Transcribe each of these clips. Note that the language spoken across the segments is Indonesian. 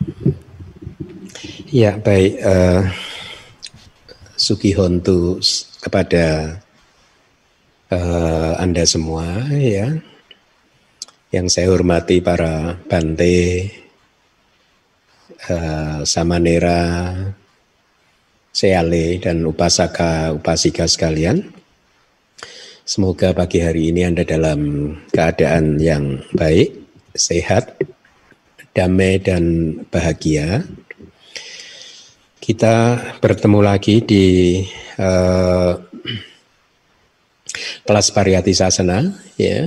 Ya, baik. Sugihontu kepada Anda semua, ya, yang saya hormati para Bante, Samanera, Seale, dan upasaka-upasika sekalian. Semoga pagi hari ini Anda dalam keadaan yang baik, sehat, damai, dan bahagia. Kita bertemu lagi di kelas Pariyati Sasana, ya.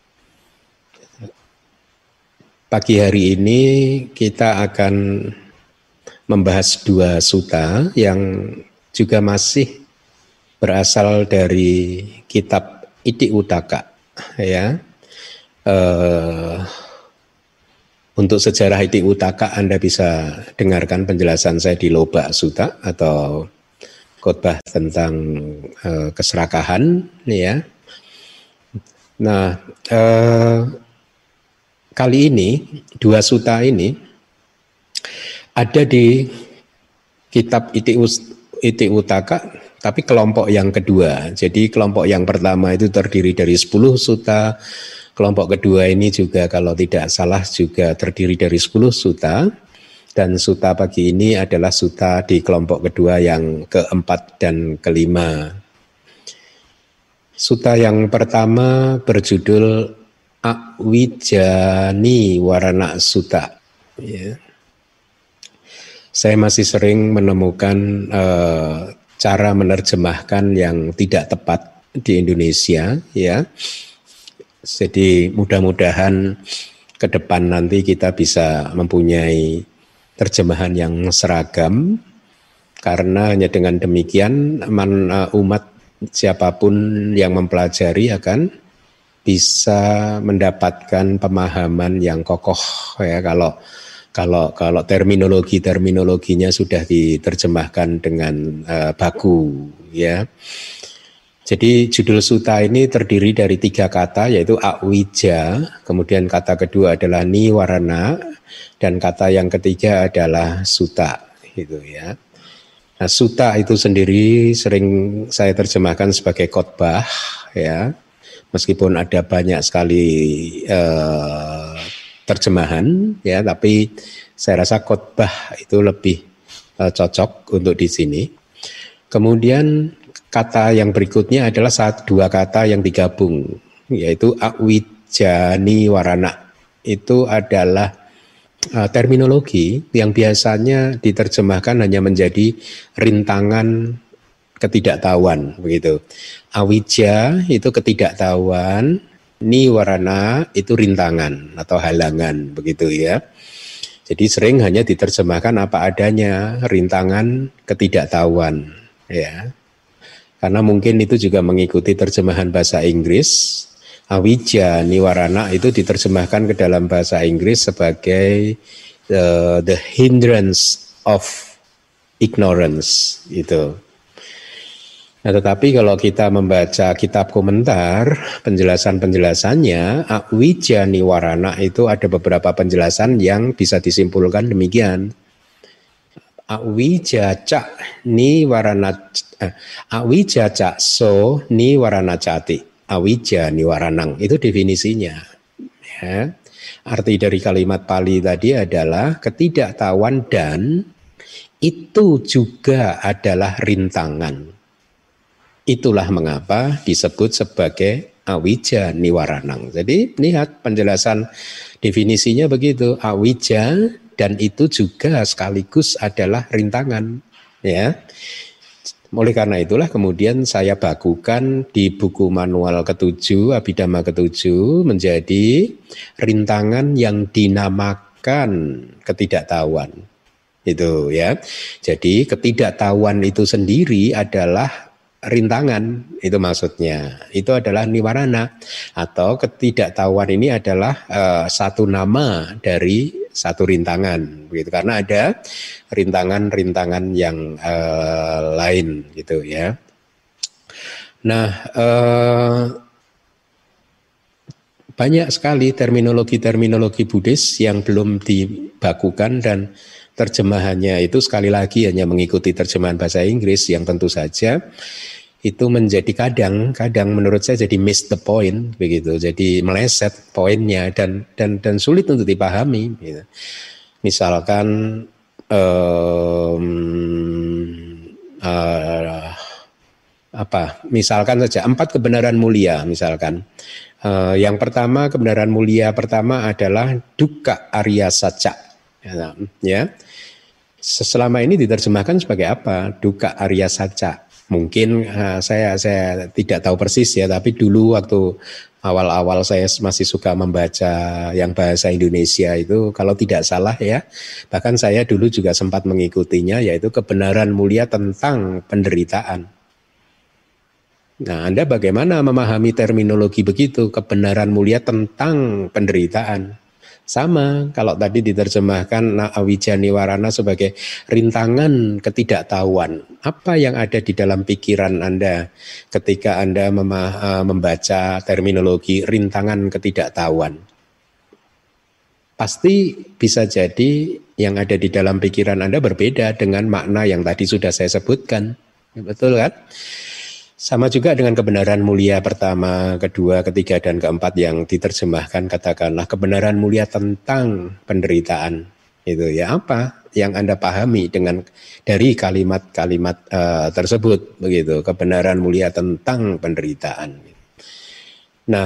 Pagi hari ini kita akan membahas dua sutta yang juga masih berasal dari kitab Iti Uttaka, ya. Untuk sejarah Iti Uttaka Anda bisa dengarkan penjelasan saya di Loba Sutta atau khotbah tentang keserakahan, ya. Nah, kali ini dua sutta ini ada di kitab Iti Uttaka, tapi kelompok yang kedua. Jadi kelompok yang pertama itu terdiri dari 10 sutta. Kelompok kedua ini juga kalau tidak salah juga terdiri dari 10 sutta. Dan sutta pagi ini adalah sutta di kelompok kedua yang keempat dan kelima. Sutta yang pertama berjudul Awijani Warana Sutta. Ya. Saya masih sering menemukan cara menerjemahkan yang tidak tepat di Indonesia, ya. Jadi mudah-mudahan ke depan nanti kita bisa mempunyai terjemahan yang seragam, karena hanya dengan demikian umat siapapun yang mempelajari akan bisa mendapatkan pemahaman yang kokoh, ya. Kalau terminologinya sudah diterjemahkan dengan baku, ya. Jadi judul sutta ini terdiri dari 3 kata, yaitu awija, kemudian kata kedua adalah niwarana, dan kata yang ketiga adalah sutta, gitu, ya. Nah, sutta itu sendiri sering saya terjemahkan sebagai khotbah, ya. Meskipun ada banyak sekali terjemahan, ya, tapi saya rasa khotbah itu lebih cocok untuk di sini. Kemudian kata yang berikutnya adalah dua kata yang digabung, yaitu awijani warana. Itu adalah terminologi yang biasanya diterjemahkan hanya menjadi rintangan ketidaktahuan, begitu. Awija itu ketidaktahuan, niwarana itu rintangan atau halangan, begitu, ya. Jadi sering hanya diterjemahkan apa adanya, rintangan ketidaktahuan, ya. Karena mungkin itu juga mengikuti terjemahan bahasa Inggris. Awija niwarana itu diterjemahkan ke dalam bahasa Inggris sebagai the hindrance of ignorance, itu. Nah, tetapi kalau kita membaca kitab komentar, penjelasannya, awija niwarana itu ada beberapa penjelasan yang bisa disimpulkan demikian. Awija cak so ni warana cati. Awija ni waranang, itu definisinya, ya. Arti dari kalimat Pali tadi adalah ketidaktahuan dan itu juga adalah rintangan. Itulah mengapa disebut sebagai awija niwaranang. Jadi lihat penjelasan definisinya begitu, awija dan itu juga sekaligus adalah rintangan, ya. Oleh karena itulah kemudian saya bakukan di buku manual ke-7, Abhidhamma ke-7 menjadi rintangan yang dinamakan ketidaktahuan. Itu, ya. Jadi ketidaktahuan itu sendiri adalah rintangan, itu maksudnya. Itu adalah niwarana, atau ketidaktahuan ini adalah satu nama dari satu rintangan, begitu. Karena ada rintangan-rintangan yang lain, gitu, ya. Nah, banyak sekali terminologi-terminologi Buddhis yang belum dibakukan dan terjemahannya itu sekali lagi hanya mengikuti terjemahan bahasa Inggris yang tentu saja itu menjadi kadang menurut saya jadi miss the point begitu, jadi meleset poinnya dan sulit untuk dipahami gitu. Misalkan misalkan saja 4 kebenaran mulia misalkan. Yang pertama, kebenaran mulia pertama adalah dukkha arya saca. Ya. Selama ini diterjemahkan sebagai apa? Dukkha arya saca. Mungkin saya tidak tahu persis ya, tapi dulu waktu awal-awal saya masih suka membaca yang bahasa Indonesia itu, kalau tidak salah ya, bahkan saya dulu juga sempat mengikutinya, yaitu kebenaran mulia tentang penderitaan. Nah, Anda bagaimana memahami terminologi begitu, kebenaran mulia tentang penderitaan? Sama, kalau tadi diterjemahkan awija niwarana sebagai rintangan ketidaktahuan. Apa yang ada di dalam pikiran Anda ketika Anda membaca terminologi rintangan ketidaktahuan? Pasti bisa jadi yang ada di dalam pikiran Anda berbeda dengan makna yang tadi sudah saya sebutkan. Betul kan? Sama juga dengan kebenaran mulia pertama, kedua, ketiga, dan keempat yang diterjemahkan, katakanlah kebenaran mulia tentang penderitaan. Itu ya apa yang Anda pahami dari kalimat-kalimat tersebut, begitu, kebenaran mulia tentang penderitaan. Nah,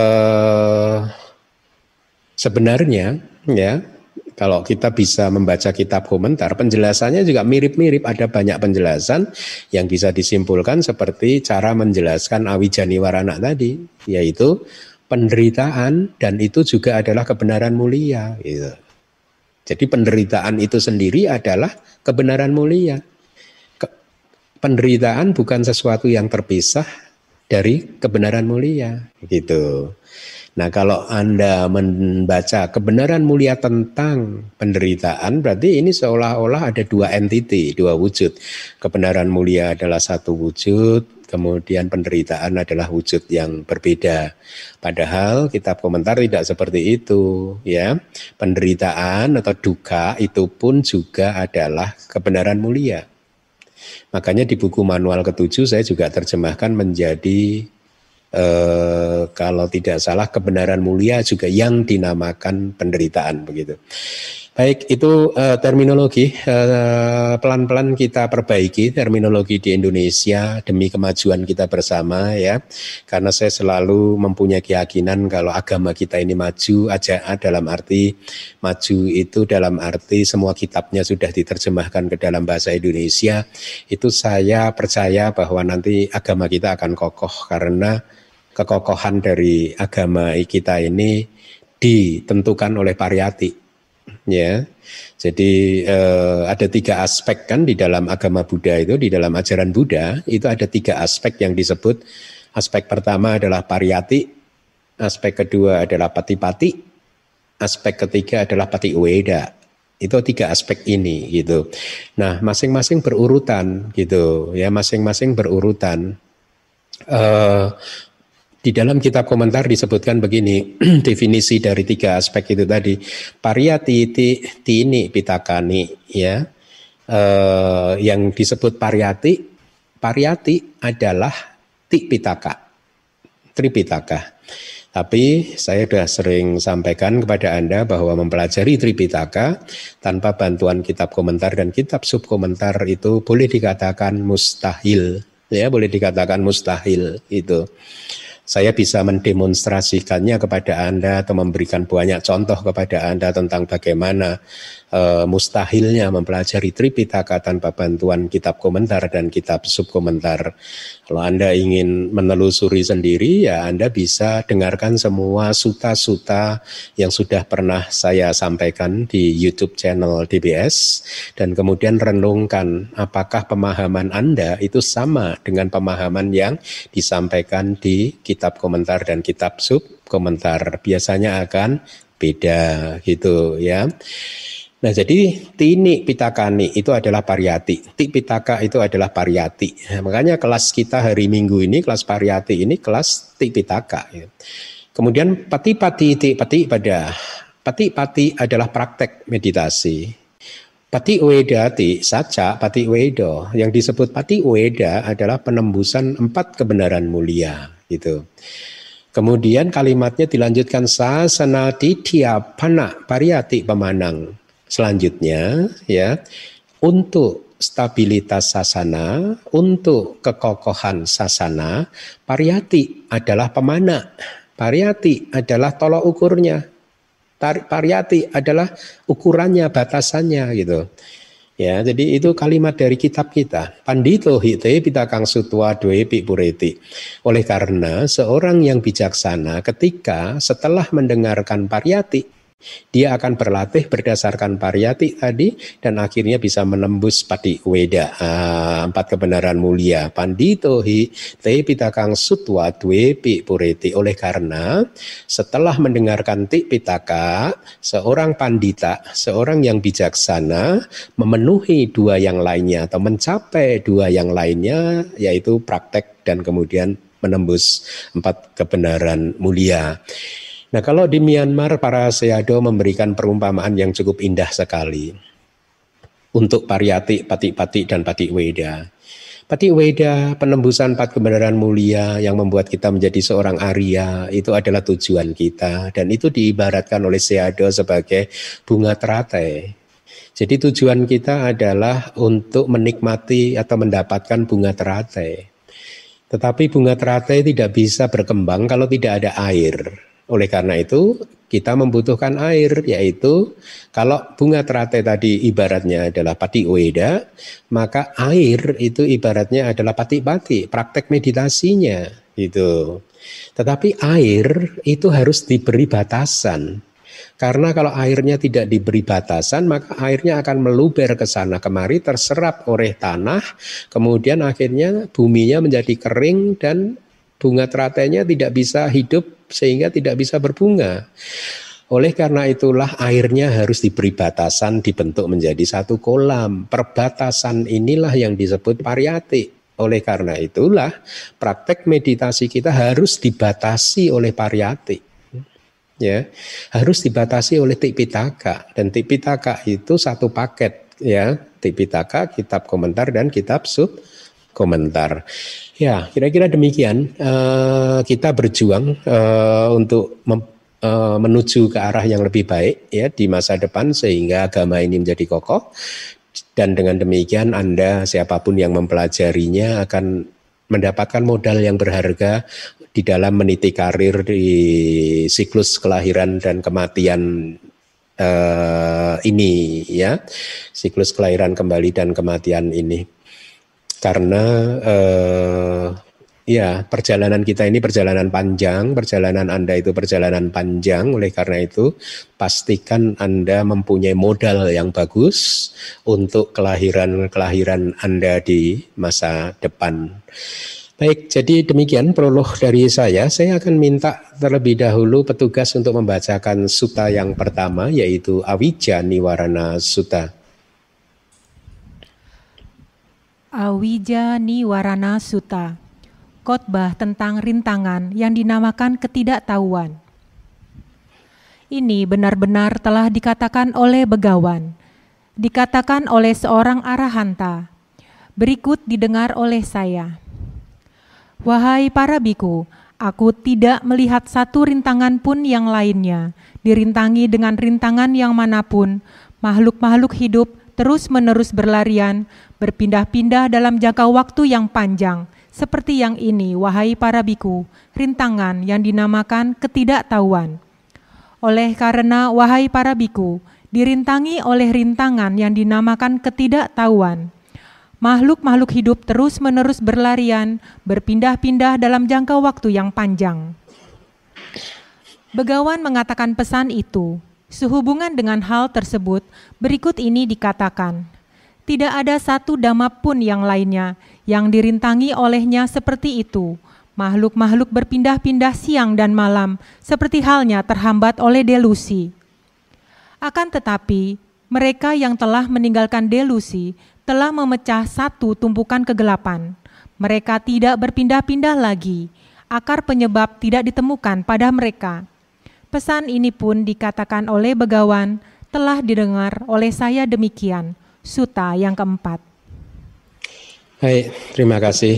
sebenarnya ya, kalau kita bisa membaca kitab komentar, penjelasannya juga mirip-mirip, ada banyak penjelasan yang bisa disimpulkan seperti cara menjelaskan awija niwarana tadi, yaitu penderitaan dan itu juga adalah kebenaran mulia. Gitu. Jadi penderitaan itu sendiri adalah kebenaran mulia. Penderitaan bukan sesuatu yang terpisah dari kebenaran mulia. Gitu. Nah, kalau Anda membaca kebenaran mulia tentang penderitaan, berarti ini seolah-olah ada dua entiti, dua wujud. Kebenaran mulia adalah satu wujud, kemudian penderitaan adalah wujud yang berbeda. Padahal kitab komentar tidak seperti itu, ya. Penderitaan atau dukkha itu pun juga adalah kebenaran mulia. Makanya di buku manual ke-7 saya juga terjemahkan menjadi kalau tidak salah kebenaran mulia juga yang dinamakan penderitaan begitu. Baik, itu terminologi, pelan-pelan kita perbaiki terminologi di Indonesia demi kemajuan kita bersama ya. Karena saya selalu mempunyai keyakinan kalau agama kita ini maju aja, dalam arti maju itu dalam arti semua kitabnya sudah diterjemahkan ke dalam bahasa Indonesia. Itu saya percaya bahwa nanti agama kita akan kokoh karena kekokohan dari agama kita ini ditentukan oleh pariyati. Ya, jadi ada 3 aspek kan di dalam agama Buddha itu, di dalam ajaran Buddha itu ada 3 aspek yang disebut. Aspek pertama adalah pariyati, aspek kedua adalah patipati, aspek ketiga adalah patiweda. Itu 3 aspek ini gitu. Nah, masing-masing berurutan gitu ya, masing-masing berurutan. Di dalam kitab komentar disebutkan begini, definisi dari 3 aspek itu tadi. Pariyati tini pitakani ya. Yang disebut pariyati adalah tipitaka, tripitaka. Tapi saya sudah sering sampaikan kepada Anda bahwa mempelajari Tripitaka tanpa bantuan kitab komentar dan kitab subkomentar itu boleh dikatakan mustahil. Ya, boleh dikatakan mustahil itu. Saya bisa mendemonstrasikannya kepada Anda atau memberikan banyak contoh kepada Anda tentang bagaimana mustahilnya mempelajari Tripitaka tanpa bantuan kitab komentar dan kitab subkomentar. Kalau Anda ingin menelusuri sendiri, ya Anda bisa dengarkan semua suta-suta yang sudah pernah saya sampaikan di YouTube channel DBS dan kemudian renungkan apakah pemahaman Anda itu sama dengan pemahaman yang disampaikan di kitab komentar dan kitab subkomentar. Biasanya akan beda gitu ya. Nah, jadi tini pitakani itu adalah pariyati, tipitaka itu adalah pariyati. Nah, makanya kelas kita hari Minggu ini, kelas pariyati ini kelas tipitaka. Ya. Kemudian pati-pati iti pati pada. Pati-pati adalah praktek meditasi. Pati wedati saca pati wedo. Yang disebut pati weda adalah penembusan 4 kebenaran mulia gitu. Kemudian kalimatnya dilanjutkan sasana titya pana pariyati pemanang. Selanjutnya ya, untuk stabilitas sasana, untuk kekokohan sasana, pariyati adalah pemana. Pariyati adalah tolok ukurnya. Pariyati adalah ukurannya, batasannya gitu. Ya, jadi itu kalimat dari kitab kita. Pandito hite pitakang sutwa dwepi pureti. Oleh karena seorang yang bijaksana ketika setelah mendengarkan pariyati, dia akan berlatih berdasarkan pariyati tadi dan akhirnya bisa menembus pati weda, 4 kebenaran mulia. Pandito hi te pitakang sutwa dwepi pureti. Oleh karena setelah mendengarkan ti pitaka, seorang pandita, seorang yang bijaksana memenuhi 2 yang lainnya atau mencapai 2 yang lainnya, yaitu praktek dan kemudian menembus 4 kebenaran mulia. Nah, kalau di Myanmar para Sayadaw memberikan perumpamaan yang cukup indah sekali untuk pariyati, pati-pati dan pati weda. Pati weda, penembusan 4 kebenaran mulia yang membuat kita menjadi seorang Arya, itu adalah tujuan kita dan itu diibaratkan oleh Sayadaw sebagai bunga teratai. Jadi tujuan kita adalah untuk menikmati atau mendapatkan bunga teratai. Tetapi bunga teratai tidak bisa berkembang kalau tidak ada air. Oleh karena itu kita membutuhkan air, yaitu kalau bunga teratai tadi ibaratnya adalah pati weda, maka air itu ibaratnya adalah pati-pati, praktek meditasinya gitu. Tetapi air itu harus diberi batasan. Karena kalau airnya tidak diberi batasan, maka airnya akan meluber ke sana kemari, terserap oleh tanah, kemudian akhirnya buminya menjadi kering dan bunga teratainya tidak bisa hidup sehingga tidak bisa berbunga. Oleh karena itulah airnya harus diberi batasan, dibentuk menjadi satu kolam. Perbatasan inilah yang disebut pariyati. Oleh karena itulah praktek meditasi kita harus dibatasi oleh pariyati. Ya, harus dibatasi oleh Tipitaka, dan Tipitaka itu satu paket ya, Tipitaka, kitab komentar dan kitab sub komentar. Ya, kira-kira demikian. Kita berjuang untuk menuju ke arah yang lebih baik ya di masa depan sehingga agama ini menjadi kokoh. Dan dengan demikian Anda siapapun yang mempelajarinya akan mendapatkan modal yang berharga di dalam meniti karir di siklus kelahiran dan kematian ini ya, siklus kelahiran kembali dan kematian ini. Karena ya perjalanan kita ini perjalanan panjang, perjalanan Anda itu perjalanan panjang. Oleh karena itu pastikan Anda mempunyai modal yang bagus untuk kelahiran Anda di masa depan. Baik, jadi demikian prolog dari saya. Saya akan minta terlebih dahulu petugas untuk membacakan sutta yang pertama, yaitu Awija Niwarana Sutta. Awija Niwarana Sutta, khotbah tentang rintangan yang dinamakan ketidaktahuan. Ini benar-benar telah dikatakan oleh Begawan, dikatakan oleh seorang arahanta. Berikut didengar oleh saya. Wahai para biku, aku tidak melihat satu rintangan pun yang lainnya, dirintangi dengan rintangan yang manapun, makhluk-makhluk hidup terus-menerus berlarian, berpindah-pindah dalam jangka waktu yang panjang, seperti yang ini, wahai para biku, rintangan yang dinamakan ketidaktahuan. Oleh karena, wahai para biku, dirintangi oleh rintangan yang dinamakan ketidaktahuan, makhluk-makhluk hidup terus-menerus berlarian, berpindah-pindah dalam jangka waktu yang panjang. Begawan mengatakan pesan itu. Sehubungan dengan hal tersebut, berikut ini dikatakan, tidak ada satu dhamma pun yang lainnya yang dirintangi olehnya seperti itu. Makhluk-makhluk berpindah-pindah siang dan malam, seperti halnya terhambat oleh delusi. Akan tetapi, mereka yang telah meninggalkan delusi telah memecah satu tumpukan kegelapan. Mereka tidak berpindah-pindah lagi. akar penyebab tidak ditemukan pada mereka. Pesan ini pun dikatakan oleh Begawan, telah didengar oleh saya demikian. Suta yang keempat. Baik, terima kasih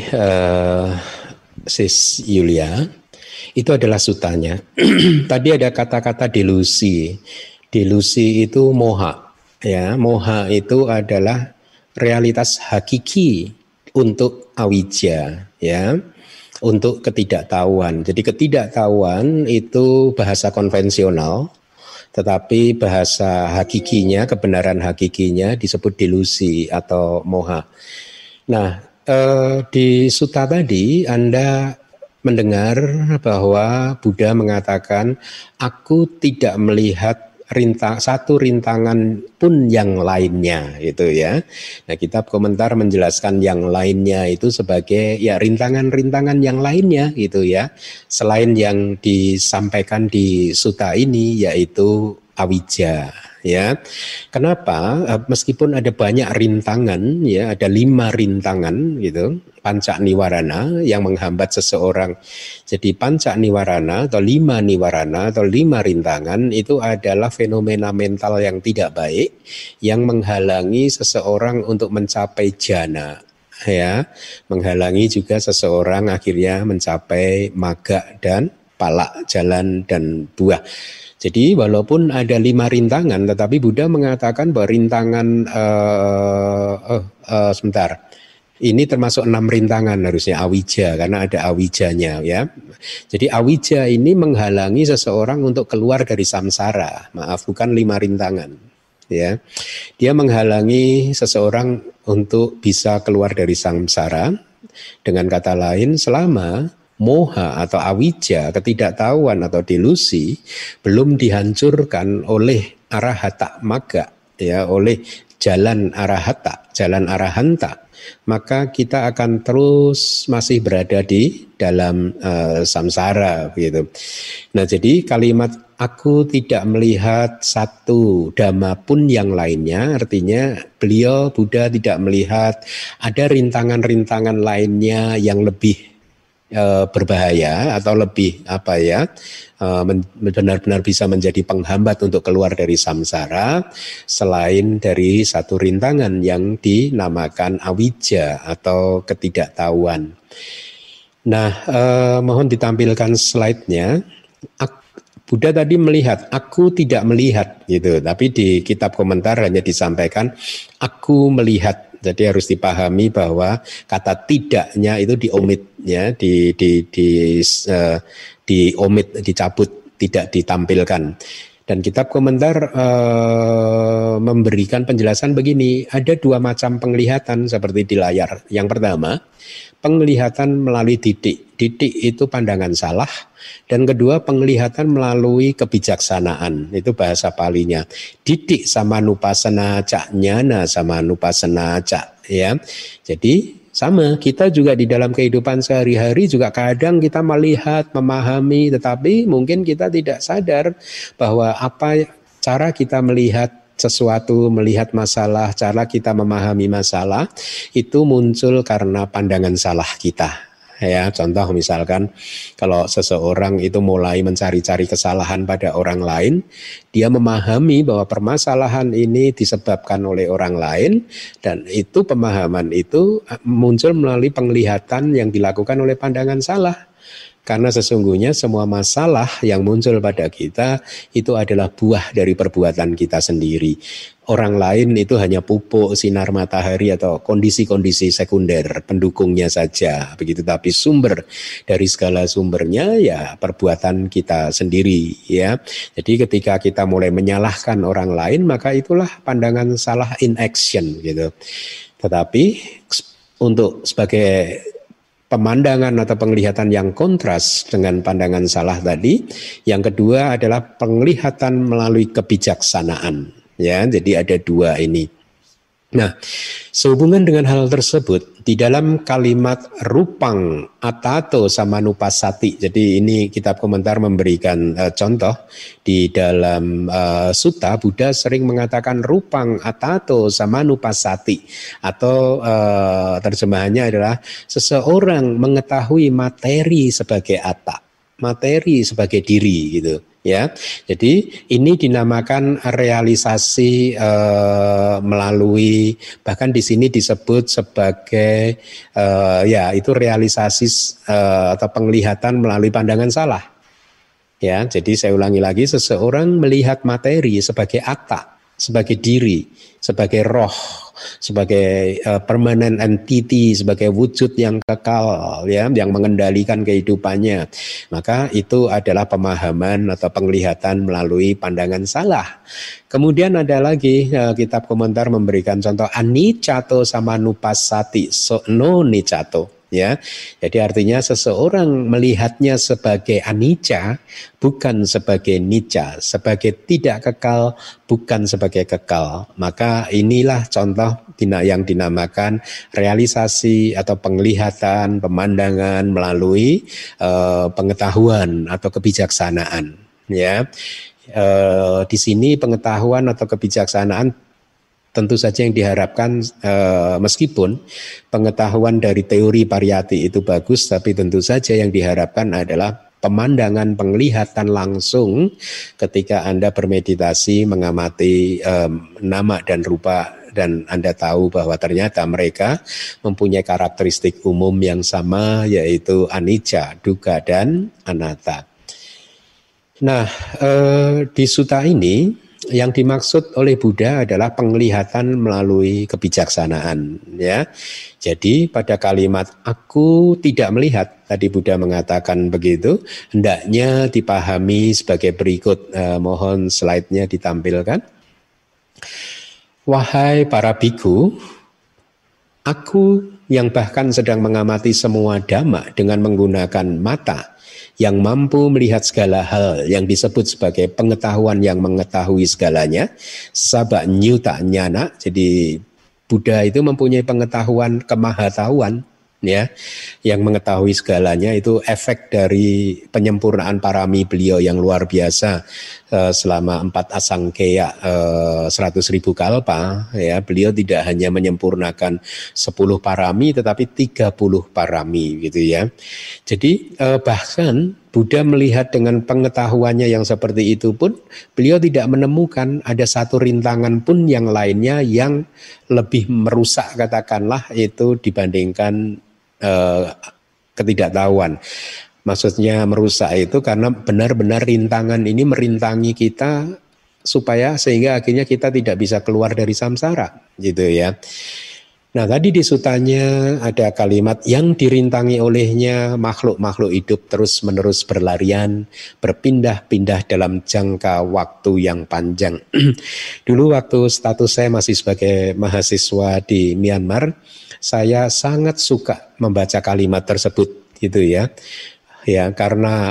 Sis Yulia. Itu adalah sutanya. Tadi ada kata-kata delusi. Delusi itu moha. Ya, moha itu adalah realitas hakiki untuk awija, ya, untuk ketidaktahuan. Jadi ketidaktahuan itu bahasa konvensional, tetapi bahasa hakikinya, kebenaran hakikinya disebut delusi atau moha. Nah, di sutta tadi Anda mendengar bahwa Buddha mengatakan, aku tidak melihat satu rintangan pun yang lainnya, itu ya. Nah, kitab komentar menjelaskan yang lainnya itu sebagai ya rintangan-rintangan yang lainnya, gitu ya. Selain yang disampaikan di sutta ini, yaitu awija, ya. Kenapa? Meskipun ada banyak rintangan, ya, ada 5 rintangan, gitu, panca niwarana yang menghambat seseorang. Jadi panca niwarana atau 5 niwarana atau 5 rintangan itu adalah fenomena mental yang tidak baik yang menghalangi seseorang untuk mencapai jana, ya, menghalangi juga seseorang akhirnya mencapai magga dan palak, jalan dan buah. Jadi walaupun ada 5 rintangan, tetapi Buddha mengatakan bahwa rintangan sebentar. Ini termasuk 6 rintangan harusnya awija, karena ada awijanya, ya. Jadi awija ini menghalangi seseorang untuk keluar dari samsara. Maaf, bukan 5 rintangan, ya. Dia menghalangi seseorang untuk bisa keluar dari samsara. Dengan kata lain, selama moha atau awija, ketidaktahuan atau delusi belum dihancurkan oleh arahata magga, ya, oleh jalan arahata, jalan arahanta, maka kita akan terus masih berada di dalam samsara, gitu. Nah, jadi kalimat aku tidak melihat satu dhamma pun yang lainnya, artinya beliau Buddha tidak melihat ada rintangan-rintangan lainnya yang lebih berbahaya atau lebih benar-benar bisa menjadi penghambat untuk keluar dari samsara selain dari satu rintangan yang dinamakan awija atau ketidaktahuan. Nah, mohon ditampilkan slide-nya. Buddha tadi melihat, aku tidak melihat, gitu. Tapi di kitab komentar hanya disampaikan aku melihat. Jadi harus dipahami bahwa kata tidaknya itu diomit, ya, diomit, dicabut, tidak ditampilkan. Dan kitab komentar memberikan penjelasan begini, ada 2 macam penglihatan seperti di layar. Yang pertama, penglihatan melalui didik. Didik itu pandangan salah. Dan kedua, penglihatan melalui kebijaksanaan. Itu bahasa Palinya. Didik sama nupasana cak, nyana sama nupasana cak, ya. Jadi sama, kita juga di dalam kehidupan sehari-hari juga kadang kita melihat, memahami, tetapi mungkin kita tidak sadar bahwa apa cara kita melihat sesuatu, melihat masalah, cara kita memahami masalah itu muncul karena pandangan salah kita. Ya, contoh misalkan kalau seseorang itu mulai mencari-cari kesalahan pada orang lain, dia memahami bahwa permasalahan ini disebabkan oleh orang lain, dan itu pemahaman itu muncul melalui penglihatan yang dilakukan oleh pandangan salah. Karena sesungguhnya semua masalah yang muncul pada kita itu adalah buah dari perbuatan kita sendiri. Orang lain itu hanya pupuk, sinar matahari atau kondisi-kondisi sekunder pendukungnya saja, begitu. Tapi sumber dari segala sumbernya ya perbuatan kita sendiri, ya. Jadi ketika kita mulai menyalahkan orang lain, maka itulah pandangan salah in action, gitu. Tetapi untuk sebagai pemandangan atau penglihatan yang kontras dengan pandangan salah tadi, yang kedua adalah penglihatan melalui kebijaksanaan. Ya, jadi ada 2 ini. Nah, sehubungan dengan hal tersebut, di dalam kalimat rupang atato samanupasati, jadi ini kitab komentar memberikan contoh, di dalam sutta Buddha sering mengatakan rupang atato samanupasati, atau terjemahannya adalah seseorang mengetahui materi sebagai atta, materi sebagai diri gitu. Ya, jadi ini dinamakan realisasi melalui, bahkan di sini disebut sebagai ya itu realisasi atau penglihatan melalui pandangan salah. Ya, jadi saya ulangi lagi, seseorang melihat materi sebagai atta, sebagai diri, sebagai roh, sebagai permanent entity, sebagai wujud yang kekal, ya, yang mengendalikan kehidupannya. Maka itu adalah pemahaman atau penglihatan melalui pandangan salah. Kemudian ada lagi kitab komentar memberikan contoh aniccato samanupasati no niccato. Ya, jadi artinya seseorang melihatnya sebagai anicca, bukan sebagai nicca, sebagai tidak kekal, bukan sebagai kekal. Maka inilah contoh yang dinamakan realisasi atau penglihatan, pemandangan melalui pengetahuan atau kebijaksanaan. Ya, di sini pengetahuan atau kebijaksanaan tentu saja yang diharapkan, meskipun pengetahuan dari teori pariyati itu bagus, tapi tentu saja yang diharapkan adalah pemandangan, penglihatan langsung ketika Anda bermeditasi mengamati nama dan rupa, dan Anda tahu bahwa ternyata mereka mempunyai karakteristik umum yang sama, yaitu anicca, dukkha, dan anatta. Nah, di sutta ini yang dimaksud oleh Buddha adalah penglihatan melalui kebijaksanaan, ya. Jadi pada kalimat aku tidak melihat, tadi Buddha mengatakan begitu, hendaknya dipahami sebagai berikut. Mohon slide-nya ditampilkan. Wahai para biku, aku yang bahkan sedang mengamati semua dhamma dengan menggunakan mata, yang mampu melihat segala hal yang disebut sebagai pengetahuan yang mengetahui segalanya, sabak nyuta nyana. Jadi Buddha itu mempunyai pengetahuan kemahatauan, ya, yang mengetahui segalanya. Itu efek dari penyempurnaan parami beliau yang luar biasa selama 4 asangkeya 100.000 kalpa, ya. Beliau tidak hanya menyempurnakan 10 parami tetapi 30 parami gitu, ya. Jadi bahkan Buddha melihat dengan pengetahuannya yang seperti itu pun beliau tidak menemukan ada satu rintangan pun yang lainnya yang lebih merusak, katakanlah, itu dibandingkan ketidaktahuan. Maksudnya merusak itu karena benar-benar rintangan ini merintangi kita supaya sehingga akhirnya kita tidak bisa keluar dari samsara, gitu, ya. Nah, tadi di sutanya ada kalimat yang dirintangi olehnya makhluk-makhluk hidup terus-menerus berlarian, berpindah-pindah dalam jangka waktu yang panjang. Dulu waktu status saya masih sebagai mahasiswa di Myanmar, saya sangat suka membaca kalimat tersebut, gitu, ya. Ya, karena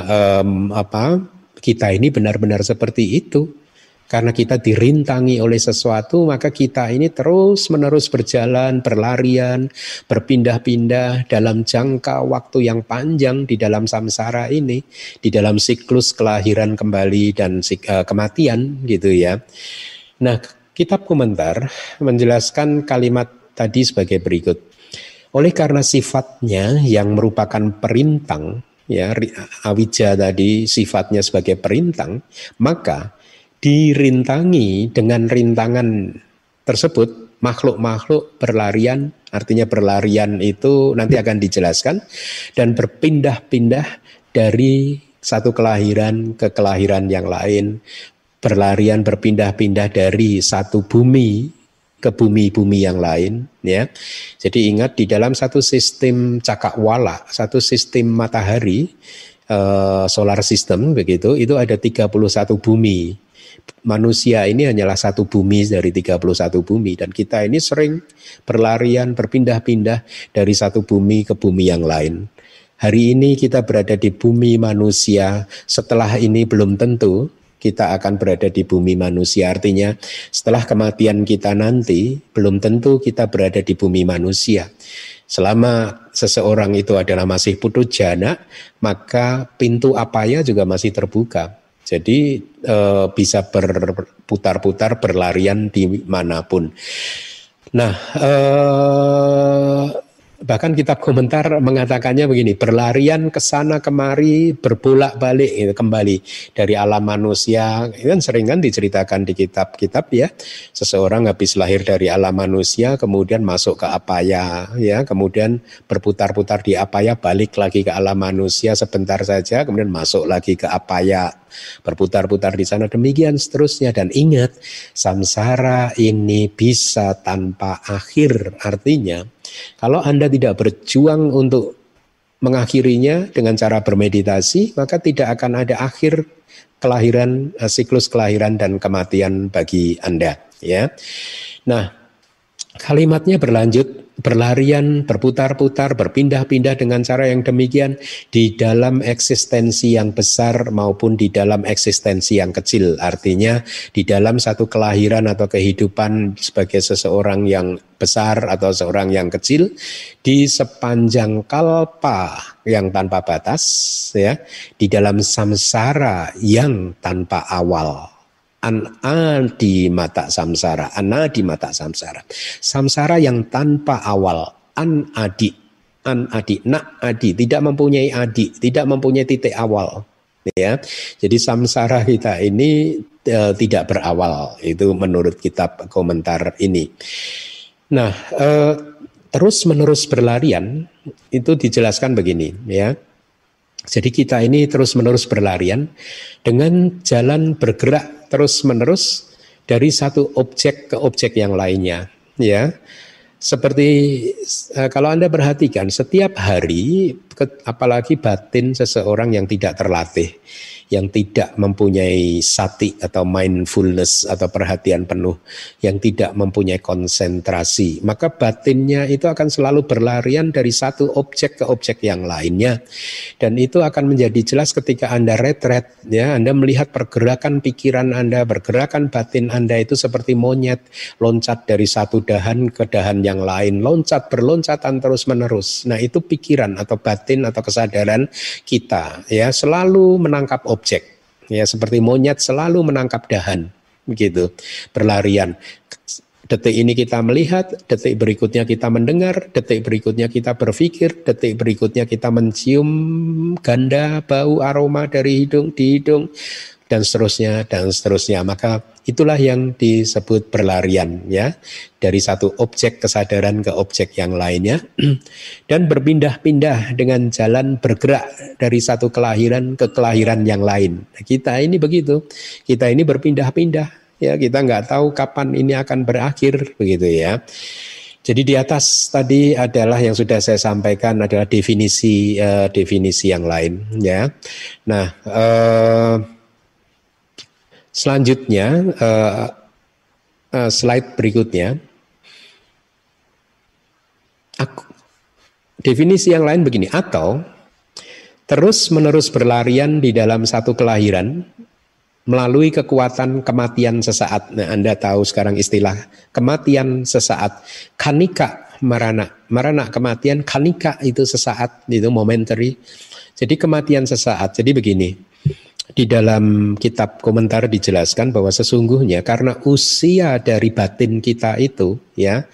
kita ini benar-benar seperti itu. Karena kita dirintangi oleh sesuatu, maka kita ini terus-menerus berjalan, berlarian, berpindah-pindah dalam jangka waktu yang panjang di dalam samsara ini, di dalam siklus kelahiran kembali dan kematian, gitu, ya. Nah, kitab komentar menjelaskan kalimat tadi sebagai berikut. Oleh karena sifatnya yang merupakan perintang, ya, awija tadi sifatnya sebagai perintang, maka dirintangi dengan rintangan tersebut makhluk-makhluk berlarian. Artinya berlarian itu nanti akan dijelaskan, dan berpindah-pindah dari satu kelahiran ke kelahiran yang lain, berlarian berpindah-pindah dari satu bumi ke bumi-bumi yang lain, ya. Jadi ingat, di dalam satu sistem cakrawala, satu sistem matahari, solar system begitu, itu ada 31 bumi. Manusia ini hanyalah satu bumi dari 31 bumi, dan kita ini sering berlarian berpindah-pindah dari satu bumi ke bumi yang lain. Hari ini kita berada di bumi manusia, setelah ini belum tentu kita akan berada di bumi manusia. Artinya setelah kematian kita nanti belum tentu kita berada di bumi manusia. Selama seseorang itu adalah masih putujana, maka pintu apaya juga masih terbuka. Jadi bisa berputar-putar, berlarian dimanapun. Nah, bahkan kitab komentar mengatakannya begini, berlarian ke sana kemari, berbolak-balik kembali dari alam manusia. Itu kan sering kan diceritakan di kitab-kitab ya. Seseorang habis lahir dari alam manusia, kemudian masuk ke apaya, ya, kemudian berputar-putar di apaya, balik lagi ke alam manusia sebentar saja, kemudian masuk lagi ke apaya, berputar-putar di sana, demikian seterusnya. Dan ingat, samsara ini bisa tanpa akhir. Artinya kalau Anda tidak berjuang untuk mengakhirinya dengan cara bermeditasi, maka tidak akan ada akhir kelahiran, siklus kelahiran dan kematian bagi Anda, ya. Nah, kalimatnya berlanjut, berlarian, berputar-putar, berpindah-pindah dengan cara yang demikian di dalam eksistensi yang besar maupun di dalam eksistensi yang kecil. Artinya di dalam satu kelahiran atau kehidupan sebagai seseorang yang besar atau seorang yang kecil, di sepanjang kalpa yang tanpa batas, ya, di dalam samsara yang tanpa awal. Anadi mata samsara, anadi mata samsara, samsara yang tanpa awal, anadi, nak adi, tidak mempunyai adi, tidak mempunyai titik awal, ya. Jadi samsara kita ini tidak berawal, itu menurut kitab komentar ini. Nah, terus menerus berlarian itu dijelaskan begini, ya. Jadi kita ini terus menerus berlarian dengan jalan bergerak terus menerus dari satu objek ke objek yang lainnya, ya. Seperti kalau Anda perhatikan setiap hari, apalagi batin seseorang yang tidak terlatih, yang tidak mempunyai sati atau mindfulness atau perhatian penuh, yang tidak mempunyai konsentrasi, maka batinnya itu akan selalu berlarian dari satu objek ke objek yang lainnya. Dan itu akan menjadi jelas ketika Anda retret, ya, Anda melihat pergerakan pikiran Anda, pergerakan batin Anda itu seperti monyet, loncat dari satu dahan ke dahan yang lain, loncat berloncatan terus menerus. Nah, itu pikiran atau batin atau kesadaran kita, ya, selalu menangkap objek, ya, seperti monyet selalu menangkap dahan, begitu, berlarian. Detik ini kita melihat, detik berikutnya kita mendengar, detik berikutnya kita berpikir, detik berikutnya kita mencium ganda, bau, aroma dari hidung, di hidung, dan seterusnya, dan seterusnya. Maka itulah yang disebut berlarian, ya, dari satu objek kesadaran ke objek yang lainnya, dan berpindah-pindah dengan jalan bergerak dari satu kelahiran ke kelahiran yang lain. Nah, kita ini begitu, kita ini berpindah-pindah. Ya, kita nggak tahu kapan ini akan berakhir, begitu ya. Jadi di atas tadi adalah yang sudah saya sampaikan adalah definisi yang lain, ya. Nah, selanjutnya slide berikutnya, definisi yang lain begini, atau terus menerus berlarian di dalam satu kelahiran melalui kekuatan kematian sesaat. Nah, Anda tahu sekarang istilah kematian sesaat, kanika marana. Marana kematian, kanika itu sesaat, itu momentary. Jadi kematian sesaat. Jadi begini, di dalam kitab komentar dijelaskan bahwa sesungguhnya karena usia dari batin kita itu, ya,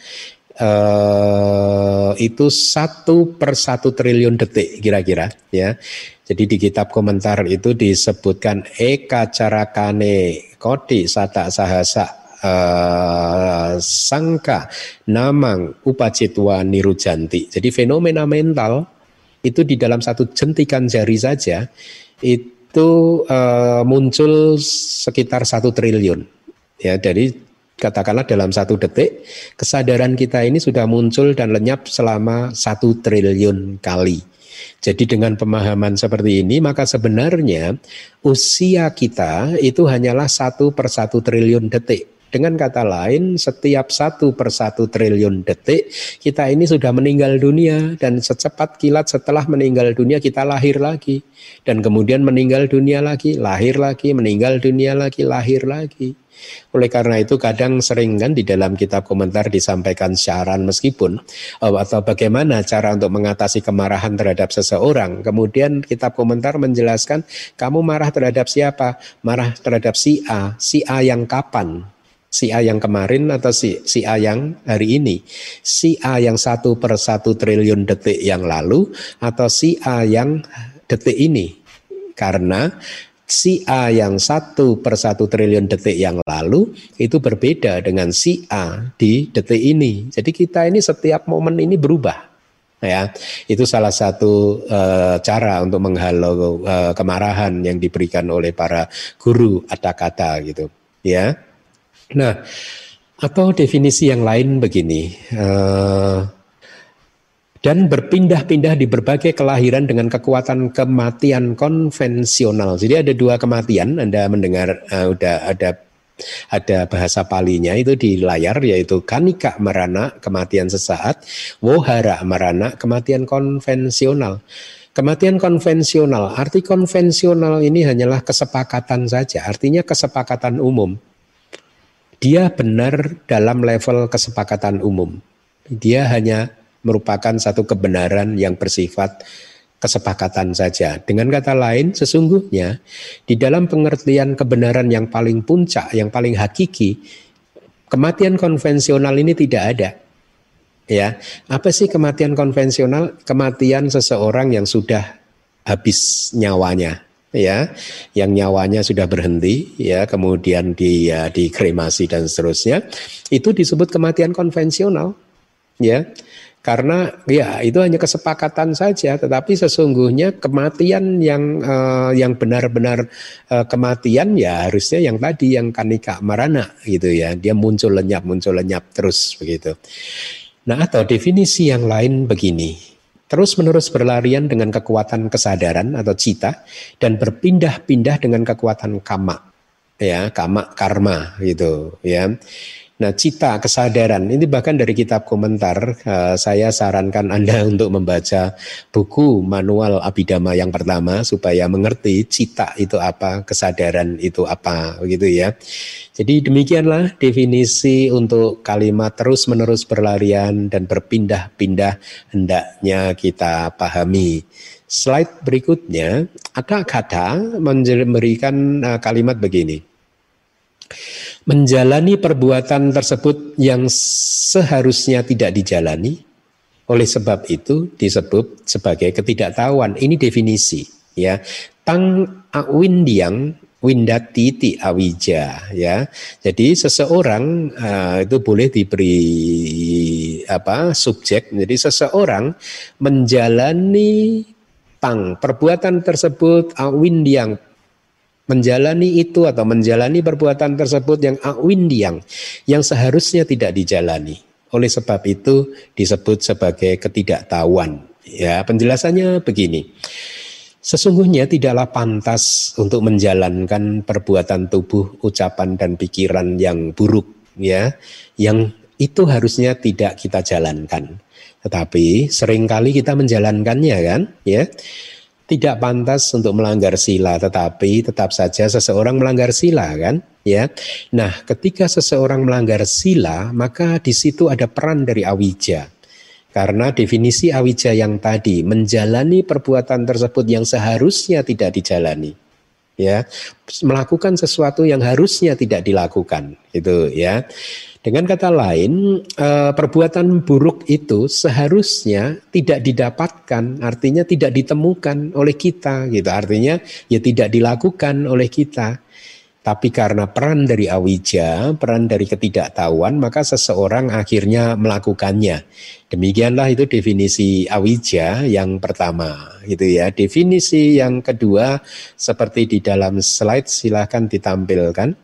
itu 1/1 triliun detik kira-kira, ya. Jadi di kitab komentar itu disebutkan eka carakane kodi sata sahasa sangka namang upacitwa nirujanti. Jadi fenomena mental itu di dalam satu jentikan jari saja itu muncul sekitar 1 triliun. Ya, dari katakanlah dalam 1 detik kesadaran kita ini sudah muncul dan lenyap selama 1 triliun kali. Jadi dengan pemahaman seperti ini, maka sebenarnya usia kita itu hanyalah 1/1 triliun detik. Dengan kata lain, setiap 1/1 triliun detik kita ini sudah meninggal dunia, dan secepat kilat setelah meninggal dunia kita lahir lagi, dan kemudian meninggal dunia lagi, lahir lagi, meninggal dunia lagi, lahir lagi. Oleh karena itu kadang sering kan di dalam kitab komentar disampaikan syarat meskipun atau bagaimana cara untuk mengatasi kemarahan terhadap seseorang. Kemudian kitab komentar menjelaskan kamu marah terhadap siapa? Marah terhadap si A yang kapan? Si A yang kemarin atau si A yang hari ini? Si A yang 1/1 triliun detik yang lalu atau si A yang detik ini? Karena si A yang 1/1 triliun detik yang lalu itu berbeda dengan si A di detik ini. Jadi kita ini setiap momen ini berubah. Ya, itu salah satu cara untuk menghalau kemarahan yang diberikan oleh para guru kata-kata gitu. Ya. Nah, atau definisi yang lain begini, dan berpindah-pindah di berbagai kelahiran dengan kekuatan kematian konvensional. Jadi ada 2 kematian, Anda mendengar udah ada bahasa Palinya itu di layar, yaitu kanika marana, kematian sesaat, wohara marana, kematian konvensional. Kematian konvensional, arti konvensional ini hanyalah kesepakatan saja, artinya kesepakatan umum. Dia benar dalam level kesepakatan umum. Dia hanya merupakan satu kebenaran yang bersifat kesepakatan saja. Dengan kata lain, sesungguhnya di dalam pengertian kebenaran yang paling puncak, yang paling hakiki, kematian konvensional ini tidak ada. Ya, apa sih kematian konvensional? Kematian seseorang yang sudah habis nyawanya. Ya, yang nyawanya sudah berhenti, ya, kemudian dia dikremasi dan seterusnya, itu disebut kematian konvensional, ya, karena ya itu hanya kesepakatan saja, tetapi sesungguhnya kematian yang benar-benar kematian ya harusnya yang tadi, yang kanika marana gitu ya, dia muncul lenyap terus begitu. Nah, atau definisi yang lain begini. Terus-menerus berlarian dengan kekuatan kesadaran atau cita dan berpindah-pindah dengan kekuatan kama, ya, kama karma gitu, ya. Nah, cita, kesadaran ini bahkan dari kitab komentar saya sarankan Anda untuk membaca buku manual Abhidhamma yang pertama supaya mengerti cita itu apa, kesadaran itu apa, begitu ya. Jadi demikianlah definisi untuk kalimat terus-menerus berlarian dan berpindah-pindah hendaknya kita pahami. Slide berikutnya ada kata memberikan kalimat begini. Menjalani perbuatan tersebut yang seharusnya tidak dijalani, oleh sebab itu disebut sebagai ketidaktahuan. Ini definisi, ya. Tang awindiang windatiti awija, ya. Jadi seseorang itu boleh diberi subjek. Jadi seseorang menjalani perbuatan tersebut awindiang, menjalani itu atau menjalani perbuatan tersebut yang awindiang, yang seharusnya tidak dijalani. Oleh sebab itu disebut sebagai ketidaktahuan. Ya, penjelasannya begini. Sesungguhnya tidaklah pantas untuk menjalankan perbuatan tubuh, ucapan dan pikiran yang buruk, ya, yang itu harusnya tidak kita jalankan. Tetapi seringkali kita menjalankannya, kan, ya. Tidak pantas untuk melanggar sila, tetapi tetap saja seseorang melanggar sila, kan, ya. Nah, ketika seseorang melanggar sila, maka di situ ada peran dari awija. Karena definisi awija yang tadi, menjalani perbuatan tersebut yang seharusnya tidak dijalani, ya, melakukan sesuatu yang harusnya tidak dilakukan, itu, ya. Dengan kata lain, perbuatan buruk itu seharusnya tidak didapatkan, artinya tidak ditemukan oleh kita, gitu. Artinya ya tidak dilakukan oleh kita. Tapi karena peran dari awija, peran dari ketidaktahuan, maka seseorang akhirnya melakukannya. Demikianlah itu definisi awija yang pertama, gitu ya. Definisi yang kedua seperti di dalam slide, silakan ditampilkan.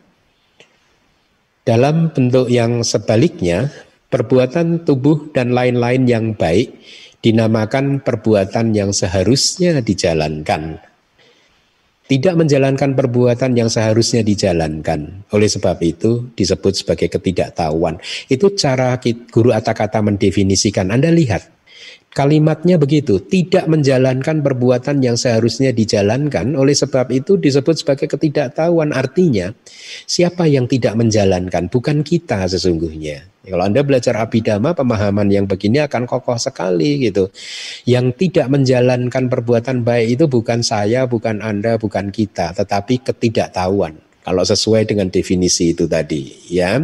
Dalam bentuk yang sebaliknya, perbuatan tubuh dan lain-lain yang baik dinamakan perbuatan yang seharusnya dijalankan. Tidak menjalankan perbuatan yang seharusnya dijalankan. Oleh sebab itu disebut sebagai ketidaktahuan. Itu cara guru kata mendefinisikan. Anda lihat kalimatnya begitu, tidak menjalankan perbuatan yang seharusnya dijalankan. Oleh sebab itu disebut sebagai ketidaktahuan. Artinya siapa yang tidak menjalankan? Bukan kita sesungguhnya. Kalau Anda belajar Abhidhamma, pemahaman yang begini akan kokoh sekali gitu. Yang tidak menjalankan perbuatan baik itu bukan saya, bukan Anda, bukan kita, tetapi ketidaktahuan. Kalau sesuai dengan definisi itu tadi, ya.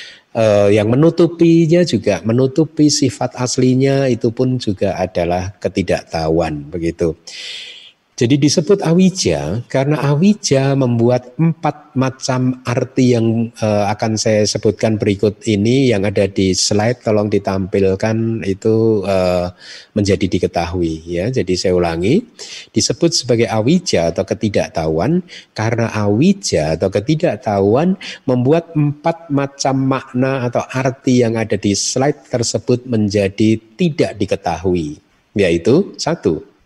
Yang menutupinya juga, menutupi sifat aslinya itu pun juga adalah ketidaktahuan, begitu. Jadi disebut awija karena awija membuat 4 macam arti yang akan saya sebutkan berikut ini yang ada di slide, tolong ditampilkan itu menjadi diketahui ya. Jadi saya ulangi, disebut sebagai awija atau ketidaktahuan karena awija atau ketidaktahuan membuat 4 macam makna atau arti yang ada di slide tersebut menjadi tidak diketahui, yaitu 1.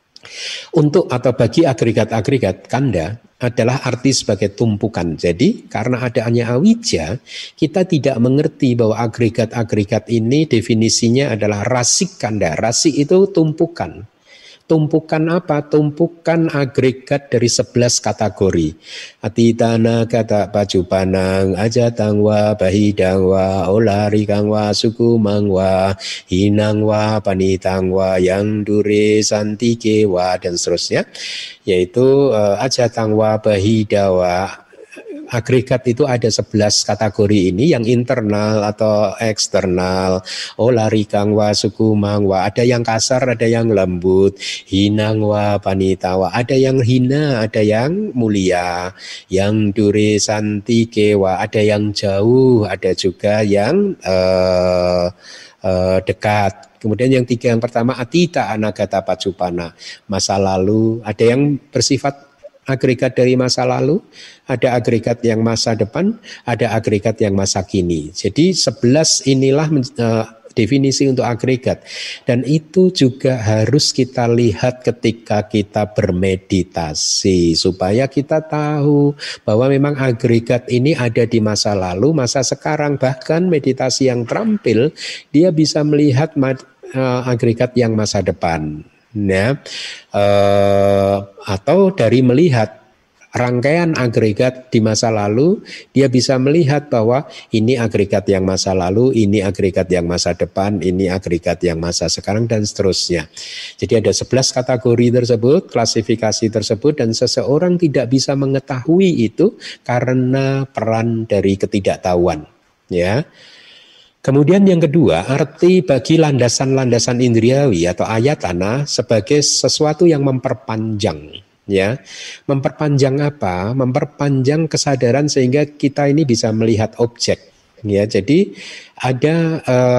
Untuk atau bagi agregat-agregat kanda adalah arti sebagai tumpukan. Jadi karena adanya awija, kita tidak mengerti bahwa agregat-agregat ini definisinya adalah rasik kanda. Rasik itu tumpukan. Tumpukan apa? Tumpukan agregat dari 11 kategori. Atitana kata pajupanang, ajatang wa, bahidang wa, olarikang wa, sukumang wa, hinang wa, panitang wa, yang dure santike wa, dan seterusnya. Yaitu ajatang wa, bahidawa. Agregat itu ada 11 kategori ini, yang internal atau eksternal, olarikang wa, sukumang wa, ada yang kasar, ada yang lembut, hinang wa, panitawa, ada yang hina, ada yang mulia, yang dure santike wa, ada yang jauh, ada juga yang dekat. Kemudian yang 3 yang pertama atita anagata pacupana, masa lalu, ada yang bersifat agregat dari masa lalu, ada agregat yang masa depan, ada agregat yang masa kini. Jadi 11 inilah definisi untuk agregat. Dan itu juga harus kita lihat ketika kita bermeditasi, supaya kita tahu bahwa memang agregat ini ada di masa lalu, masa sekarang, bahkan meditasi yang terampil dia bisa melihat agregat yang masa depan. Ya, atau dari melihat rangkaian agregat di masa lalu, dia bisa melihat bahwa ini agregat yang masa lalu, ini agregat yang masa depan, ini agregat yang masa sekarang, dan seterusnya. Jadi ada 11 kategori tersebut, klasifikasi tersebut, dan seseorang tidak bisa mengetahui itu karena peran dari ketidaktahuan. Ya. Kemudian yang kedua, arti bagi landasan-landasan indriawi atau ayatana sebagai sesuatu yang memperpanjang. Ya, memperpanjang apa? Memperpanjang kesadaran sehingga kita ini bisa melihat objek. Ya, jadi ada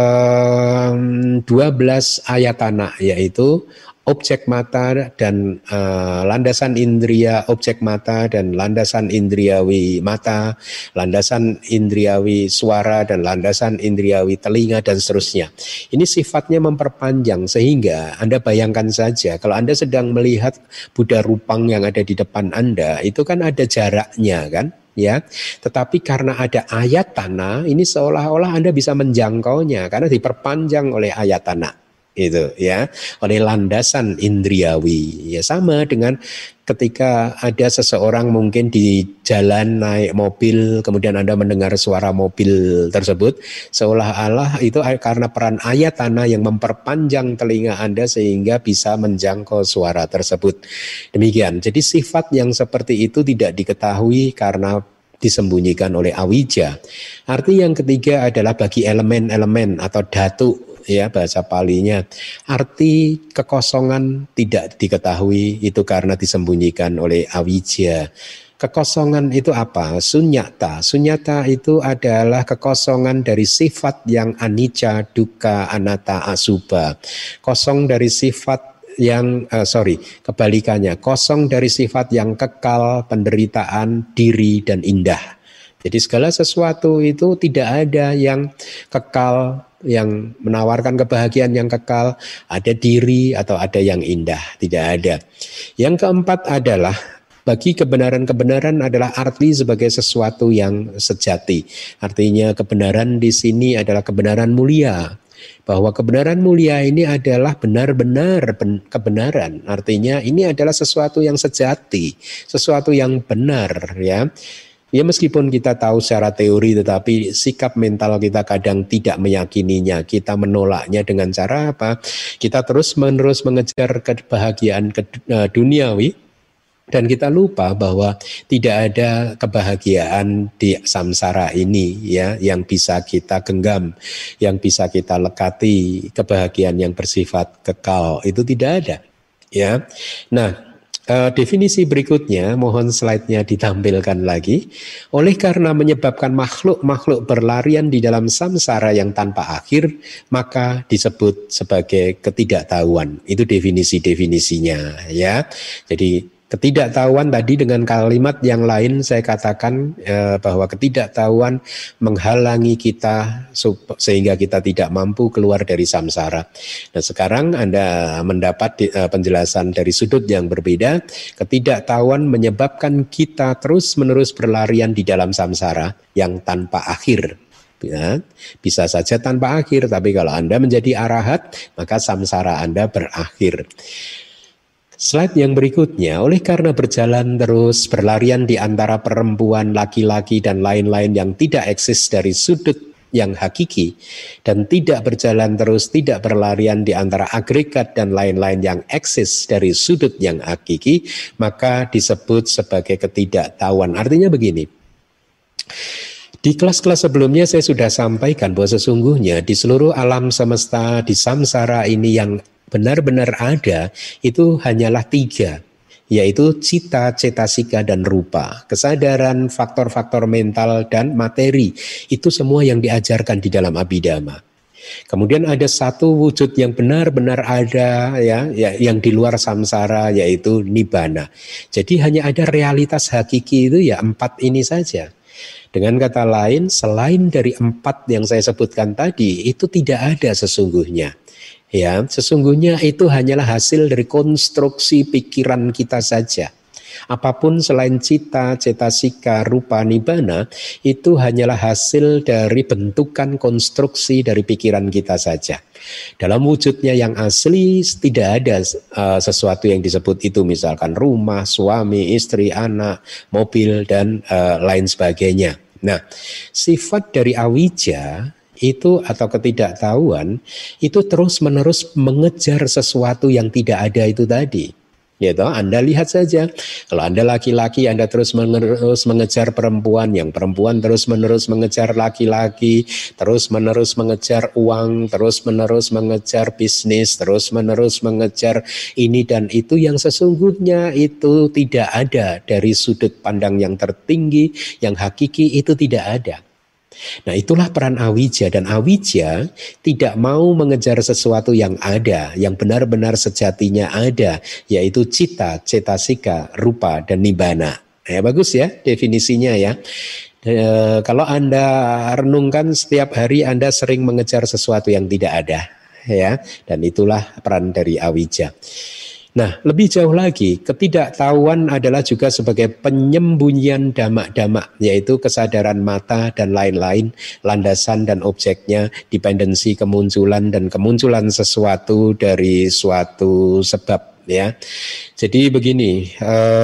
12 ayatana, yaitu objek mata dan landasan indria objek mata dan landasan indriawi mata, landasan indriawi suara dan landasan indriawi telinga, dan seterusnya. Ini sifatnya memperpanjang sehingga Anda bayangkan saja kalau Anda sedang melihat Buddha Rupang yang ada di depan Anda, itu kan ada jaraknya kan? Ya, tetapi karena ada ayatana, ini seolah-olah Anda bisa menjangkaunya karena diperpanjang oleh ayatana. Itu ya, oleh landasan indriawi. Ya, sama dengan ketika ada seseorang mungkin di jalan naik mobil, kemudian Anda mendengar suara mobil tersebut, seolah-olah itu karena peran ayatana yang memperpanjang telinga Anda sehingga bisa menjangkau suara tersebut. Demikian. Jadi sifat yang seperti itu tidak diketahui karena disembunyikan oleh awija. Arti yang ketiga adalah bagi elemen-elemen atau dhatu, ya bahasa Palinya, arti kekosongan tidak diketahui, itu karena disembunyikan oleh awija. Kekosongan itu apa? Sunyata. Sunyata itu adalah kekosongan dari sifat yang anicca, dukkha, anatta, asubha. Kosong dari sifat yang kebalikannya, kosong dari sifat yang kekal, penderitaan, diri, dan indah. Jadi segala sesuatu itu tidak ada yang kekal, yang menawarkan kebahagiaan yang kekal, ada diri atau ada yang indah, tidak ada. Yang keempat adalah Bagi kebenaran-kebenaran adalah arti sebagai sesuatu yang sejati. Artinya kebenaran di sini adalah kebenaran mulia. Bahwa kebenaran mulia ini adalah benar-benar kebenaran. Artinya ini adalah sesuatu yang sejati, sesuatu yang benar, ya. Ya meskipun kita tahu secara teori, tetapi sikap mental kita kadang tidak meyakininya. Kita menolaknya dengan cara apa? Kita terus-menerus mengejar kebahagiaan duniawi, dan kita lupa bahwa tidak ada kebahagiaan di samsara ini, ya, yang bisa kita genggam, yang bisa kita lekati. Kebahagiaan yang bersifat kekal itu tidak ada, ya. Nah, definisi berikutnya, mohon slide-nya ditampilkan lagi. Oleh karena menyebabkan makhluk-makhluk berlarian di dalam samsara yang tanpa akhir, maka disebut sebagai ketidaktahuan. Itu definisi-definisinya, ya. Jadi ketidaktahuan tadi dengan kalimat yang lain saya katakan bahwa ketidaktahuan menghalangi kita sehingga kita tidak mampu keluar dari samsara. Nah, sekarang Anda mendapat penjelasan dari sudut yang berbeda. Ketidaktahuan menyebabkan kita terus-menerus berlarian di dalam samsara yang tanpa akhir. Ya, bisa saja tanpa akhir, tapi kalau Anda menjadi arahat, maka samsara Anda berakhir. Slide yang berikutnya, oleh karena berjalan terus berlarian di antara perempuan, laki-laki dan lain-lain yang tidak eksis dari sudut yang hakiki, dan tidak berjalan terus, tidak berlarian di antara agregat dan lain-lain yang eksis dari sudut yang hakiki, maka disebut sebagai ketidaktahuan. Artinya begini, di kelas-kelas sebelumnya saya sudah sampaikan bahwa sesungguhnya di seluruh alam semesta, di samsara ini yang benar-benar ada itu hanyalah 3, yaitu cita, cetasika, dan rupa. Kesadaran, faktor-faktor mental, dan materi, itu semua yang diajarkan di dalam Abhidhamma. Kemudian ada satu wujud yang benar-benar ada, ya, yang di luar samsara, yaitu nibbana. Jadi hanya ada realitas hakiki itu ya 4 ini saja. Dengan kata lain, selain dari 4 yang saya sebutkan tadi, itu tidak ada sesungguhnya. Ya, sesungguhnya itu hanyalah hasil dari konstruksi pikiran kita saja. Apapun selain cita, cetasika, rupa, nibbana, itu hanyalah hasil dari bentukan konstruksi dari pikiran kita saja. Dalam wujudnya yang asli tidak ada sesuatu yang disebut itu, misalkan rumah, suami, istri, anak, mobil, dan lain sebagainya. Nah, sifat dari awija itu atau ketidaktahuan itu terus-menerus mengejar sesuatu yang tidak ada itu tadi. Gitu, Anda lihat saja, kalau Anda laki-laki, Anda terus-menerus mengejar perempuan, yang perempuan terus-menerus mengejar laki-laki, terus-menerus mengejar uang, terus-menerus mengejar bisnis, terus-menerus mengejar ini dan itu yang sesungguhnya itu tidak ada dari sudut pandang yang tertinggi, yang hakiki itu tidak ada. Nah, itulah peran awija, dan awija tidak mau mengejar sesuatu yang ada, yang benar-benar sejatinya ada, yaitu cita, cetasika, rupa, dan nibbana. Ya, bagus ya definisinya ya. Kalau Anda renungkan setiap hari Anda sering mengejar sesuatu yang tidak ada, ya, dan itulah peran dari awija. Nah, lebih jauh lagi, ketidaktahuan adalah juga sebagai penyembunyian damak-damak, yaitu kesadaran mata dan lain-lain, landasan dan objeknya, dependensi kemunculan dan kemunculan sesuatu dari suatu sebab, ya. Jadi begini,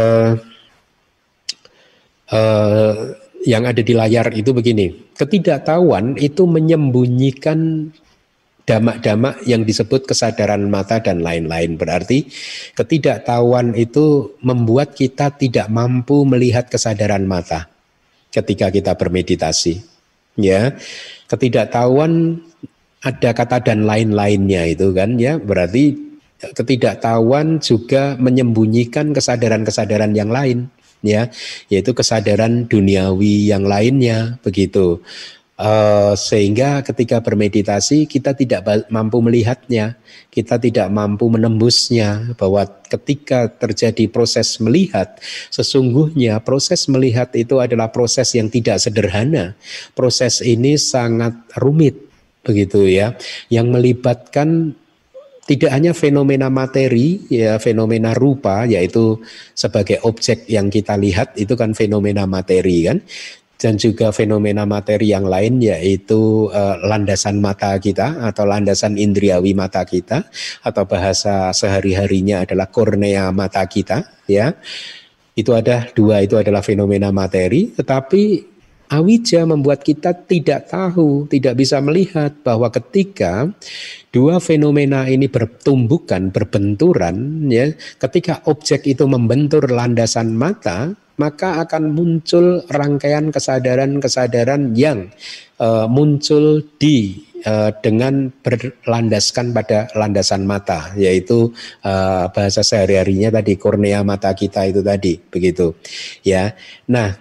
yang ada di layar itu begini, ketidaktahuan itu menyembunyikan damak-damak yang disebut kesadaran mata dan lain-lain. Berarti ketidaktahuan itu membuat kita tidak mampu melihat kesadaran mata ketika kita bermeditasi. Ya, ketidaktahuan ada kata dan lain-lainnya itu kan ya. Berarti ketidaktahuan juga menyembunyikan kesadaran-kesadaran yang lain, ya, yaitu kesadaran duniawi yang lainnya begitu. Sehingga ketika bermeditasi kita tidak mampu melihatnya, kita tidak mampu menembusnya, bahwa ketika terjadi proses melihat, sesungguhnya proses melihat itu adalah proses yang tidak sederhana. Proses ini sangat rumit begitu ya, yang melibatkan Tidak hanya fenomena materi, ya fenomena rupa, yaitu sebagai objek yang kita lihat itu kan fenomena materi kan, dan juga fenomena materi yang lain yaitu landasan mata kita atau landasan indriawi mata kita, atau bahasa sehari-harinya adalah kornea mata kita, ya. Itu ada dua, itu adalah fenomena materi, tetapi awija membuat kita tidak tahu, tidak bisa melihat bahwa ketika dua fenomena ini bertumbukan, berbenturan, ya, ketika objek itu membentur landasan mata, maka akan muncul rangkaian kesadaran-kesadaran yang muncul dengan berlandaskan pada landasan mata, yaitu bahasa sehari-harinya tadi kornea mata kita itu tadi, begitu, ya. Nah,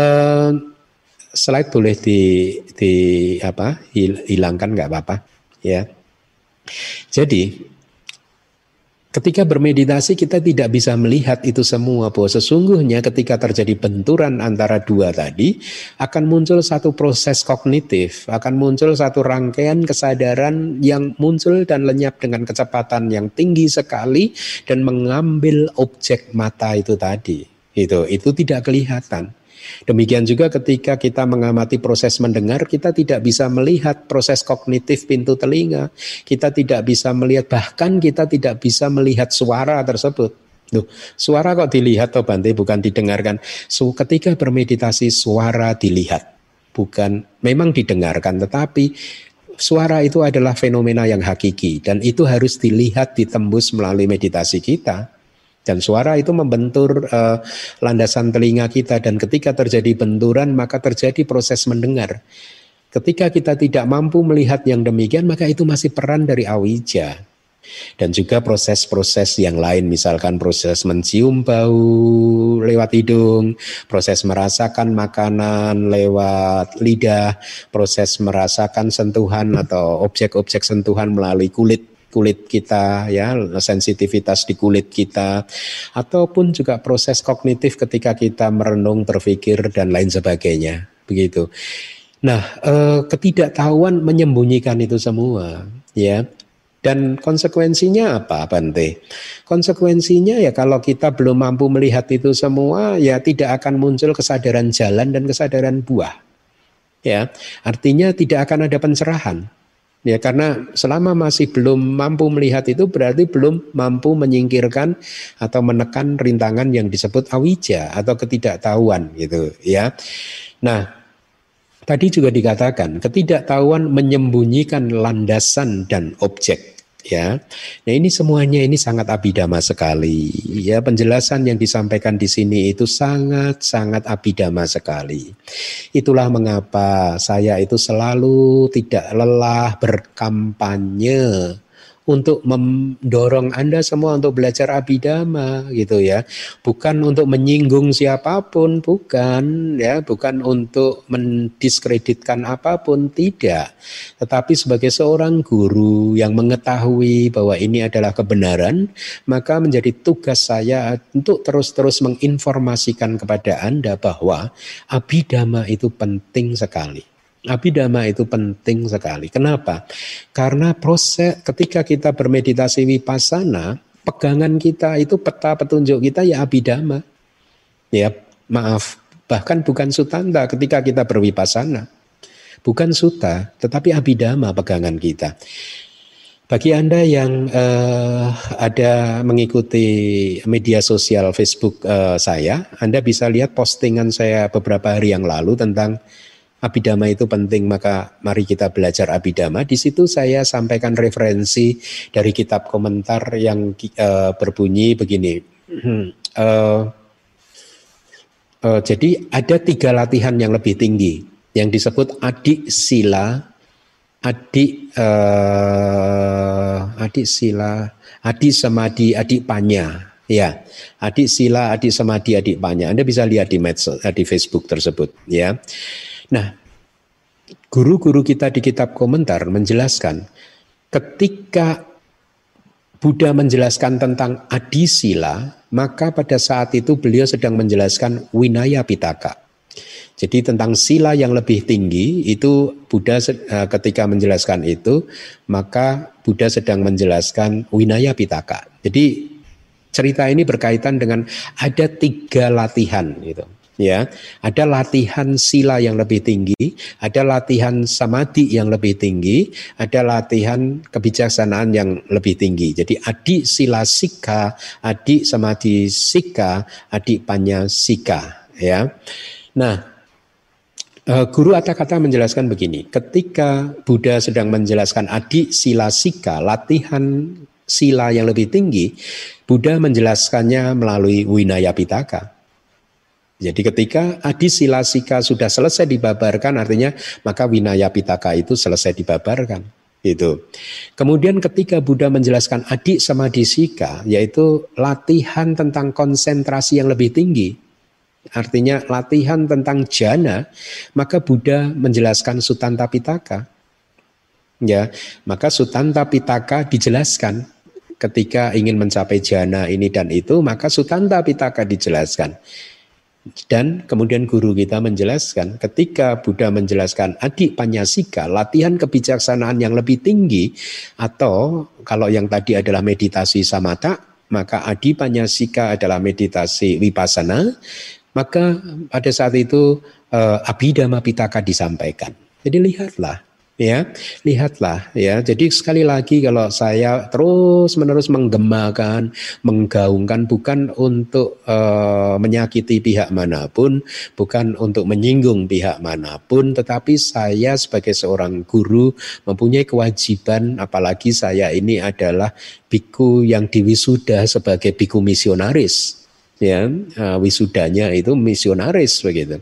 slide boleh hilangkan nggak apa-apa, ya. Jadi ketika bermeditasi kita tidak bisa melihat itu semua, bahwa sesungguhnya ketika terjadi benturan antara dua tadi akan muncul satu proses kognitif, akan muncul satu rangkaian kesadaran yang muncul dan lenyap dengan kecepatan yang tinggi sekali dan mengambil objek mata itu tadi. Itu tidak kelihatan. Demikian juga ketika kita mengamati proses mendengar, kita tidak bisa melihat proses kognitif pintu telinga. Kita tidak bisa melihat, bahkan kita tidak bisa melihat suara tersebut. Loh, suara kok dilihat toh Bante, bukan didengarkan. Ketika bermeditasi suara dilihat, bukan memang didengarkan, tetapi suara itu adalah fenomena yang hakiki dan itu harus dilihat, ditembus melalui meditasi kita. Dan suara itu membentur landasan telinga kita, dan ketika terjadi benturan maka terjadi proses mendengar. Ketika kita tidak mampu melihat yang demikian, maka itu masih peran dari awija. Dan juga proses-proses yang lain, misalkan proses mencium bau lewat hidung, proses merasakan makanan lewat lidah, proses merasakan sentuhan atau objek-objek sentuhan melalui kulit kita, ya, sensitivitas di kulit kita, ataupun juga proses kognitif ketika kita merenung, berpikir dan lain sebagainya, begitu. Nah, ketidaktahuan menyembunyikan itu semua, ya. Dan konsekuensinya apa, Bante? Konsekuensinya ya kalau kita belum mampu melihat itu semua, ya tidak akan muncul kesadaran jalan dan kesadaran buah. Ya, artinya tidak akan ada pencerahan. Ya, karena selama masih belum mampu melihat itu berarti belum mampu menyingkirkan atau menekan rintangan yang disebut awija atau ketidaktahuan gitu, ya. Nah, tadi juga dikatakan ketidaktahuan menyembunyikan landasan dan objek, ya. Nah, ini semuanya ini sangat abhidhamma sekali, ya. Penjelasan yang disampaikan di sini itu sangat abhidhamma sekali. Itulah mengapa saya itu selalu tidak lelah berkampanye untuk mendorong Anda semua untuk belajar abhidhamma, gitu ya. Bukan untuk menyinggung siapapun, bukan, ya, bukan untuk mendiskreditkan apapun, tidak. Tetapi sebagai seorang guru yang mengetahui bahwa ini adalah kebenaran, maka menjadi tugas saya untuk terus-terus menginformasikan kepada Anda bahwa abhidhamma itu penting sekali. Abhidhamma itu penting sekali. Kenapa? Karena proses ketika kita bermeditasi vipassana, pegangan kita itu peta petunjuk kita ya abhidhamma. Ya, maaf, bahkan bukan sutanta ketika kita bervipassana. Bukan sutta, tetapi abhidhamma pegangan kita. Bagi Anda yang ada mengikuti media sosial Facebook saya, Anda bisa lihat postingan saya beberapa hari yang lalu tentang abhidhamma itu penting, maka mari kita belajar abhidhamma. Di situ saya sampaikan referensi dari kitab komentar yang berbunyi begini. Jadi ada 3 latihan yang lebih tinggi yang disebut adik sila, adik samadhi, adik panya. Ya, adik sila, adik samadhi, adik panya. Anda bisa lihat di medsos, di Facebook tersebut, ya. Nah, guru-guru kita di kitab komentar menjelaskan ketika Buddha menjelaskan tentang adisila, maka pada saat itu beliau sedang menjelaskan Winaya Pitaka. Jadi tentang sila yang lebih tinggi itu Buddha ketika menjelaskan itu, maka Buddha sedang menjelaskan Winaya Pitaka. Jadi cerita ini berkaitan dengan ada 3 latihan gitu. Ya, ada latihan sila yang lebih tinggi, ada latihan samadhi yang lebih tinggi, ada latihan kebijaksanaan yang lebih tinggi. Jadi adi sila sika, adi samadhi sika, adi panya sika. Ya, nah Guru Atakata menjelaskan begini, ketika Buddha sedang menjelaskan adi sila sika, latihan sila yang lebih tinggi, Buddha menjelaskannya melalui Winaya Pitaka. Jadi ketika adi sila sika sudah selesai dibabarkan, artinya maka Winaya Pitaka itu selesai dibabarkan. Gitu. Kemudian ketika Buddha menjelaskan adi samadhi sika, yaitu latihan tentang konsentrasi yang lebih tinggi, artinya latihan tentang jhana, maka Buddha menjelaskan Sutanta Pitaka. Ya, maka Sutanta Pitaka dijelaskan ketika ingin mencapai jhana ini dan itu, maka Sutanta Pitaka dijelaskan. Dan kemudian guru kita menjelaskan ketika Buddha menjelaskan adi panyasika, latihan kebijaksanaan yang lebih tinggi, atau kalau yang tadi adalah meditasi samatha, maka adi panyasika adalah meditasi vipassana, maka pada saat itu Abhidhamma Pitaka disampaikan. Jadi lihatlah ya. Jadi sekali lagi kalau saya terus-menerus menggemakan, menggaungkan bukan untuk menyakiti pihak manapun, bukan untuk menyinggung pihak manapun, tetapi saya sebagai seorang guru mempunyai kewajiban, apalagi saya ini adalah biku yang diwisuda sebagai biku misionaris. Ya, wisudanya itu misionaris begitu.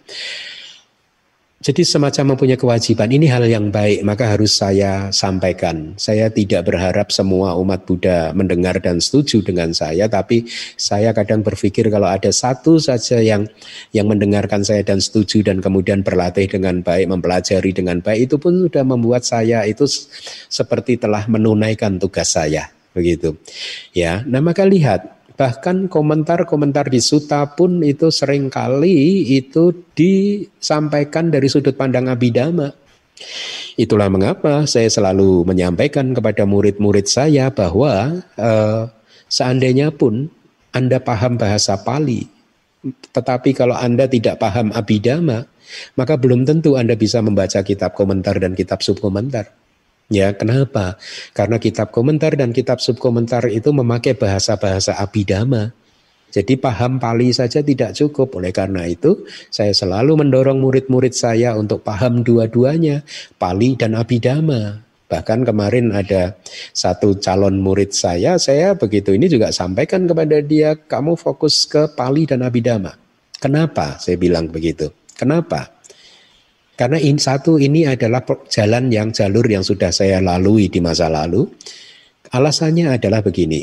Jadi semacam mempunyai kewajiban, ini hal yang baik, maka harus saya sampaikan. Saya tidak berharap semua umat Buddha mendengar dan setuju dengan saya, tapi saya kadang berpikir kalau ada satu saja yang mendengarkan saya dan setuju dan kemudian berlatih dengan baik, mempelajari dengan baik, itu pun sudah membuat saya itu seperti telah menunaikan tugas saya, begitu. Ya, nah maka lihat. Bahkan komentar-komentar di Sutta pun itu seringkali itu disampaikan dari sudut pandang Abhidhamma. Itulah mengapa saya selalu menyampaikan kepada murid-murid saya bahwa seandainya pun Anda paham bahasa Pali, tetapi kalau Anda tidak paham Abhidhamma, maka belum tentu Anda bisa membaca kitab komentar dan kitab subkomentar. Ya, kenapa? Karena kitab komentar dan kitab subkomentar itu memakai bahasa-bahasa Abhidhamma. Jadi paham Pali saja tidak cukup. Oleh karena itu, saya selalu mendorong murid-murid saya untuk paham dua-duanya, Pali dan Abhidhamma. Bahkan kemarin ada satu calon murid saya begitu ini juga sampaikan kepada dia, kamu fokus ke Pali dan Abhidhamma. Kenapa? Saya bilang begitu. Kenapa? Karena ini adalah jalur yang sudah saya lalui di masa lalu. Alasannya adalah begini.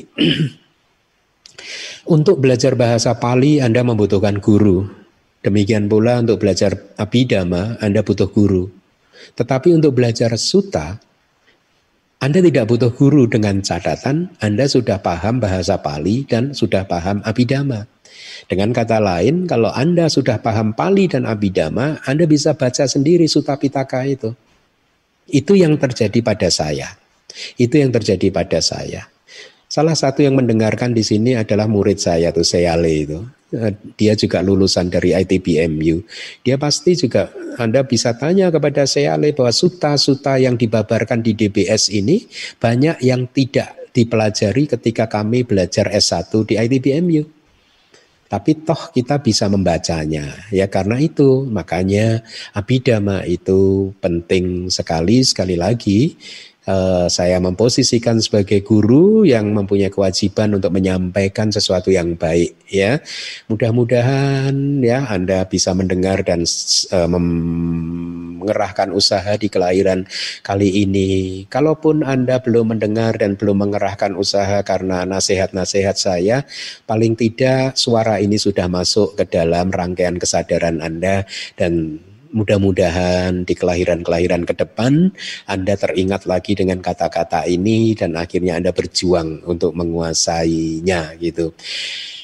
Untuk belajar bahasa Pali Anda membutuhkan guru. Demikian pula untuk belajar Abhidhamma Anda butuh guru. Tetapi untuk belajar sutta Anda tidak butuh guru dengan catatan Anda sudah paham bahasa Pali dan sudah paham Abhidhamma. Dengan kata lain, kalau Anda sudah paham Pali dan Abhidhamma, Anda bisa baca sendiri Sutta Pitaka itu. Itu yang terjadi pada saya. Salah satu yang mendengarkan di sini adalah murid saya tuh, Seale itu. Dia juga lulusan dari ITBMU. Dia pasti juga, Anda bisa tanya kepada Seale bahwa sutta-sutta yang dibabarkan di DBS ini banyak yang tidak dipelajari ketika kami belajar S1 di ITBMU. Tapi toh kita bisa membacanya. Ya karena itu makanya Abhidhamma itu penting sekali lagi. Saya memposisikan sebagai guru yang mempunyai kewajiban untuk menyampaikan sesuatu yang baik. Ya, mudah-mudahan ya Anda bisa mendengar dan mengerahkan usaha di kelahiran kali ini. Kalaupun Anda belum mendengar dan belum mengerahkan usaha karena nasihat-nasihat saya, paling tidak suara ini sudah masuk ke dalam rangkaian kesadaran Anda dan mudah-mudahan di kelahiran-kelahiran ke depan Anda teringat lagi dengan kata-kata ini dan akhirnya Anda berjuang untuk menguasainya gitu.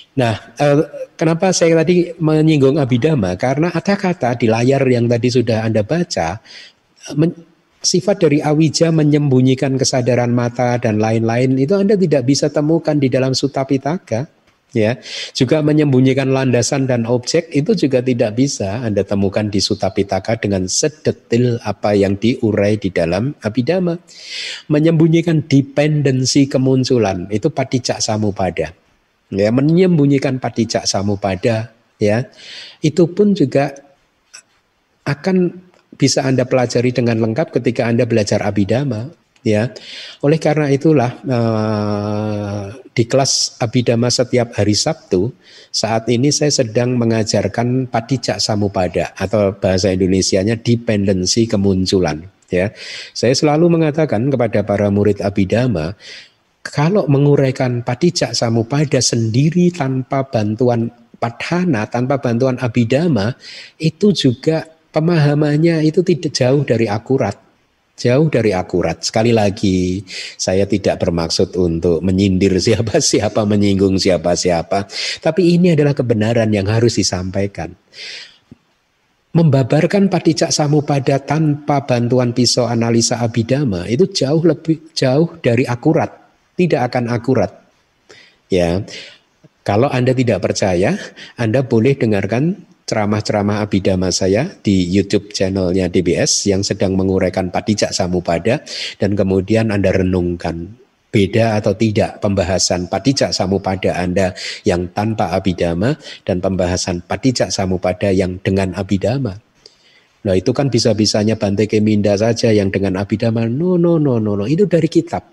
Nah, kenapa saya tadi menyinggung abhidhamma? Karena ada kata di layar yang tadi sudah Anda baca, sifat dari awija menyembunyikan kesadaran mata dan lain-lain itu Anda tidak bisa temukan di dalam Sutta Pitaka. Ya, juga menyembunyikan landasan dan objek itu juga tidak bisa Anda temukan di Sutta Pitaka dengan sedetil apa yang diurai di dalam abhidhamma. Menyembunyikan dependensi kemunculan itu paticca samuppada. Ya, menyembunyikan paticca samuppada, ya, itu pun juga akan bisa Anda pelajari dengan lengkap ketika Anda belajar abhidhamma. Ya, oleh karena itulah di kelas abhidhamma setiap hari Sabtu saat ini saya sedang mengajarkan paticca samuppada atau bahasa Indonesianya dependensi kemunculan. Ya, saya selalu mengatakan kepada para murid abhidhamma, kalau menguraikan paticca samuppada sendiri tanpa bantuan padhana, tanpa bantuan abhidhamma, itu juga pemahamannya itu tidak jauh dari akurat. Jauh dari akurat. Sekali lagi, saya tidak bermaksud untuk menyindir siapa-siapa, menyinggung siapa-siapa. Tapi ini adalah kebenaran yang harus disampaikan. Membabarkan paticca samuppada tanpa bantuan pisau analisa abhidhamma itu jauh dari akurat. Tidak akan akurat. Ya, kalau Anda tidak percaya, Anda boleh dengarkan ceramah-ceramah abhidhamma saya di YouTube channelnya DBS yang sedang menguraikan paticca samuppada, dan kemudian Anda renungkan beda atau tidak pembahasan paticca samuppada Anda yang tanpa abhidhamma dan pembahasan paticca samuppada yang dengan abhidhamma. Nah, itu kan bisa-bisanya Bante Keminda saja yang dengan abhidhamma. No, itu dari kitab.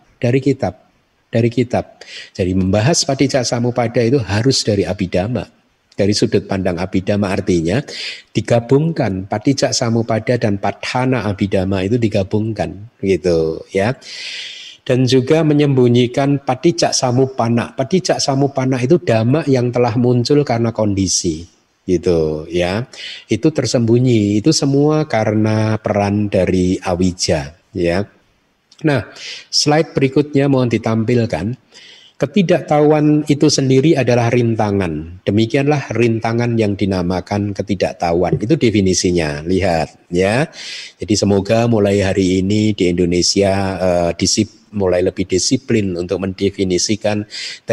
Jadi membahas paticca samuppada itu harus dari abhidhamma. Dari sudut pandang abhidhamma artinya digabungkan paticca samuppada dan padhana abhidhamma itu digabungkan gitu ya. Dan juga menyembunyikan paticca samuppanna. Paticca samuppanna itu dhamma yang telah muncul karena kondisi gitu ya. Itu tersembunyi, itu semua karena peran dari awija ya. Nah, slide berikutnya mohon ditampilkan. Ketidaktahuan itu sendiri adalah rintangan. Demikianlah rintangan yang dinamakan ketidaktahuan. Itu definisinya. Lihat ya. Jadi semoga mulai hari ini di Indonesia mulai lebih disiplin untuk mendefinisikan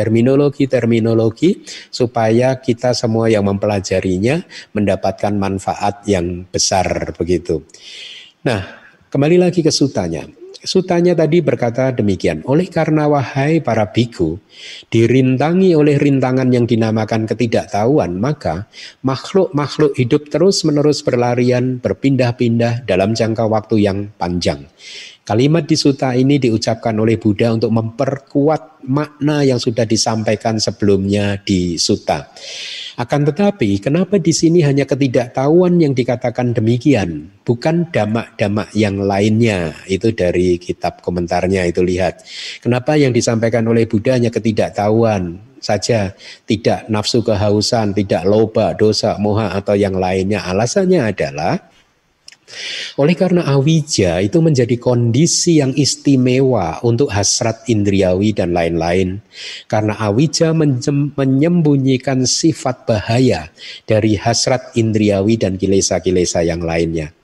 terminologi supaya kita semua yang mempelajarinya mendapatkan manfaat yang besar begitu. Nah, kembali lagi ke sutanya. Sutanya tadi berkata demikian, oleh karena wahai para biku, dirintangi oleh rintangan yang dinamakan ketidaktahuan, maka makhluk-makhluk hidup terus-menerus berlarian, berpindah-pindah dalam jangka waktu yang panjang. Kalimat di sutta ini diucapkan oleh Buddha untuk memperkuat makna yang sudah disampaikan sebelumnya di sutta. Akan tetapi, kenapa di sini hanya ketidaktahuan yang dikatakan demikian, bukan dhamma-dhamma yang lainnya? Itu dari kitab komentarnya itu lihat. Kenapa yang disampaikan oleh Buddha hanya ketidaktahuan saja, tidak nafsu kehausan, tidak loba, dosa, moha atau yang lainnya? Alasannya adalah oleh karena awija itu menjadi kondisi yang istimewa untuk hasrat indriawi dan lain-lain. Karena awija menyembunyikan sifat bahaya dari hasrat indriawi dan kilesa-kilesa yang lainnya.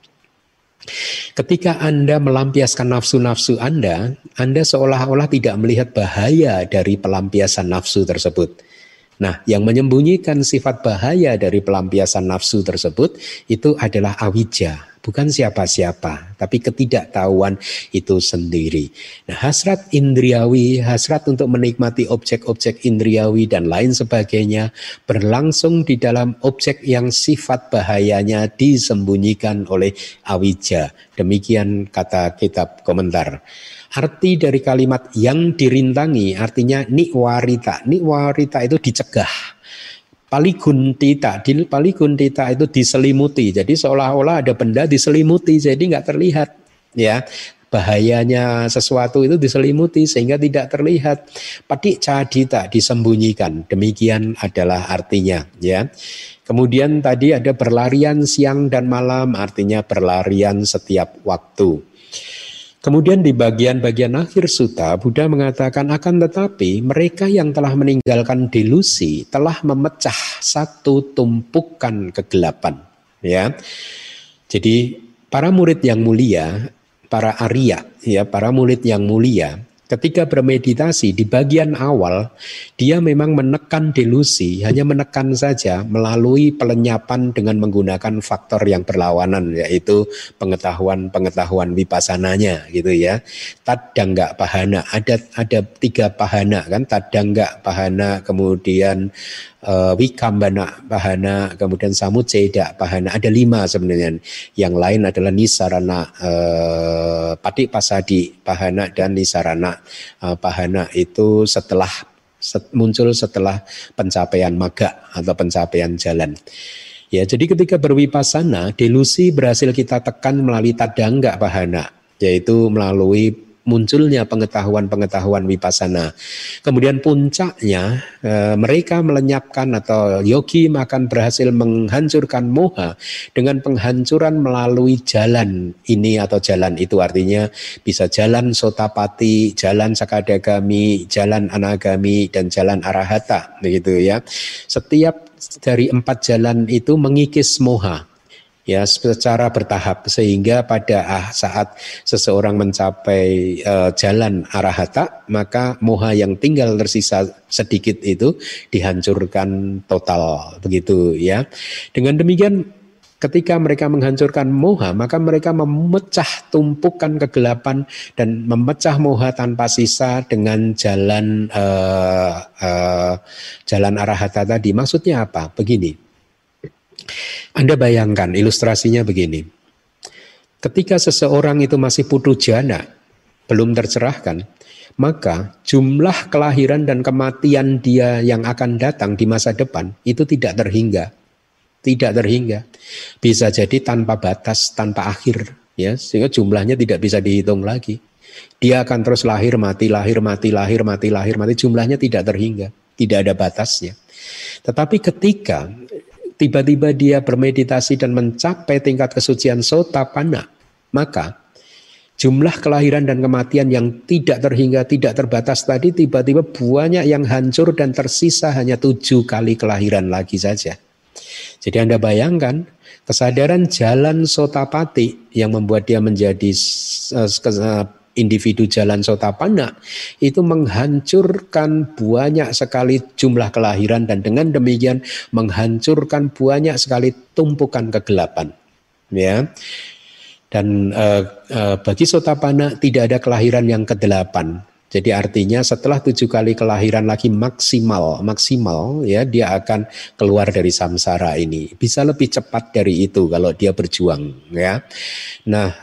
Ketika Anda melampiaskan nafsu-nafsu Anda seolah-olah tidak melihat bahaya dari pelampiasan nafsu tersebut. Nah, yang menyembunyikan sifat bahaya dari pelampiasan nafsu tersebut itu adalah awija. Bukan siapa-siapa, tapi ketidaktahuan itu sendiri. Nah, hasrat indriawi, hasrat untuk menikmati objek-objek indriawi dan lain sebagainya berlangsung di dalam objek yang sifat bahayanya disembunyikan oleh awija. Demikian kata kitab komentar. Arti dari kalimat yang dirintangi artinya niwarita. Niwarita itu dicegah. Paliguntita itu diselimuti. Jadi seolah-olah ada benda diselimuti, jadi nggak terlihat. Ya, bahayanya sesuatu itu diselimuti sehingga tidak terlihat. Padicadita disembunyikan. Demikian adalah artinya. Ya. Kemudian tadi ada berlarian siang dan malam, artinya berlarian setiap waktu. Kemudian di bagian-bagian akhir sutta, Buddha mengatakan akan tetapi mereka yang telah meninggalkan delusi telah memecah satu tumpukan kegelapan. Ya, jadi para murid yang mulia, para Arya, ya para murid yang mulia, ketika bermeditasi di bagian awal, dia memang menekan delusi, hanya menekan saja melalui pelenyapan dengan menggunakan faktor yang berlawanan, yaitu pengetahuan wipassananya, gitu ya. Tadangga pahana, ada 3 pahana kan, tadangga pahana, kemudian wikambana pahana, kemudian samuceda pahana, ada 5 sebenarnya. Yang lain adalah nisarana patipasadi pahana dan nisarana pahana itu muncul setelah pencapaian magga atau pencapaian jalan. Ya, jadi ketika berwipasana, delusi berhasil kita tekan melalui tadangga pahana, yaitu melalui munculnya pengetahuan wipasana. Kemudian puncaknya mereka melenyapkan atau yogi akan berhasil menghancurkan moha dengan penghancuran melalui jalan ini atau jalan itu, artinya bisa jalan sotapati, jalan sakadagami, jalan anagami, dan jalan arahata, begitu ya. Setiap dari 4 jalan itu mengikis moha, ya, secara bertahap, sehingga pada saat seseorang mencapai jalan arahata, maka moha yang tinggal tersisa sedikit itu dihancurkan total, begitu ya. Dengan demikian ketika mereka menghancurkan moha, maka mereka memecah tumpukan kegelapan dan memecah moha tanpa sisa dengan jalan jalan arahata tadi. Maksudnya apa? Begini. Anda bayangkan ilustrasinya begini. Ketika seseorang itu masih putu jana, belum tercerahkan, maka jumlah kelahiran dan kematian dia yang akan datang di masa depan itu tidak terhingga. Tidak terhingga. Bisa jadi tanpa batas, tanpa akhir, ya, sehingga jumlahnya tidak bisa dihitung lagi. Dia akan terus lahir mati, jumlahnya tidak terhingga, tidak ada batasnya. Tetapi ketika tiba-tiba dia bermeditasi dan mencapai tingkat kesucian sotapanna, maka jumlah kelahiran dan kematian yang tidak terhingga, tidak terbatas tadi tiba-tiba banyak yang hancur dan tersisa hanya 7 kali kelahiran lagi saja. Jadi Anda bayangkan kesadaran jalan sotapati yang membuat dia menjadi individu jalan sotapanna itu menghancurkan banyak sekali jumlah kelahiran dan dengan demikian menghancurkan banyak sekali tumpukan kegelapan, ya. Dan bagi sotapanna tidak ada kelahiran yang ke-8. Jadi artinya setelah 7 kali kelahiran lagi maksimal ya, dia akan keluar dari samsara ini. Bisa lebih cepat dari itu kalau dia berjuang, ya. Nah,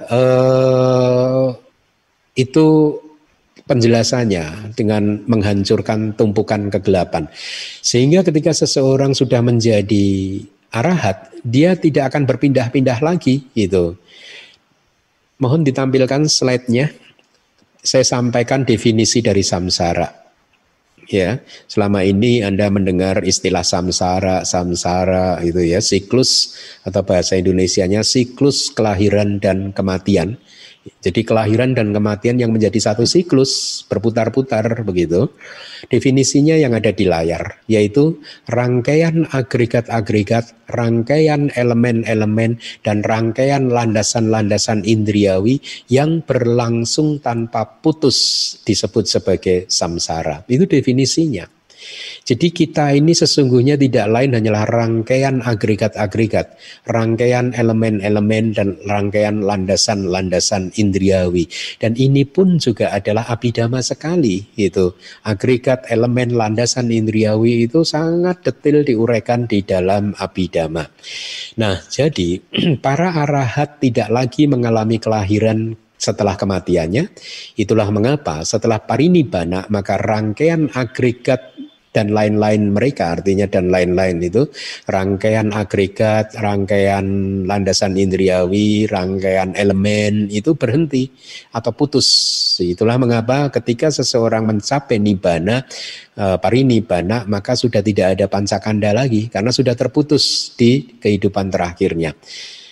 itu penjelasannya dengan menghancurkan tumpukan kegelapan. Sehingga ketika seseorang sudah menjadi arahat, dia tidak akan berpindah-pindah lagi gitu. Mohon ditampilkan slide-nya. Saya sampaikan definisi dari samsara. Ya, selama ini Anda mendengar istilah samsara itu ya, siklus atau bahasa Indonesianya siklus kelahiran dan kematian. Jadi kelahiran dan kematian yang menjadi satu siklus berputar-putar begitu. Definisinya yang ada di layar, yaitu rangkaian agregat-agregat, rangkaian elemen-elemen, dan rangkaian landasan-landasan indriawi yang berlangsung tanpa putus disebut sebagai samsara. Itu definisinya. Jadi kita ini sesungguhnya tidak lain hanyalah rangkaian agregat-agregat, rangkaian elemen-elemen dan rangkaian landasan-landasan indriawi. Dan ini pun juga adalah abhidhamma sekali itu. Agregat, elemen, landasan indriawi itu sangat detail diuraikan di dalam abhidhamma. Nah, jadi para arahat tidak lagi mengalami kelahiran setelah kematiannya. Itulah mengapa setelah parinibbana maka rangkaian agregat dan lain-lain mereka, artinya dan lain-lain itu rangkaian agregat, rangkaian landasan indriawi, rangkaian elemen itu berhenti atau putus. Itulah mengapa ketika seseorang mencapai nibbana, parinibbana, maka sudah tidak ada pancakanda lagi karena sudah terputus di kehidupan terakhirnya.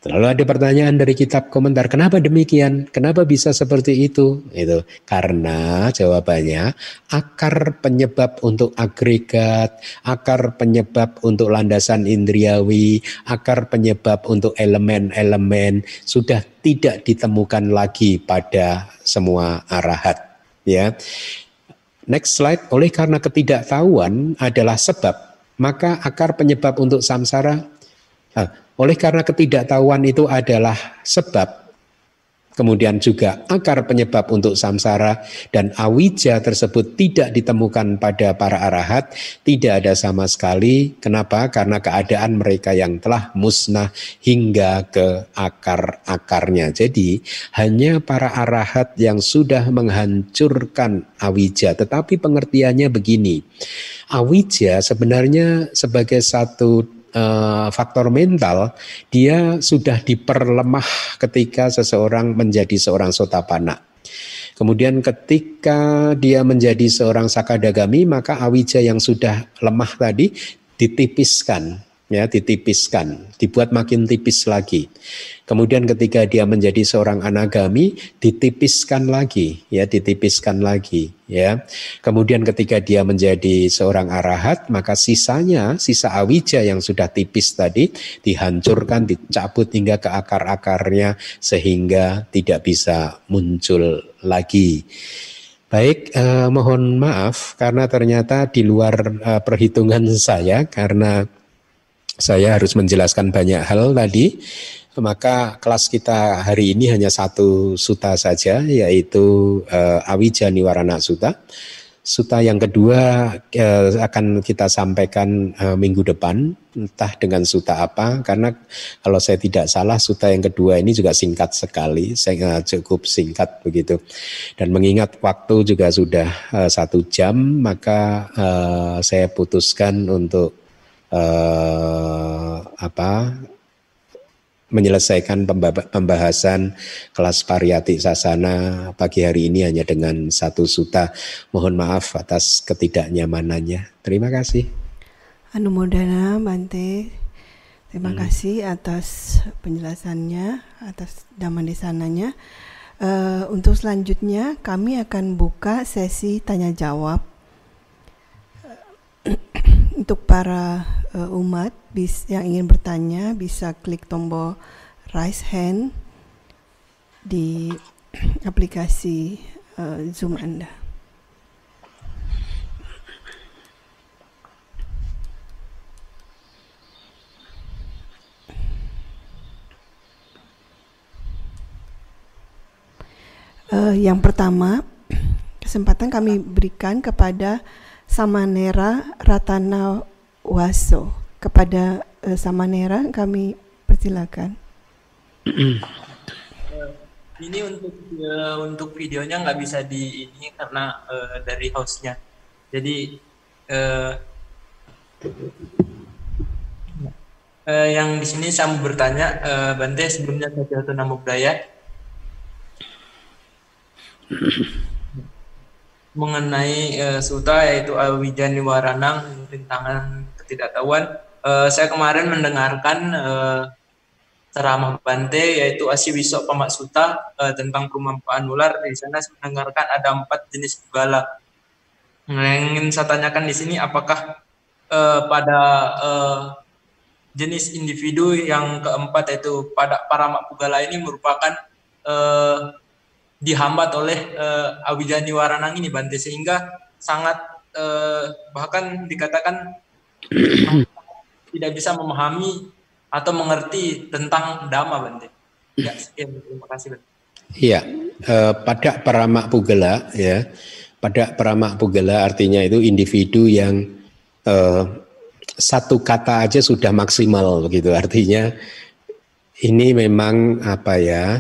Lalu ada pertanyaan dari kitab komentar, kenapa demikian? Kenapa bisa seperti itu? Itu karena jawabannya akar penyebab untuk agregat, akar penyebab untuk landasan indriawi, akar penyebab untuk elemen-elemen sudah tidak ditemukan lagi pada semua arahat. Ya. Next slide. Oleh karena ketidaktahuan adalah sebab, maka akar penyebab untuk samsara. Oleh karena ketidaktahuan itu adalah sebab, kemudian juga akar penyebab untuk samsara, dan awija tersebut tidak ditemukan pada para arahat, tidak ada sama sekali. Kenapa? Karena keadaan mereka yang telah musnah hingga ke akar-akarnya. Jadi hanya para arahat yang sudah menghancurkan awija. Tetapi pengertiannya begini, awija sebenarnya sebagai satu faktor mental, dia sudah diperlemah ketika seseorang menjadi seorang sotapanna. Kemudian ketika dia menjadi seorang sakadagami, maka awija yang sudah lemah tadi ditipiskan, ya, ditipiskan, dibuat makin tipis lagi. Kemudian ketika dia menjadi seorang anagami, ditipiskan lagi, ya, ditipiskan lagi, ya. Kemudian ketika dia menjadi seorang arahat, maka sisanya, sisa awija yang sudah tipis tadi dihancurkan, dicabut hingga ke akar-akarnya sehingga tidak bisa muncul lagi. Baik, mohon maaf karena ternyata di luar perhitungan saya, karena saya harus menjelaskan banyak hal tadi. Maka kelas kita hari ini hanya satu sutta saja, yaitu Awija Niwarana Sutta. Sutta yang kedua akan kita sampaikan minggu depan, entah dengan sutta apa, karena kalau saya tidak salah sutta yang kedua ini juga singkat sekali, cukup singkat begitu. Dan mengingat waktu juga sudah 1 jam, maka saya putuskan untuk menyelesaikan pembahasan kelas Pariyati Sasana pagi hari ini hanya dengan 1 sutta. Mohon maaf atas ketidaknyamanannya. Terima kasih. Anumodana Bante, terima kasih atas penjelasannya, atas Dhammadesananya. Untuk selanjutnya kami akan buka sesi tanya jawab. Untuk para umat yang ingin bertanya bisa klik tombol raise hand di aplikasi Zoom Anda. Yang pertama, kesempatan kami berikan kepada Samanera Ratanawaso. Kepada Samanera kami persilakan. Ini untuk videonya nggak bisa di ini karena dari hostnya. Jadi yang di sini saya mau bertanya, Bante, sebelumnya saya Namo Buddhaya, mengenai sutta yaitu Awija Niwaranang, rintangan ketidaktahuan. Saya kemarin mendengarkan ceramah Bante yaitu Asiwiso Pamak Sutta tentang perumpamaan ular. Di sana saya mendengarkan ada 4 jenis pugala. Yang ingin saya tanyakan di sini, apakah pada jenis individu yang keempat yaitu pada Paramak Pugala ini merupakan dihambat oleh Awija Niwaranang ini, Bante, sehingga sangat bahkan dikatakan tidak bisa memahami atau mengerti tentang Dhamma, Bante. Ya, sekian, terima kasih, Bante. Iya, pada Paramak Pugala, ya, pada Paramak Pugala artinya itu individu yang satu kata aja sudah maksimal begitu. Artinya ini memang apa ya?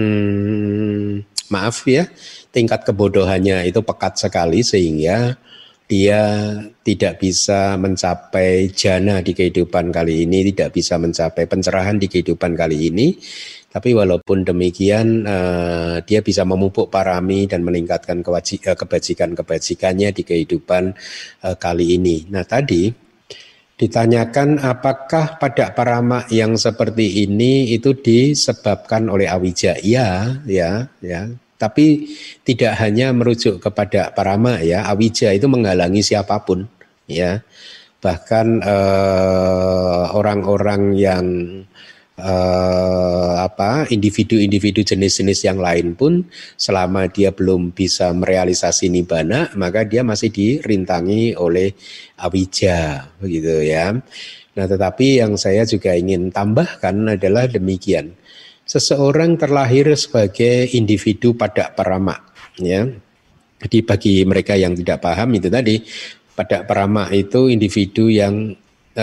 Maaf ya, tingkat kebodohannya itu pekat sekali sehingga dia tidak bisa mencapai jana di kehidupan kali ini, tidak bisa mencapai pencerahan di kehidupan kali ini. Tapi walaupun demikian dia bisa memupuk parami dan meningkatkan kebajikan-kebajikannya di kehidupan kali ini. Nah tadi Ditanyakan apakah pada parama yang seperti ini itu disebabkan oleh awija? Ya. Tapi tidak hanya merujuk kepada parama ya. Awija itu menghalangi siapapun ya. Bahkan orang-orang yang individu-individu jenis-jenis yang lain pun selama dia belum bisa merealisasi nibbana, maka dia masih dirintangi oleh awija, begitu ya. Nah, tetapi yang saya juga ingin tambahkan adalah demikian. Seseorang terlahir sebagai individu pada parama, ya. Jadi bagi mereka yang tidak paham itu tadi, pada parama itu individu yang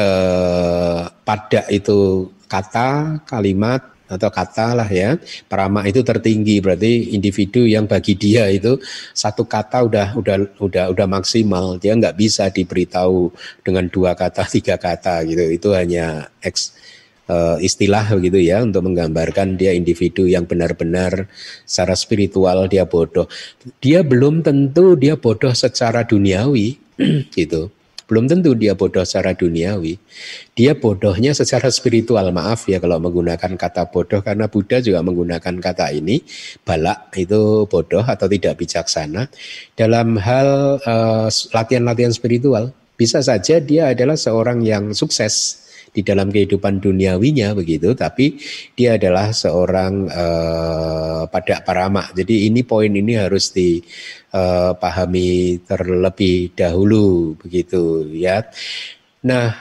pada itu kata, kalimat atau kata lah ya. Parama itu tertinggi, berarti individu yang bagi dia itu satu kata udah maksimal. Dia nggak bisa diberitahu dengan 2 kata, 3 kata gitu. Itu hanya istilah begitu ya untuk menggambarkan dia individu yang benar-benar secara spiritual dia bodoh. Dia belum tentu dia bodoh secara duniawi gitu. Belum tentu dia bodoh secara duniawi. Dia bodohnya secara spiritual. Maaf ya kalau menggunakan kata bodoh, karena Buddha juga menggunakan kata ini. Balak itu bodoh atau tidak bijaksana. Dalam hal latihan-latihan spiritual, bisa saja dia adalah seorang yang sukses di dalam kehidupan duniawinya begitu, tapi dia adalah seorang pada parama. Jadi poin ini harus dipahami terlebih dahulu begitu ya. Nah,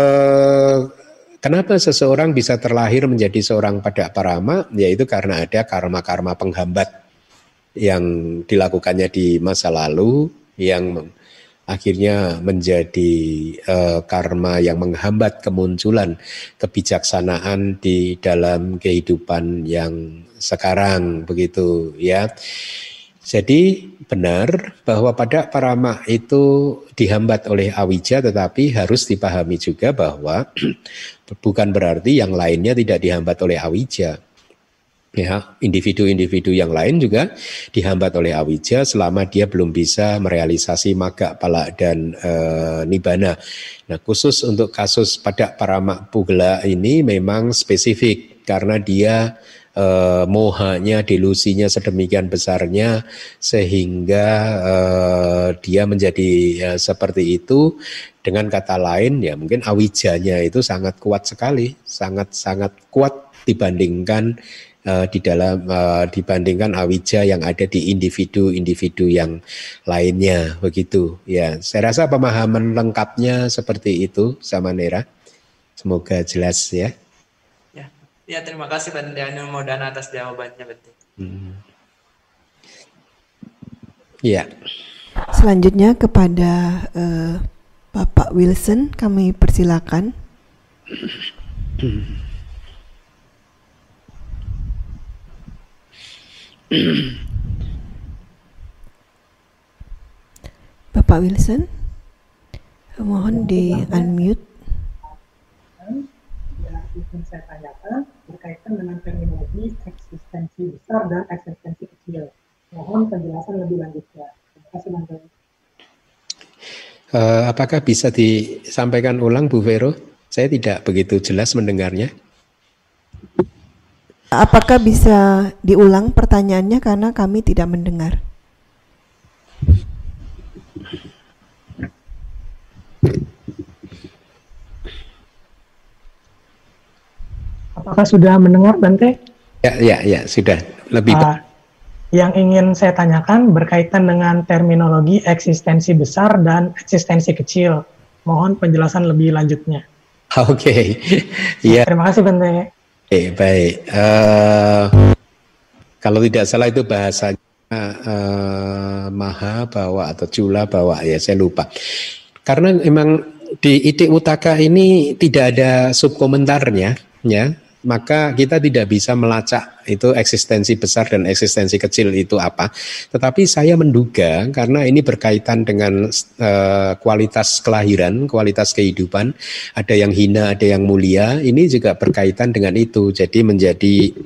kenapa seseorang bisa terlahir menjadi seorang pada parama? Yaitu karena ada karma-karma penghambat yang dilakukannya di masa lalu yang akhirnya menjadi karma yang menghambat kemunculan kebijaksanaan di dalam kehidupan yang sekarang begitu ya. Jadi benar bahwa pada parama itu dihambat oleh awija, tetapi harus dipahami juga bahwa bukan berarti yang lainnya tidak dihambat oleh awija. Ya, individu-individu yang lain juga dihambat oleh awija selama dia belum bisa merealisasi magga, pala dan nibbana. Nah, khusus untuk kasus pada parama pugala ini memang spesifik karena dia mohanya, delusinya sedemikian besarnya sehingga dia menjadi seperti itu. Dengan kata lain ya mungkin awijanya itu sangat kuat sekali, sangat kuat dibandingkan dibandingkan awija yang ada di individu-individu yang lainnya begitu ya. Saya rasa pemahaman lengkapnya seperti itu Samanera. Semoga jelas ya. Ya, terima kasih Bante Anumodana atas jawabannya Bante. Ya. Selanjutnya kepada Bapak Wilson kami persilakan. Bapak Wilson, mohon di unmute. Ya, ingin saya tanyakan berkaitan dengan terminologi eksistensi besar dan eksistensi kecil. Mohon penjelasan lebih lanjutnya. Terima kasih Bante. Apakah bisa disampaikan ulang Bu Vero? Saya tidak begitu jelas mendengarnya. Apakah bisa diulang pertanyaannya karena kami tidak mendengar? Apakah sudah mendengar Bante? Ya, sudah. Lebih Yang ingin saya tanyakan berkaitan dengan terminologi eksistensi besar dan eksistensi kecil. Mohon penjelasan lebih lanjutnya. Oke. Ya. Terima kasih Bante. Baik. Kalau tidak salah itu bahasanya Maha Bawa atau Cula Bawa ya, saya lupa. Karena memang di Itik Utaka ini tidak ada subkomentarnya, ya. Maka kita tidak bisa melacak itu eksistensi besar dan eksistensi kecil itu apa. Tetapi saya menduga karena ini berkaitan dengan kualitas kelahiran, kualitas kehidupan, ada yang hina, ada yang mulia, ini juga berkaitan dengan itu. Jadi menjadi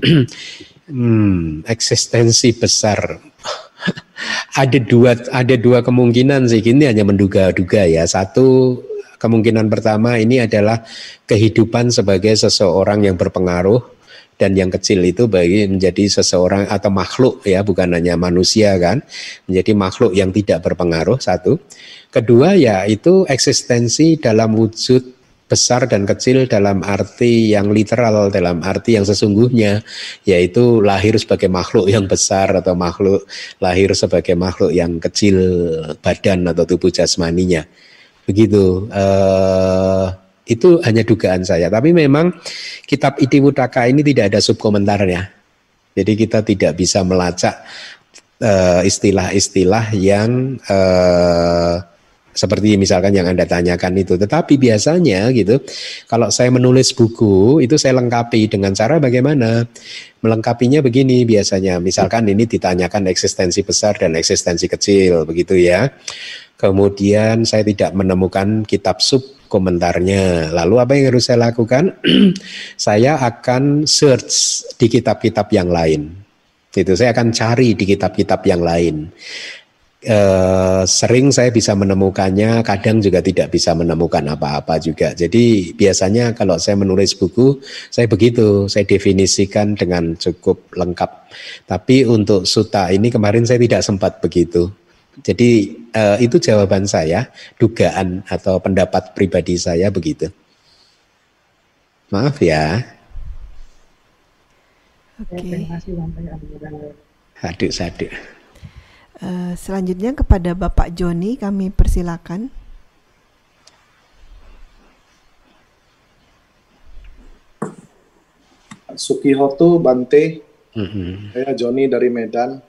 eksistensi besar. Ada dua kemungkinan sih, ini hanya menduga-duga ya. Satu, Kemungkinan pertama ini adalah kehidupan sebagai seseorang yang berpengaruh, dan yang kecil itu bagi menjadi seseorang atau makhluk ya, bukan hanya manusia kan, menjadi makhluk yang tidak berpengaruh, satu. Kedua yaitu eksistensi dalam wujud besar dan kecil dalam arti yang literal, dalam arti yang sesungguhnya, yaitu lahir sebagai makhluk yang besar atau lahir sebagai makhluk yang kecil badan atau tubuh jasmaninya. Begitu. Itu hanya dugaan saya. Tapi memang kitab Itiwutaka ini tidak ada subkomentarnya. Jadi kita tidak bisa melacak istilah-istilah yang seperti misalkan yang Anda tanyakan itu. Tetapi biasanya gitu, kalau saya menulis buku itu saya lengkapi dengan cara bagaimana? Melengkapinya begini biasanya. Misalkan ini ditanyakan eksistensi besar dan eksistensi kecil, begitu ya. Kemudian saya tidak menemukan kitab sub komentarnya. Lalu apa yang harus saya lakukan? Saya akan search di kitab-kitab yang lain. Itu saya akan cari di kitab-kitab yang lain. Sering saya bisa menemukannya, kadang juga tidak bisa menemukan apa-apa juga. Jadi biasanya kalau saya menulis buku, saya begitu, saya definisikan dengan cukup lengkap. Tapi untuk sutta ini kemarin saya tidak sempat begitu. Jadi itu jawaban saya, dugaan atau pendapat pribadi saya begitu. Maaf ya. Oke. Terima kasih Bante. Sadu. Selanjutnya kepada Bapak Joni kami persilakan. Sukihoto Bante, saya Joni dari Medan.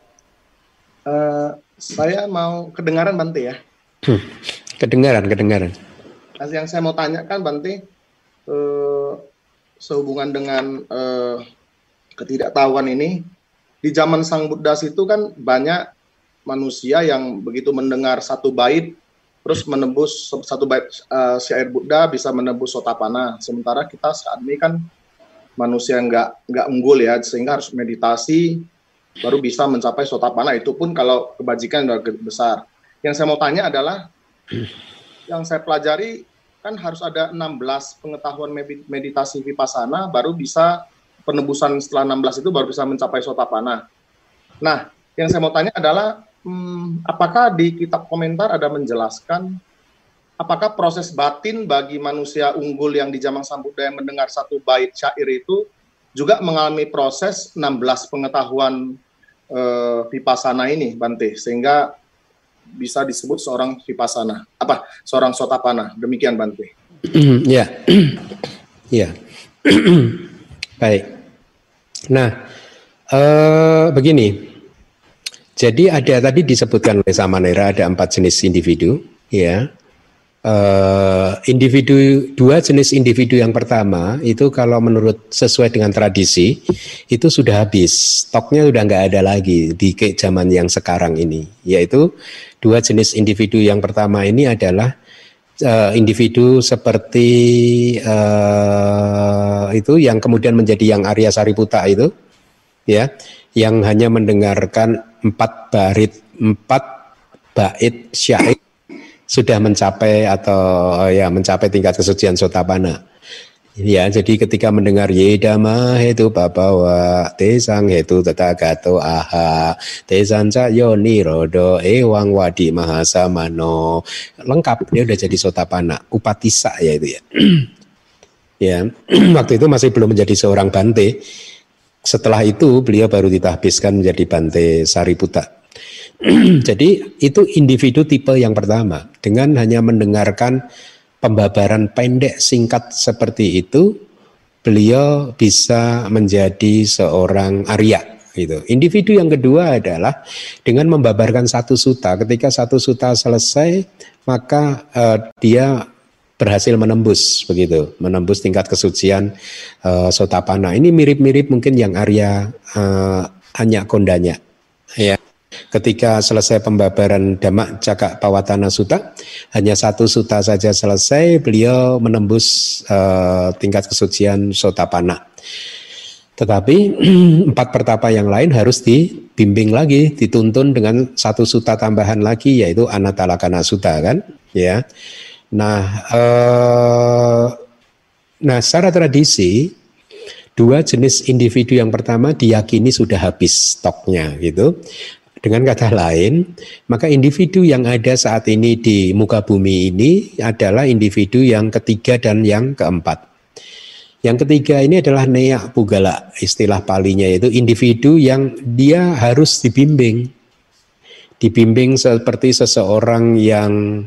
Saya mau kedengaran Bante ya? Kedengaran. Yang saya mau tanyakan Bante, sehubungan dengan ketidaktahuan ini, di zaman Sang Buddha itu kan banyak manusia yang begitu mendengar satu bait terus menembus satu bait syair Buddha bisa menembus Sotapanna. Sementara kita saat ini kan manusia nggak unggul ya, sehingga harus meditasi baru bisa mencapai Sotapanna, itu pun kalau kebajikan udah besar. Yang saya mau tanya adalah, yang saya pelajari kan harus ada 16 pengetahuan meditasi vipassana baru bisa penebusan, setelah 16 itu baru bisa mencapai Sotapanna. Nah, yang saya mau tanya adalah apakah di kitab komentar ada menjelaskan apakah proses batin bagi manusia unggul yang di zaman Sang Buddha yang mendengar satu bait syair itu juga mengalami proses 16 pengetahuan vipassana ini Bante, sehingga bisa disebut seorang vipassana, seorang Sotapanna. Demikian Bante. Ya. Baik. Nah, begini. Jadi ada tadi disebutkan oleh Samanera ada 4 jenis individu, ya. Dua jenis individu yang pertama itu kalau menurut sesuai dengan tradisi itu sudah habis, stoknya sudah nggak ada lagi di zaman yang sekarang ini. Yaitu 2 jenis individu yang pertama ini adalah individu seperti itu yang kemudian menjadi yang Arya Sariputta itu, ya, yang hanya mendengarkan 4 bait syair sudah mencapai mencapai tingkat kesucian Sotapanna. Ya, jadi ketika mendengar Yedama hetu babawa tesang hetu tatagato aha tesan cayo nirodo ewang wadi mahasamano, lengkap, dia udah jadi Sotapanna, upatisa ya itu ya. Ya, waktu itu masih belum menjadi seorang Bante. Setelah itu beliau baru ditahbiskan menjadi Bante Sariputta. Jadi itu individu tipe yang pertama. Dengan hanya mendengarkan pembabaran pendek singkat seperti itu, beliau bisa menjadi seorang Arya. Gitu. Individu yang kedua adalah dengan membabarkan satu sutta. Ketika satu sutta selesai, maka dia berhasil menembus tingkat kesucian Sotapanna. Ini mirip-mirip mungkin yang Arya Anyakondanya. Ya, ketika selesai pembabaran Dhammacakkappavattana Sutta, hanya satu sutta saja selesai, beliau menembus tingkat kesucian Sotapanna. Tetapi 4 pertapa yang lain harus dibimbing lagi, dituntun dengan satu sutta tambahan lagi, yaitu Anattalakkhana Sutta kan, ya. Nah, secara tradisi dua jenis individu yang pertama diyakini sudah habis stoknya gitu. Dengan kata lain, maka individu yang ada saat ini di muka bumi ini adalah individu yang ketiga dan yang keempat. Yang ketiga ini adalah Neya Pugala, istilah palinya, yaitu individu yang dia harus dibimbing. Dibimbing seperti seseorang yang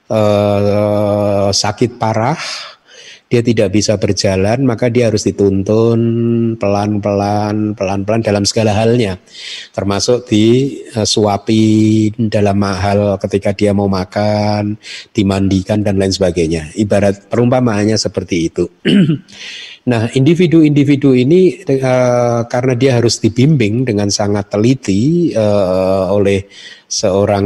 sakit parah, dia tidak bisa berjalan, maka dia harus dituntun pelan-pelan dalam segala halnya, termasuk disuapi dalam hal ketika dia mau makan, dimandikan dan lain sebagainya. Ibarat perumpamaannya seperti itu. Nah, individu-individu ini karena dia harus dibimbing dengan sangat teliti oleh seorang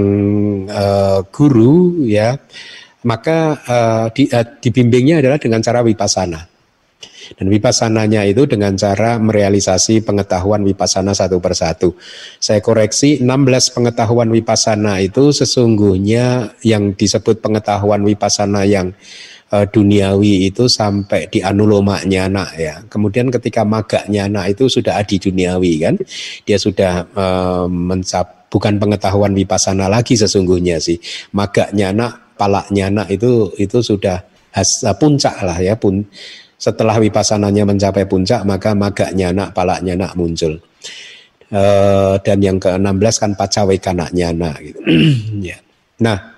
guru, ya, maka dibimbingnya adalah dengan cara vipassana. Dan vipassananya itu dengan cara merealisasi pengetahuan vipassana satu persatu. Saya koreksi, 16 pengetahuan vipassana itu sesungguhnya yang disebut pengetahuan vipassana yang duniawi itu sampai di anuloma nyana, ya. Kemudian ketika maga nyana itu sudah adi duniawi, kan. Dia sudah bukan pengetahuan vipassana lagi sesungguhnya sih. Maga nyana, pala nyana itu sudah puncak lah, ya. Setelah vipassananya mencapai puncak, maka maga nyana, pala nyana muncul. Dan yang ke-16 kan pacawekana nyana gitu. Ya. Nah,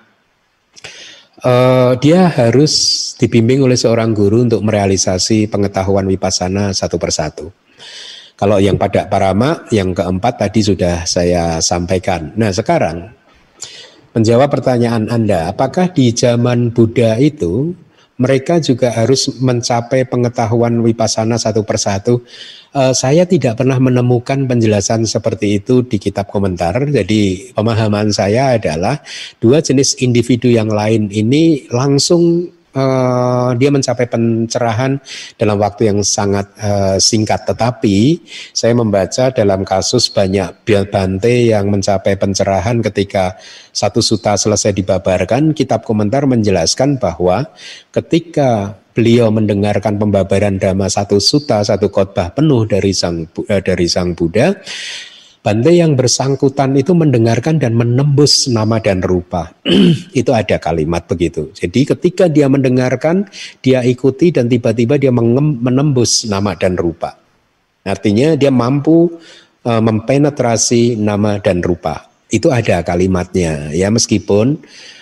dia harus dibimbing oleh seorang guru untuk merealisasi pengetahuan vipassana satu persatu. Kalau yang pada parama, yang keempat tadi sudah saya sampaikan. Nah, sekarang menjawab pertanyaan Anda, apakah di zaman Buddha itu mereka juga harus mencapai pengetahuan vipassana satu persatu? Saya tidak pernah menemukan penjelasan seperti itu di kitab komentar. Jadi pemahaman saya adalah dua jenis individu yang lain ini langsung dia mencapai pencerahan dalam waktu yang sangat singkat. Tetapi saya membaca dalam kasus banyak Bante yang mencapai pencerahan ketika satu sutta selesai dibabarkan. Kitab komentar menjelaskan bahwa ketika beliau mendengarkan pembabaran Dhamma satu sutta, satu khotbah penuh dari sang Buddha, Bante yang bersangkutan itu mendengarkan dan menembus nama dan rupa. Itu ada kalimat begitu. Jadi ketika dia mendengarkan, dia ikuti dan tiba-tiba dia menembus nama dan rupa. Artinya dia mampu mempenetrasi nama dan rupa. Itu ada kalimatnya, ya, meskipun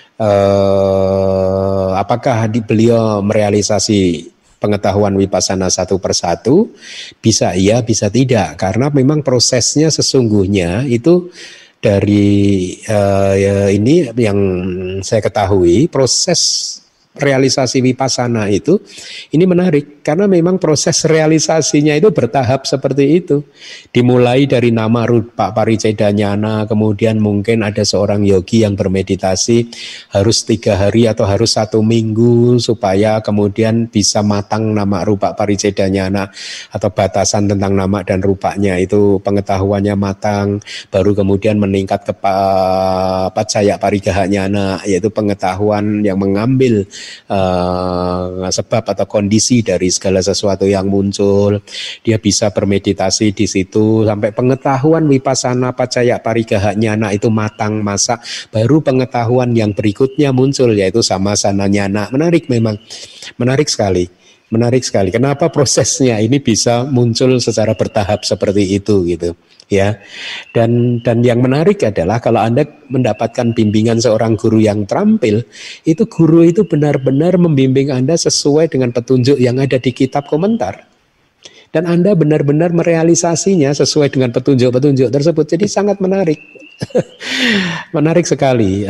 apakah beliau merealisasi pengetahuan vipassana satu persatu, bisa iya, bisa tidak, karena memang prosesnya sesungguhnya itu dari ini yang saya ketahui, proses realisasi vipassana itu ini menarik karena memang proses realisasinya itu bertahap seperti itu. Dimulai dari nama rupa pariceda nyana, kemudian mungkin ada seorang yogi yang bermeditasi harus 3 hari atau harus 1 minggu supaya kemudian bisa matang nama rupa pariceda nyana, atau batasan tentang nama dan rupanya itu pengetahuannya matang, baru kemudian meningkat ke pacaya parigaha nyana, yaitu pengetahuan yang mengambil sebab atau kondisi dari segala sesuatu yang muncul. Dia bisa bermeditasi di situ sampai pengetahuan vipassana pacaya parigaha nyana itu matang, masak, baru pengetahuan yang berikutnya muncul yaitu samasana nyana. Menarik, memang menarik sekali. Menarik sekali. Kenapa prosesnya ini bisa muncul secara bertahap seperti itu gitu. Ya, dan yang menarik adalah kalau Anda mendapatkan bimbingan seorang guru yang terampil, itu guru itu benar-benar membimbing Anda sesuai dengan petunjuk yang ada di kitab komentar, dan Anda benar-benar merealisasinya sesuai dengan petunjuk-petunjuk tersebut. Jadi sangat menarik. Menarik sekali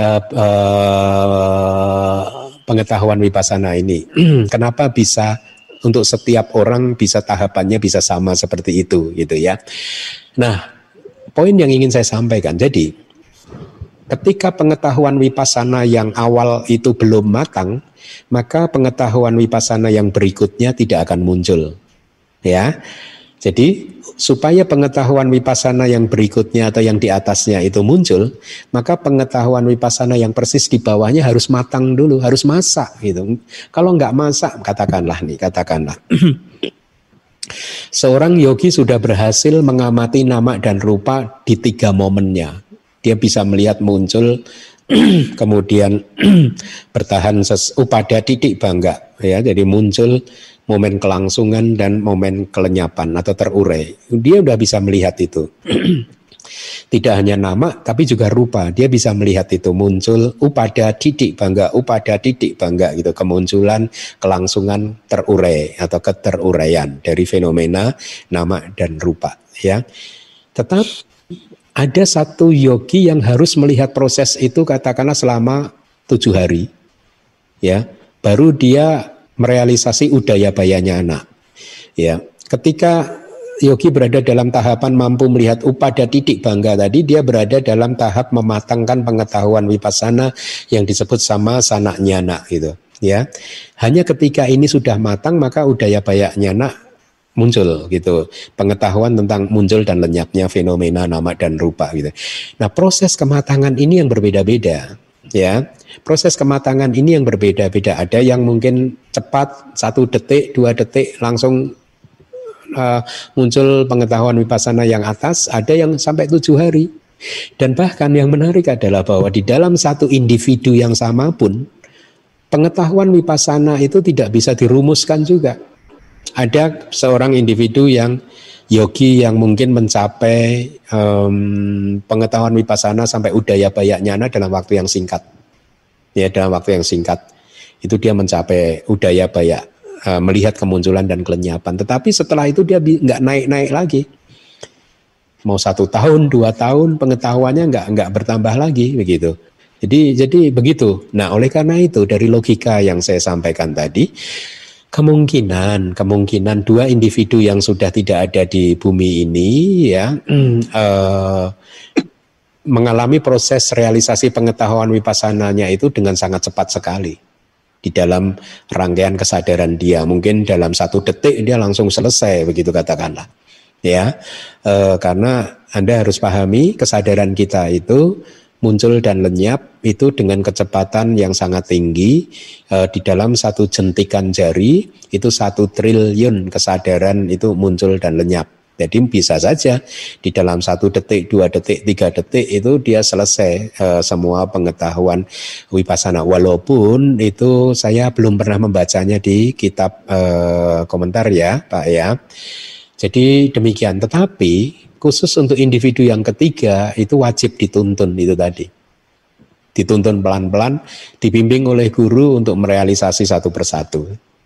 pengetahuan vipassana ini. Kenapa bisa untuk setiap orang bisa tahapannya bisa sama seperti itu gitu ya. Nah, poin yang ingin saya sampaikan, jadi ketika pengetahuan vipassana yang awal itu belum matang, maka pengetahuan vipassana yang berikutnya tidak akan muncul. Ya. Jadi supaya pengetahuan vipassana yang berikutnya atau yang di atasnya itu muncul, maka pengetahuan vipassana yang persis di bawahnya harus matang dulu, harus masak gitu. Kalau nggak masak, katakanlah seorang yogi sudah berhasil mengamati nama dan rupa di 3 momennya. Dia bisa melihat muncul, kemudian bertahan upada titik bangga, ya. Jadi muncul momen kelangsungan dan momen kelenyapan atau terurai. Dia udah bisa melihat itu. Tidak hanya nama tapi juga rupa. Dia bisa melihat itu muncul upada titik bangga gitu, kemunculan, kelangsungan, terurai atau keteruraian dari fenomena nama dan rupa, ya. Tetap ada satu yogi yang harus melihat proses itu katakanlah selama 7 hari, ya. Baru dia merealisasi udayabaya nyana, ya. Ketika yogi berada dalam tahapan mampu melihat upada titik bangga tadi, dia berada dalam tahap mematangkan pengetahuan vipassana yang disebut sama sana nyana gitu, ya. Hanya ketika ini sudah matang maka udayabaya nyana muncul gitu, pengetahuan tentang muncul dan lenyapnya fenomena nama dan rupa gitu. Nah, proses kematangan ini yang berbeda-beda, ya. Proses kematangan ini yang berbeda-beda. Ada yang mungkin cepat 1 detik, 2 detik langsung muncul pengetahuan vipassana yang atas, ada yang sampai 7 hari. Dan bahkan yang menarik adalah bahwa di dalam satu individu yang sama pun pengetahuan vipassana itu tidak bisa dirumuskan juga. Ada seorang individu yang yogi yang mungkin mencapai pengetahuan vipassana sampai udayabaya nyana dalam waktu yang singkat. Ya, dalam waktu yang singkat itu dia mencapai udayabaya, melihat kemunculan dan kelenyapan. Tetapi setelah itu dia nggak naik-naik lagi. Mau 1 tahun, 2 tahun pengetahuannya nggak bertambah lagi begitu. Jadi begitu. Nah, oleh karena itu dari logika yang saya sampaikan tadi, kemungkinan 2 individu yang sudah tidak ada di bumi ini, ya, mengalami proses realisasi pengetahuan vipassananya itu dengan sangat cepat sekali di dalam rangkaian kesadaran dia. Mungkin dalam 1 detik dia langsung selesai begitu katakanlah, ya. Karena Anda harus pahami kesadaran kita itu muncul dan lenyap itu dengan kecepatan yang sangat tinggi. Di dalam 1 jentikan jari itu 1 triliun kesadaran itu muncul dan lenyap. Jadi bisa saja di dalam 1 detik, 2 detik, 3 detik itu dia selesai semua pengetahuan vipassana. Walaupun itu saya belum pernah membacanya di kitab komentar ya Pak ya. Jadi demikian. Tetapi khusus untuk individu yang ketiga itu wajib dituntun itu tadi. Dituntun pelan-pelan, dibimbing oleh guru untuk merealisasi satu persatu.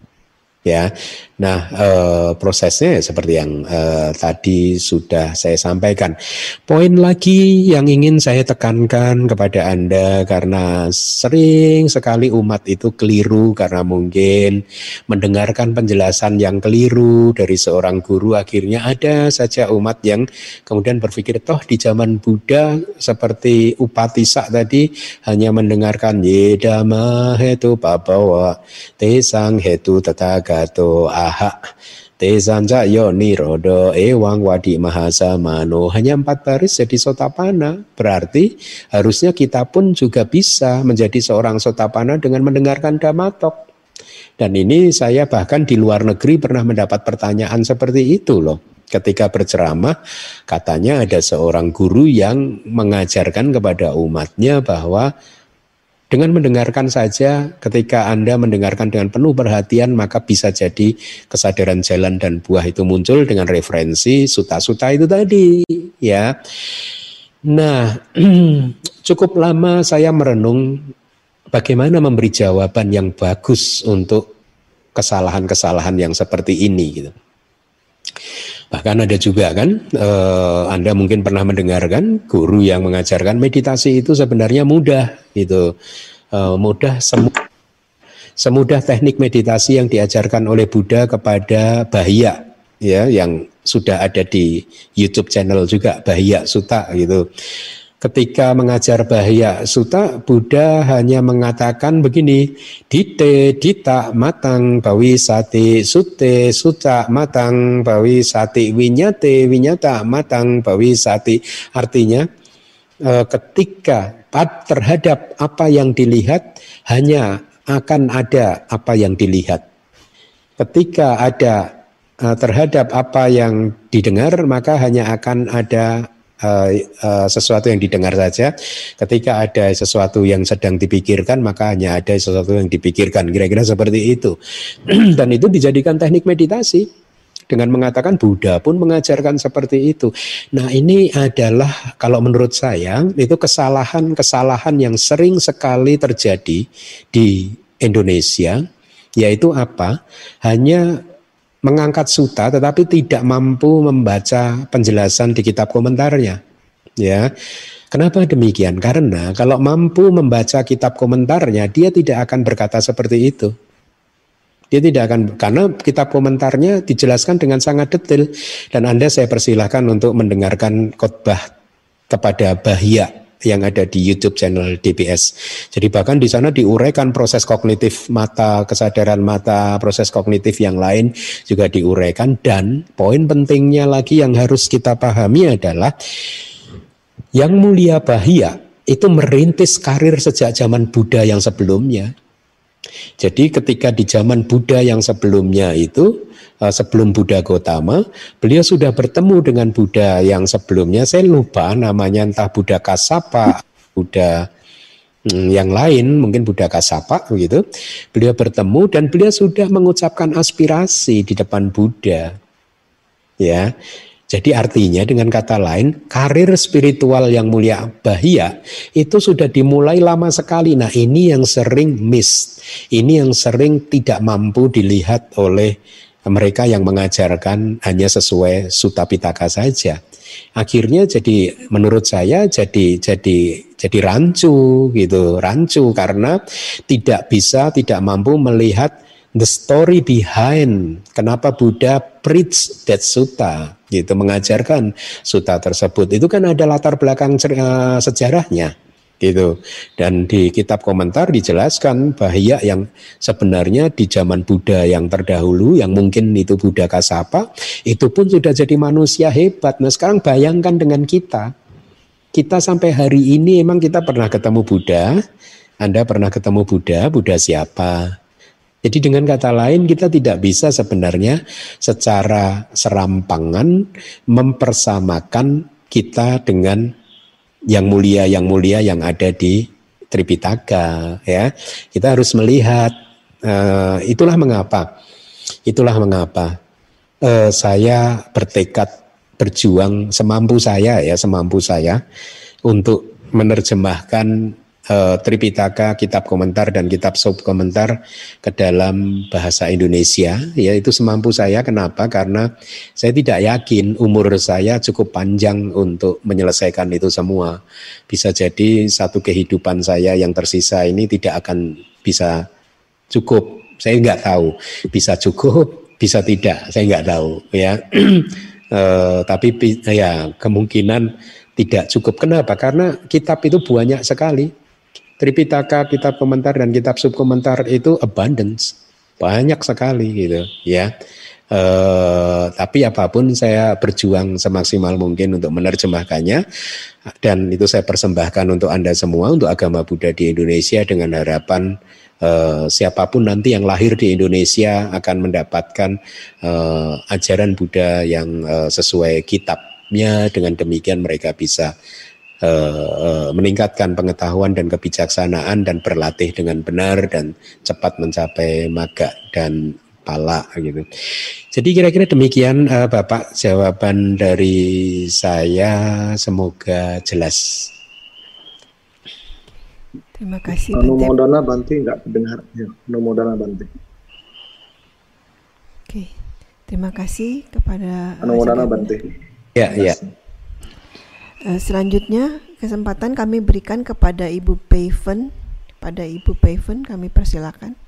Ya, nah prosesnya seperti yang tadi sudah saya sampaikan. Poin lagi yang ingin saya tekankan kepada Anda karena sering sekali umat itu keliru karena mungkin mendengarkan penjelasan yang keliru dari seorang guru, akhirnya ada saja umat yang kemudian berpikir toh di zaman Buddha seperti Upatissa tadi hanya mendengarkan yedama hetu pabawa tesang hetu tataga gato aha tesanja yo nirodo ewang wadi mahasa mano, hanya 4 baris jadi sotapana. Berarti harusnya kita pun juga bisa menjadi seorang sotapana dengan mendengarkan dhammatok. Dan ini saya bahkan di luar negeri pernah mendapat pertanyaan seperti itu loh. Ketika berceramah katanya ada seorang guru yang mengajarkan kepada umatnya bahwa dengan mendengarkan saja, ketika Anda mendengarkan dengan penuh perhatian, maka bisa jadi kesadaran jalan dan buah itu muncul dengan referensi suta-suta itu tadi, ya. Nah, cukup lama saya merenung bagaimana memberi jawaban yang bagus untuk kesalahan-kesalahan yang seperti ini, gitu. Bahkan ada juga kan, Anda mungkin pernah mendengarkan guru yang mengajarkan meditasi itu sebenarnya mudah gitu, mudah semudah teknik meditasi yang diajarkan oleh Buddha kepada Bahya, ya, yang sudah ada di YouTube channel juga, Bahya Sutta gitu. Ketika mengajar Bahya Sutta, Buddha hanya mengatakan begini, dite, dita, matang, bawi, sati, sute, suta, matang, bawi, sati, winyate, winyata, matang, bawi, sati. Artinya, ketika terhadap apa yang dilihat, hanya akan ada apa yang dilihat. Ketika ada terhadap apa yang didengar, maka hanya akan ada sesuatu yang didengar saja. Ketika ada sesuatu yang sedang dipikirkan, maka hanya ada sesuatu yang dipikirkan. Kira-kira seperti itu. Dan itu dijadikan teknik meditasi. Dengan mengatakan Buddha pun mengajarkan seperti itu. Nah, ini adalah kalau menurut saya itu kesalahan yang sering sekali terjadi di Indonesia, yaitu apa? Hanya mengangkat suta tetapi tidak mampu membaca penjelasan di kitab komentarnya. Ya. Kenapa demikian? Karena kalau mampu membaca kitab komentarnya, dia tidak akan berkata seperti itu. Dia tidak akan, karena kitab komentarnya dijelaskan dengan sangat detail. Dan Anda saya persilahkan untuk mendengarkan khotbah kepada Bahya yang ada di YouTube channel DBS. Jadi bahkan di sana diuraikan proses kognitif mata, kesadaran mata, proses kognitif yang lain juga diuraikan. Dan poin pentingnya lagi yang harus kita pahami adalah Yang Mulia Bahya itu merintis karir sejak zaman Buddha yang sebelumnya. Jadi ketika di zaman Buddha yang sebelumnya itu, sebelum Buddha Gotama, beliau sudah bertemu dengan Buddha yang sebelumnya, saya lupa namanya, entah Buddha Kassapa, Buddha yang lain, mungkin Buddha Kassapa begitu. Beliau bertemu dan beliau sudah mengucapkan aspirasi di depan Buddha. Ya. Jadi artinya dengan kata lain, karir spiritual Yang Mulia Bahya itu sudah dimulai lama sekali. Nah, ini yang sering miss. Ini yang sering tidak mampu dilihat oleh mereka yang mengajarkan hanya sesuai Sutta Pitaka saja. Akhirnya jadi menurut saya jadi rancu gitu, rancu karena tidak mampu melihat the story behind kenapa Buddha preach that sutta, gitu, mengajarkan sutta tersebut. Itu kan ada latar belakang sejarahnya, gitu. Dan di kitab komentar dijelaskan Bahya yang sebenarnya di zaman Buddha yang terdahulu, yang mungkin itu Buddha Kassapa, itu pun sudah jadi manusia hebat. Nah, sekarang bayangkan dengan kita sampai hari ini emang kita pernah ketemu Buddha. Anda pernah ketemu Buddha? Buddha siapa? Jadi dengan kata lain kita tidak bisa sebenarnya secara serampangan mempersamakan kita dengan yang mulia yang ada di Tripitaka, ya. Kita harus melihat itulah mengapa saya bertekad berjuang semampu saya untuk menerjemahkan Tripitaka, kitab komentar dan kitab sub komentar ke dalam bahasa Indonesia, yaitu semampu saya. Kenapa? Karena saya tidak yakin umur saya cukup panjang untuk menyelesaikan itu semua. Bisa jadi satu kehidupan saya yang tersisa ini tidak akan bisa cukup. Saya nggak tahu. Bisa cukup, bisa tidak. Saya nggak tahu. Ya, tapi ya kemungkinan tidak cukup. Kenapa? Karena kitab itu banyak sekali. Tripitaka, kitab komentar dan kitab subkomentar itu abundance, banyak sekali gitu, ya. Tapi apapun saya berjuang semaksimal mungkin untuk menerjemahkannya, dan itu saya persembahkan untuk Anda semua, untuk agama Buddha di Indonesia, dengan harapan siapapun nanti yang lahir di Indonesia akan mendapatkan ajaran Buddha yang sesuai kitabnya. Dengan demikian mereka bisa meningkatkan pengetahuan dan kebijaksanaan dan berlatih dengan benar dan cepat mencapai magga dan pala, gitu. Jadi kira-kira demikian Bapak jawaban dari saya, semoga jelas. Terima kasih Bante. Nomodana Bante nggak terdengar ya. Nomodana Bante. Oke, terima kasih kepada Nomodana Bante. Ya, ya. Selanjutnya kesempatan kami berikan kepada Ibu Paven. Pada Ibu Paven kami persilakan.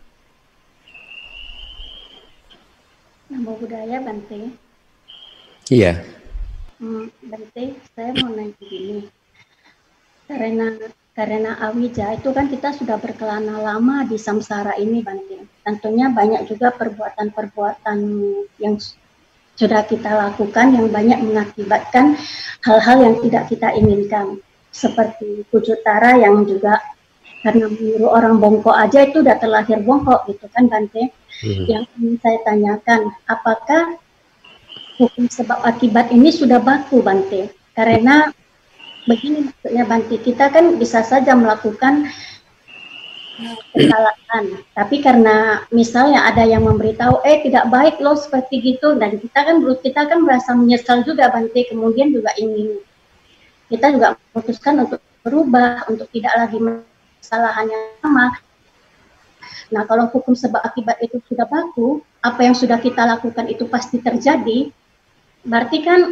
Namo Buddhaya Bante. Iya. Bante, saya mau nanya begini. Karena awija itu kan kita sudah berkelana lama di samsara ini, Bante. Tentunya banyak juga perbuatan-perbuatan yang sudah kita lakukan yang banyak mengakibatkan hal-hal yang tidak kita inginkan. Seperti Kujutara yang juga karena menyuruh orang bongkok aja itu udah terlahir bongkok gitu kan, Bante. Yang ingin saya tanyakan, apakah hukum sebab akibat ini sudah baku, Bante? Karena begini maksudnya, Bante, kita kan bisa saja melakukan kesalahan, tapi karena misalnya ada yang memberitahu, tidak baik loh seperti gitu, dan kita kan merasa menyesal juga, Bante. Kemudian juga kita juga memutuskan untuk berubah, untuk tidak lagi kesalahan yang sama. Nah, kalau hukum sebab akibat itu sudah baku, apa yang sudah kita lakukan itu pasti terjadi, berarti kan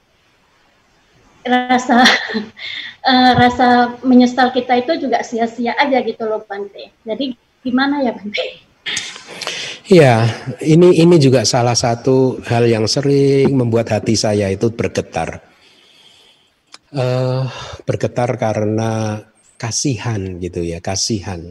rasa menyesal kita itu juga sia-sia aja gitu loh, Bante. Jadi gimana ya, Bante? Ya, ini juga salah satu hal yang sering membuat hati saya itu bergetar. Bergetar karena kasihan gitu ya, kasihan.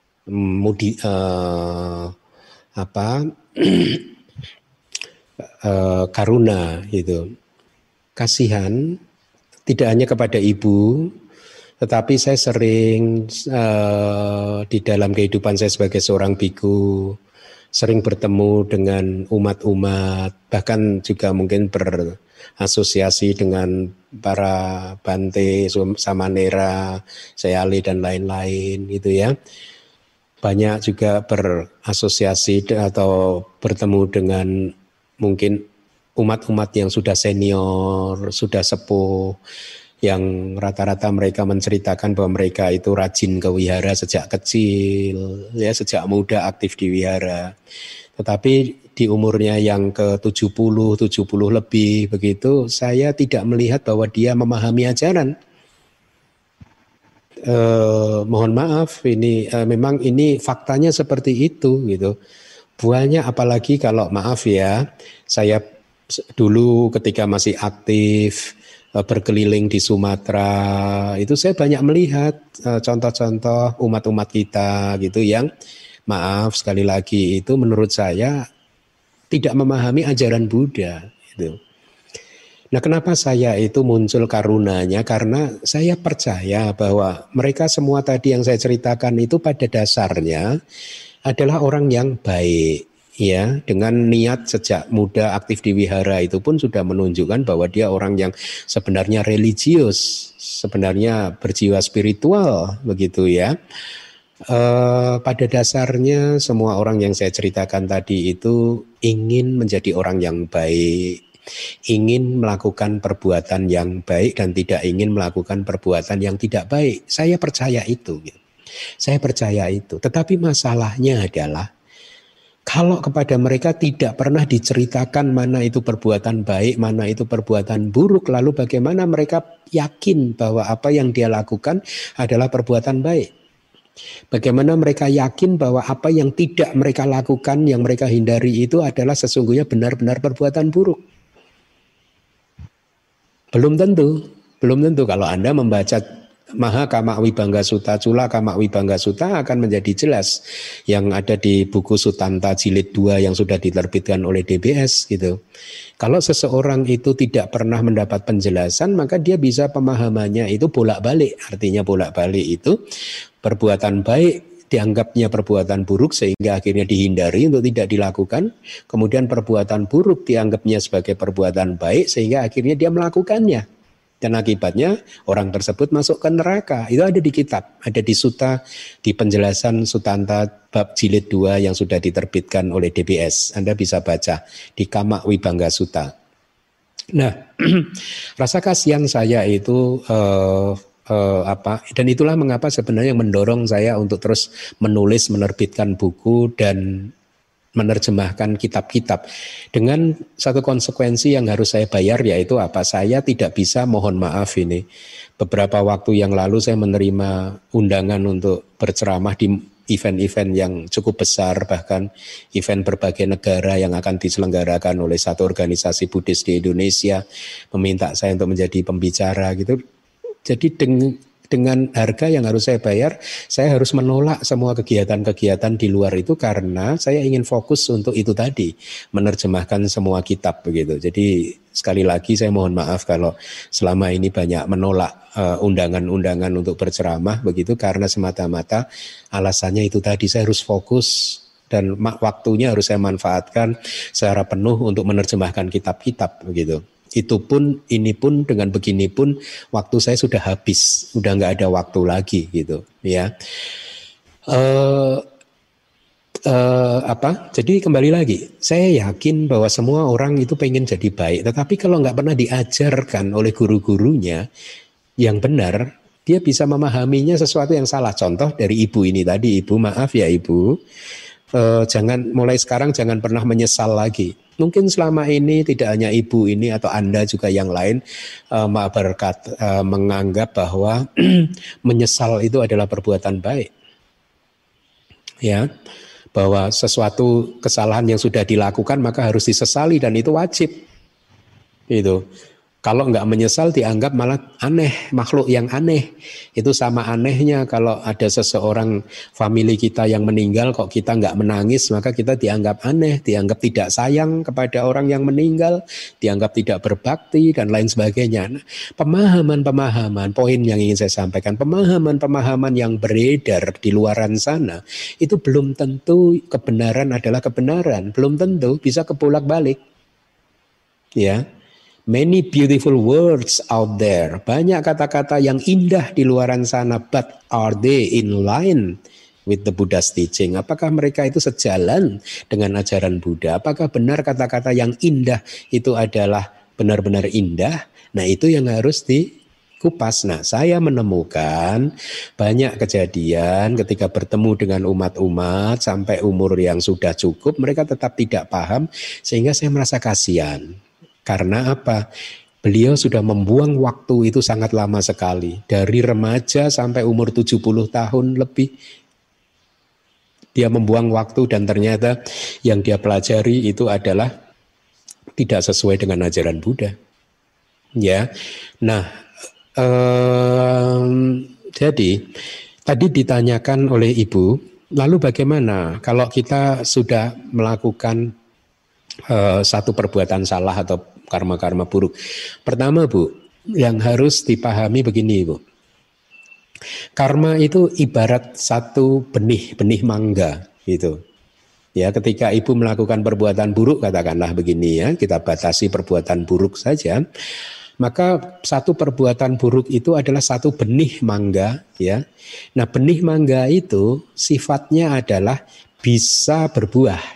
Karuna gitu. Kasihan tidak hanya kepada ibu, tetapi saya sering di dalam kehidupan saya sebagai seorang biku sering bertemu dengan umat-umat, bahkan juga mungkin berasosiasi dengan para Bante, Samanera, Sayali dan lain-lain gitu ya. Banyak juga berasosiasi atau bertemu dengan mungkin umat-umat yang sudah senior, sudah sepuh, yang rata-rata mereka menceritakan bahwa mereka itu rajin ke wihara sejak kecil, ya sejak muda aktif di wihara. Tetapi di umurnya yang ke 70 lebih begitu, saya tidak melihat bahwa dia memahami ajaran. Mohon maaf, ini memang ini faktanya seperti itu gitu. Banyak, apalagi kalau maaf ya, saya dulu ketika masih aktif berkeliling di Sumatera, itu saya banyak melihat contoh-contoh umat-umat kita gitu yang maaf sekali lagi itu menurut saya tidak memahami ajaran Buddha gitu. Nah, kenapa saya itu muncul karunanya? Karena saya percaya bahwa mereka semua tadi yang saya ceritakan itu pada dasarnya adalah orang yang baik. Ya, dengan niat sejak muda aktif di wihara itu pun sudah menunjukkan bahwa dia orang yang sebenarnya religius, sebenarnya berjiwa spiritual begitu ya. Pada dasarnya semua orang yang saya ceritakan tadi itu ingin menjadi orang yang baik, ingin melakukan perbuatan yang baik dan tidak ingin melakukan perbuatan yang tidak baik. Saya percaya itu. Saya percaya itu. Tetapi masalahnya adalah kalau kepada mereka tidak pernah diceritakan mana itu perbuatan baik, mana itu perbuatan buruk, lalu bagaimana mereka yakin bahwa apa yang dia lakukan adalah perbuatan baik? Bagaimana mereka yakin bahwa apa yang tidak mereka lakukan, yang mereka hindari itu adalah sesungguhnya benar-benar perbuatan buruk? Belum tentu kalau Anda membaca Maha Kama Wibangga Sutta, Cula Kama Wibangga Sutta akan menjadi jelas yang ada di buku Sutanta jilid 2 yang sudah diterbitkan oleh DBS gitu. Kalau seseorang itu tidak pernah mendapat penjelasan, maka dia bisa pemahamannya itu bolak-balik. Artinya bolak-balik itu perbuatan baik dianggapnya perbuatan buruk sehingga akhirnya dihindari untuk tidak dilakukan. Kemudian perbuatan buruk dianggapnya sebagai perbuatan baik sehingga akhirnya dia melakukannya. Dan akibatnya orang tersebut masuk ke neraka. Itu ada di kitab, ada di sutta, di penjelasan Sutanta bab jilid 2 yang sudah diterbitkan oleh DBS. Anda bisa baca di Kama Wibangga Sutta. Nah, rasa kasihan saya itu dan itulah mengapa sebenarnya mendorong saya untuk terus menulis, menerbitkan buku dan menerjemahkan kitab-kitab dengan satu konsekuensi yang harus saya bayar, yaitu apa? Saya tidak bisa, mohon maaf ini, beberapa waktu yang lalu saya menerima undangan untuk berceramah di event-event yang cukup besar, bahkan event berbagai negara yang akan diselenggarakan oleh satu organisasi Buddhis di Indonesia, meminta saya untuk menjadi pembicara gitu. Jadi dengan harga yang harus saya bayar, saya harus menolak semua kegiatan-kegiatan di luar itu karena saya ingin fokus untuk itu tadi, menerjemahkan semua kitab begitu. Jadi sekali lagi saya mohon maaf kalau selama ini banyak menolak undangan-undangan untuk berceramah begitu karena semata-mata alasannya itu tadi, saya harus fokus dan waktunya harus saya manfaatkan secara penuh untuk menerjemahkan kitab-kitab begitu. Itu pun, ini pun dengan begini pun waktu saya sudah habis, sudah nggak ada waktu lagi gitu ya. Jadi kembali lagi, saya yakin bahwa semua orang itu pengen jadi baik, tetapi kalau nggak pernah diajarkan oleh guru-gurunya yang benar, dia bisa memahaminya sesuatu yang salah. Contoh dari ibu ini tadi, ibu maaf ya ibu, jangan mulai sekarang jangan pernah menyesal lagi. Mungkin selama ini tidak hanya ibu ini atau Anda juga yang lain menganggap bahwa menyesal itu adalah perbuatan baik. Ya, bahwa sesuatu kesalahan yang sudah dilakukan maka harus disesali dan itu wajib. Itu. Kalau nggak menyesal dianggap malah aneh, makhluk yang aneh. Itu sama anehnya kalau ada seseorang famili kita yang meninggal kok kita nggak menangis, maka kita dianggap aneh, dianggap tidak sayang kepada orang yang meninggal, dianggap tidak berbakti dan lain sebagainya. Nah, pemahaman-pemahaman, poin yang ingin saya sampaikan, pemahaman-pemahaman yang beredar di luaran sana itu belum tentu kebenaran adalah kebenaran, belum tentu bisa kebolak-balik. Ya. Many beautiful words out there. Banyak kata-kata yang indah di luaran sana. But are they in line with the Buddha's teaching? Apakah mereka itu sejalan dengan ajaran Buddha? Apakah benar kata-kata yang indah itu adalah benar-benar indah? Nah itu yang harus dikupas. Nah saya menemukan banyak kejadian ketika bertemu dengan umat-umat sampai umur yang sudah cukup. Mereka tetap tidak paham sehingga saya merasa kasihan. Karena apa? Beliau sudah membuang waktu itu sangat lama sekali. Dari remaja sampai umur 70 tahun lebih. Dia membuang waktu dan ternyata yang dia pelajari itu adalah tidak sesuai dengan ajaran Buddha. Ya, nah, jadi tadi ditanyakan oleh Ibu, lalu bagaimana kalau kita sudah melakukan satu perbuatan salah atau karma-karma buruk. Pertama Bu, yang harus dipahami begini Bu. Karma itu ibarat satu benih mangga gitu. Ya, ketika ibu melakukan perbuatan buruk katakanlah begini ya, kita batasi perbuatan buruk saja. Maka satu perbuatan buruk itu adalah satu benih mangga ya. Nah, benih mangga itu sifatnya adalah bisa berbuah.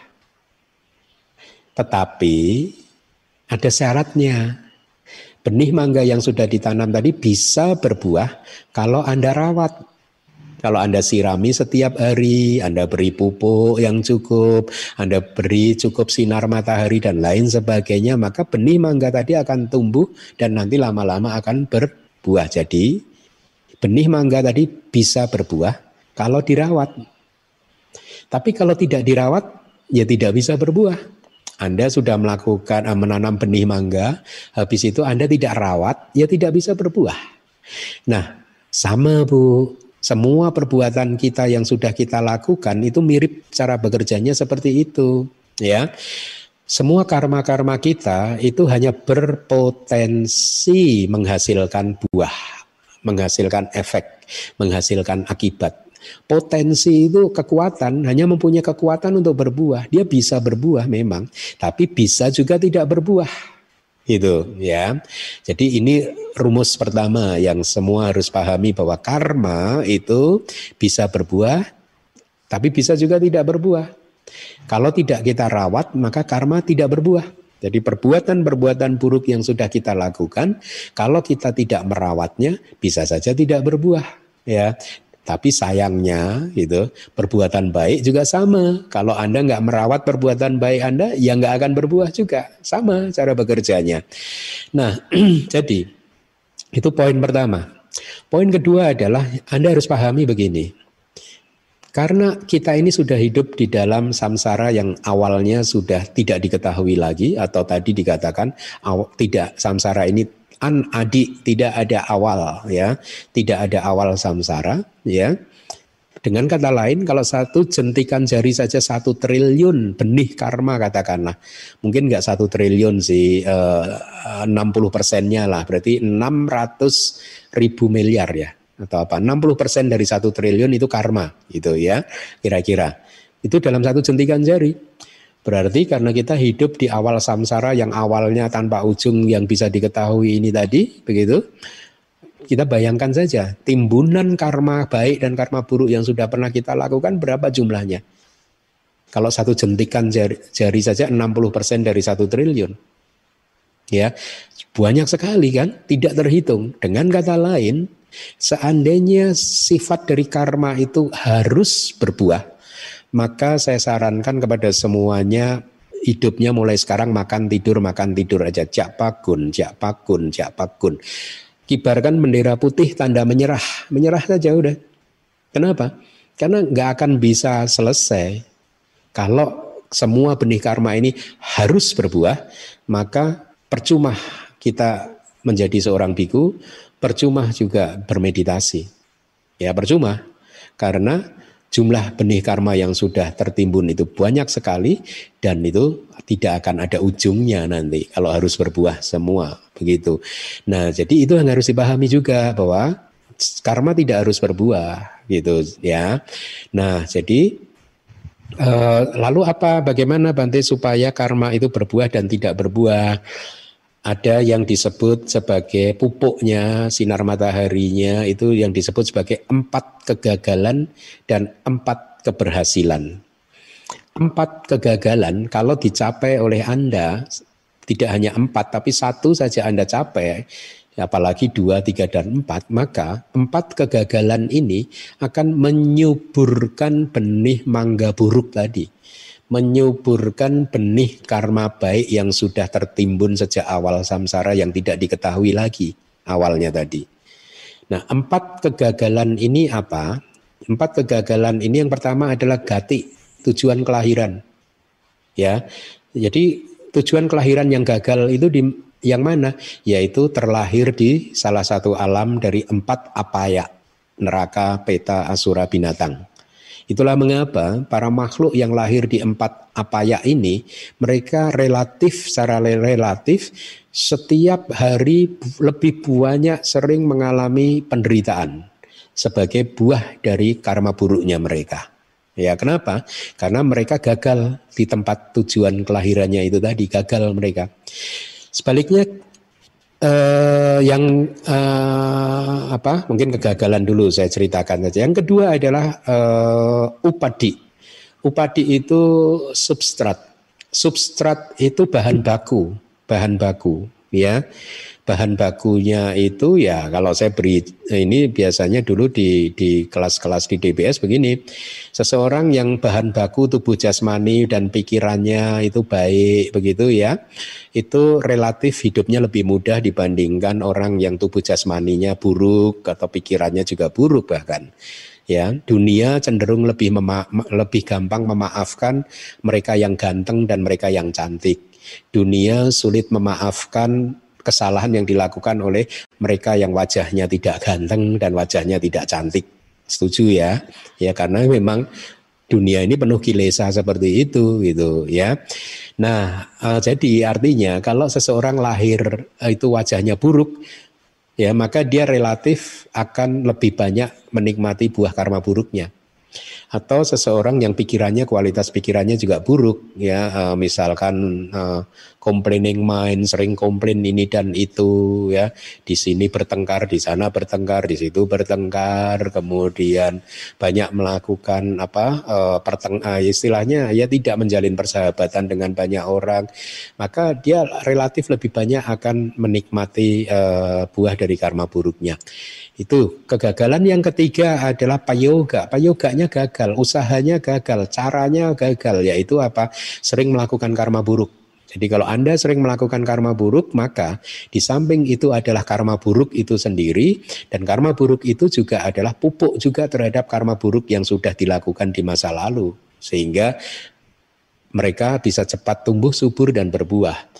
Tetapi ada syaratnya. Benih mangga yang sudah ditanam tadi bisa berbuah kalau Anda rawat. Kalau Anda sirami setiap hari, Anda beri pupuk yang cukup, Anda beri cukup sinar matahari dan lain sebagainya, maka benih mangga tadi akan tumbuh dan nanti lama-lama akan berbuah. Jadi benih mangga tadi bisa berbuah kalau dirawat. Tapi kalau tidak dirawat, ya tidak bisa berbuah. Anda sudah melakukan menanam benih mangga, habis itu Anda tidak rawat, ya tidak bisa berbuah. Nah, sama Bu, semua perbuatan kita yang sudah kita lakukan itu mirip cara bekerjanya seperti itu, ya. Semua karma-karma kita itu hanya berpotensi menghasilkan buah, menghasilkan efek, menghasilkan akibat. Potensi itu kekuatan, hanya mempunyai kekuatan untuk berbuah. Dia bisa berbuah memang, tapi bisa juga tidak berbuah. Gitu ya. Jadi ini rumus pertama yang semua harus pahami bahwa karma itu bisa berbuah, tapi bisa juga tidak berbuah. Kalau tidak kita rawat, maka karma tidak berbuah. Jadi perbuatan-perbuatan buruk yang sudah kita lakukan, kalau kita tidak merawatnya, bisa saja tidak berbuah. Ya. Tapi sayangnya gitu, perbuatan baik juga sama. Kalau Anda nggak merawat perbuatan baik Anda, ya nggak akan berbuah juga. Sama cara bekerjanya. Nah, jadi itu poin pertama. Poin kedua adalah Anda harus pahami begini. Karena kita ini sudah hidup di dalam samsara yang awalnya sudah tidak diketahui lagi, atau tadi dikatakan tidak, samsara ini An-adi, tidak ada awal ya, tidak ada awal samsara ya. Dengan kata lain, kalau satu jentikan jari saja 1 triliun benih karma katakanlah, mungkin nggak 1 triliun sih, 60%-nya lah, berarti 600.000 miliar ya, atau apa? 60% dari 1 triliun itu karma, gitu ya, kira-kira. Itu dalam 1 jentikan jari. Berarti karena kita hidup di awal samsara yang awalnya tanpa ujung yang bisa diketahui ini tadi, begitu. Kita bayangkan saja timbunan karma baik dan karma buruk yang sudah pernah kita lakukan berapa jumlahnya. Kalau 1 jentikan jari saja 60% dari 1 triliun. Ya, banyak sekali kan, tidak terhitung. Dengan kata lain, seandainya sifat dari karma itu harus berbuah, maka saya sarankan kepada semuanya hidupnya mulai sekarang makan tidur aja. Jak pakun. Kibarkan bendera putih tanda menyerah saja udah. Kenapa? Karena nggak akan bisa selesai kalau semua benih karma ini harus berbuah, maka percuma kita menjadi seorang biku, percuma juga bermeditasi. Ya percuma, karena jumlah benih karma yang sudah tertimbun itu banyak sekali dan itu tidak akan ada ujungnya nanti kalau harus berbuah semua begitu. Nah, jadi itu yang harus dipahami juga bahwa karma tidak harus berbuah gitu ya. Nah, jadi lalu bagaimana Bante supaya karma itu berbuah dan tidak berbuah? Ada yang disebut sebagai pupuknya, sinar mataharinya itu yang disebut sebagai 4 kegagalan dan 4 keberhasilan. 4 kegagalan kalau dicapai oleh Anda, tidak hanya 4 tapi 1 saja Anda capai, apalagi 2, 3, dan 4, maka 4 kegagalan ini akan menyuburkan benih mangga buruk tadi. Menyuburkan benih karma baik yang sudah tertimbun sejak awal samsara yang tidak diketahui lagi awalnya tadi. Nah, 4 kegagalan ini apa? 4 kegagalan ini yang pertama adalah gati, tujuan kelahiran. Ya, jadi tujuan kelahiran yang gagal itu di yang mana? Yaitu terlahir di salah satu alam dari 4 apaya, neraka, peta, asura, binatang. Itulah mengapa para makhluk yang lahir di 4 apaya ini, mereka secara relatif setiap hari lebih banyak sering mengalami penderitaan sebagai buah dari karma buruknya mereka. Ya, kenapa? Karena mereka gagal di tempat tujuan kelahirannya itu tadi, gagal mereka. Sebaliknya mungkin kegagalan dulu saya ceritakan saja. Yang kedua adalah upadi. Upadi itu substrat. Substrat itu bahan baku ya. Bahan bakunya itu ya kalau saya beri ini biasanya dulu di kelas-kelas di DBS begini. Seseorang yang bahan baku tubuh jasmani dan pikirannya itu baik begitu ya. Itu relatif hidupnya lebih mudah dibandingkan orang yang tubuh jasmaninya buruk atau pikirannya juga buruk bahkan. Ya, dunia cenderung lebih gampang memaafkan mereka yang ganteng dan mereka yang cantik. Dunia sulit memaafkan kesalahan yang dilakukan oleh mereka yang wajahnya tidak ganteng dan wajahnya tidak cantik. Setuju ya? Ya karena memang dunia ini penuh kilesa seperti itu gitu ya. Nah, jadi artinya kalau seseorang lahir itu wajahnya buruk, ya maka dia relatif akan lebih banyak menikmati buah karma buruknya. Atau seseorang yang kualitas pikirannya juga buruk ya, misalkan complaining mind, sering komplain ini dan itu ya, di sini bertengkar, di sana bertengkar, di situ bertengkar, kemudian banyak melakukan istilahnya ya tidak menjalin persahabatan dengan banyak orang, maka dia relatif lebih banyak akan menikmati buah dari karma buruknya. Itu kegagalan. Yang ketiga adalah payoga. Payoganya gagal, usahanya gagal, caranya gagal, yaitu apa? Sering melakukan karma buruk. Jadi kalau Anda sering melakukan karma buruk, maka di samping itu adalah karma buruk itu sendiri, dan karma buruk itu juga adalah pupuk juga terhadap karma buruk yang sudah dilakukan di masa lalu, sehingga mereka bisa cepat tumbuh subur dan berbuah.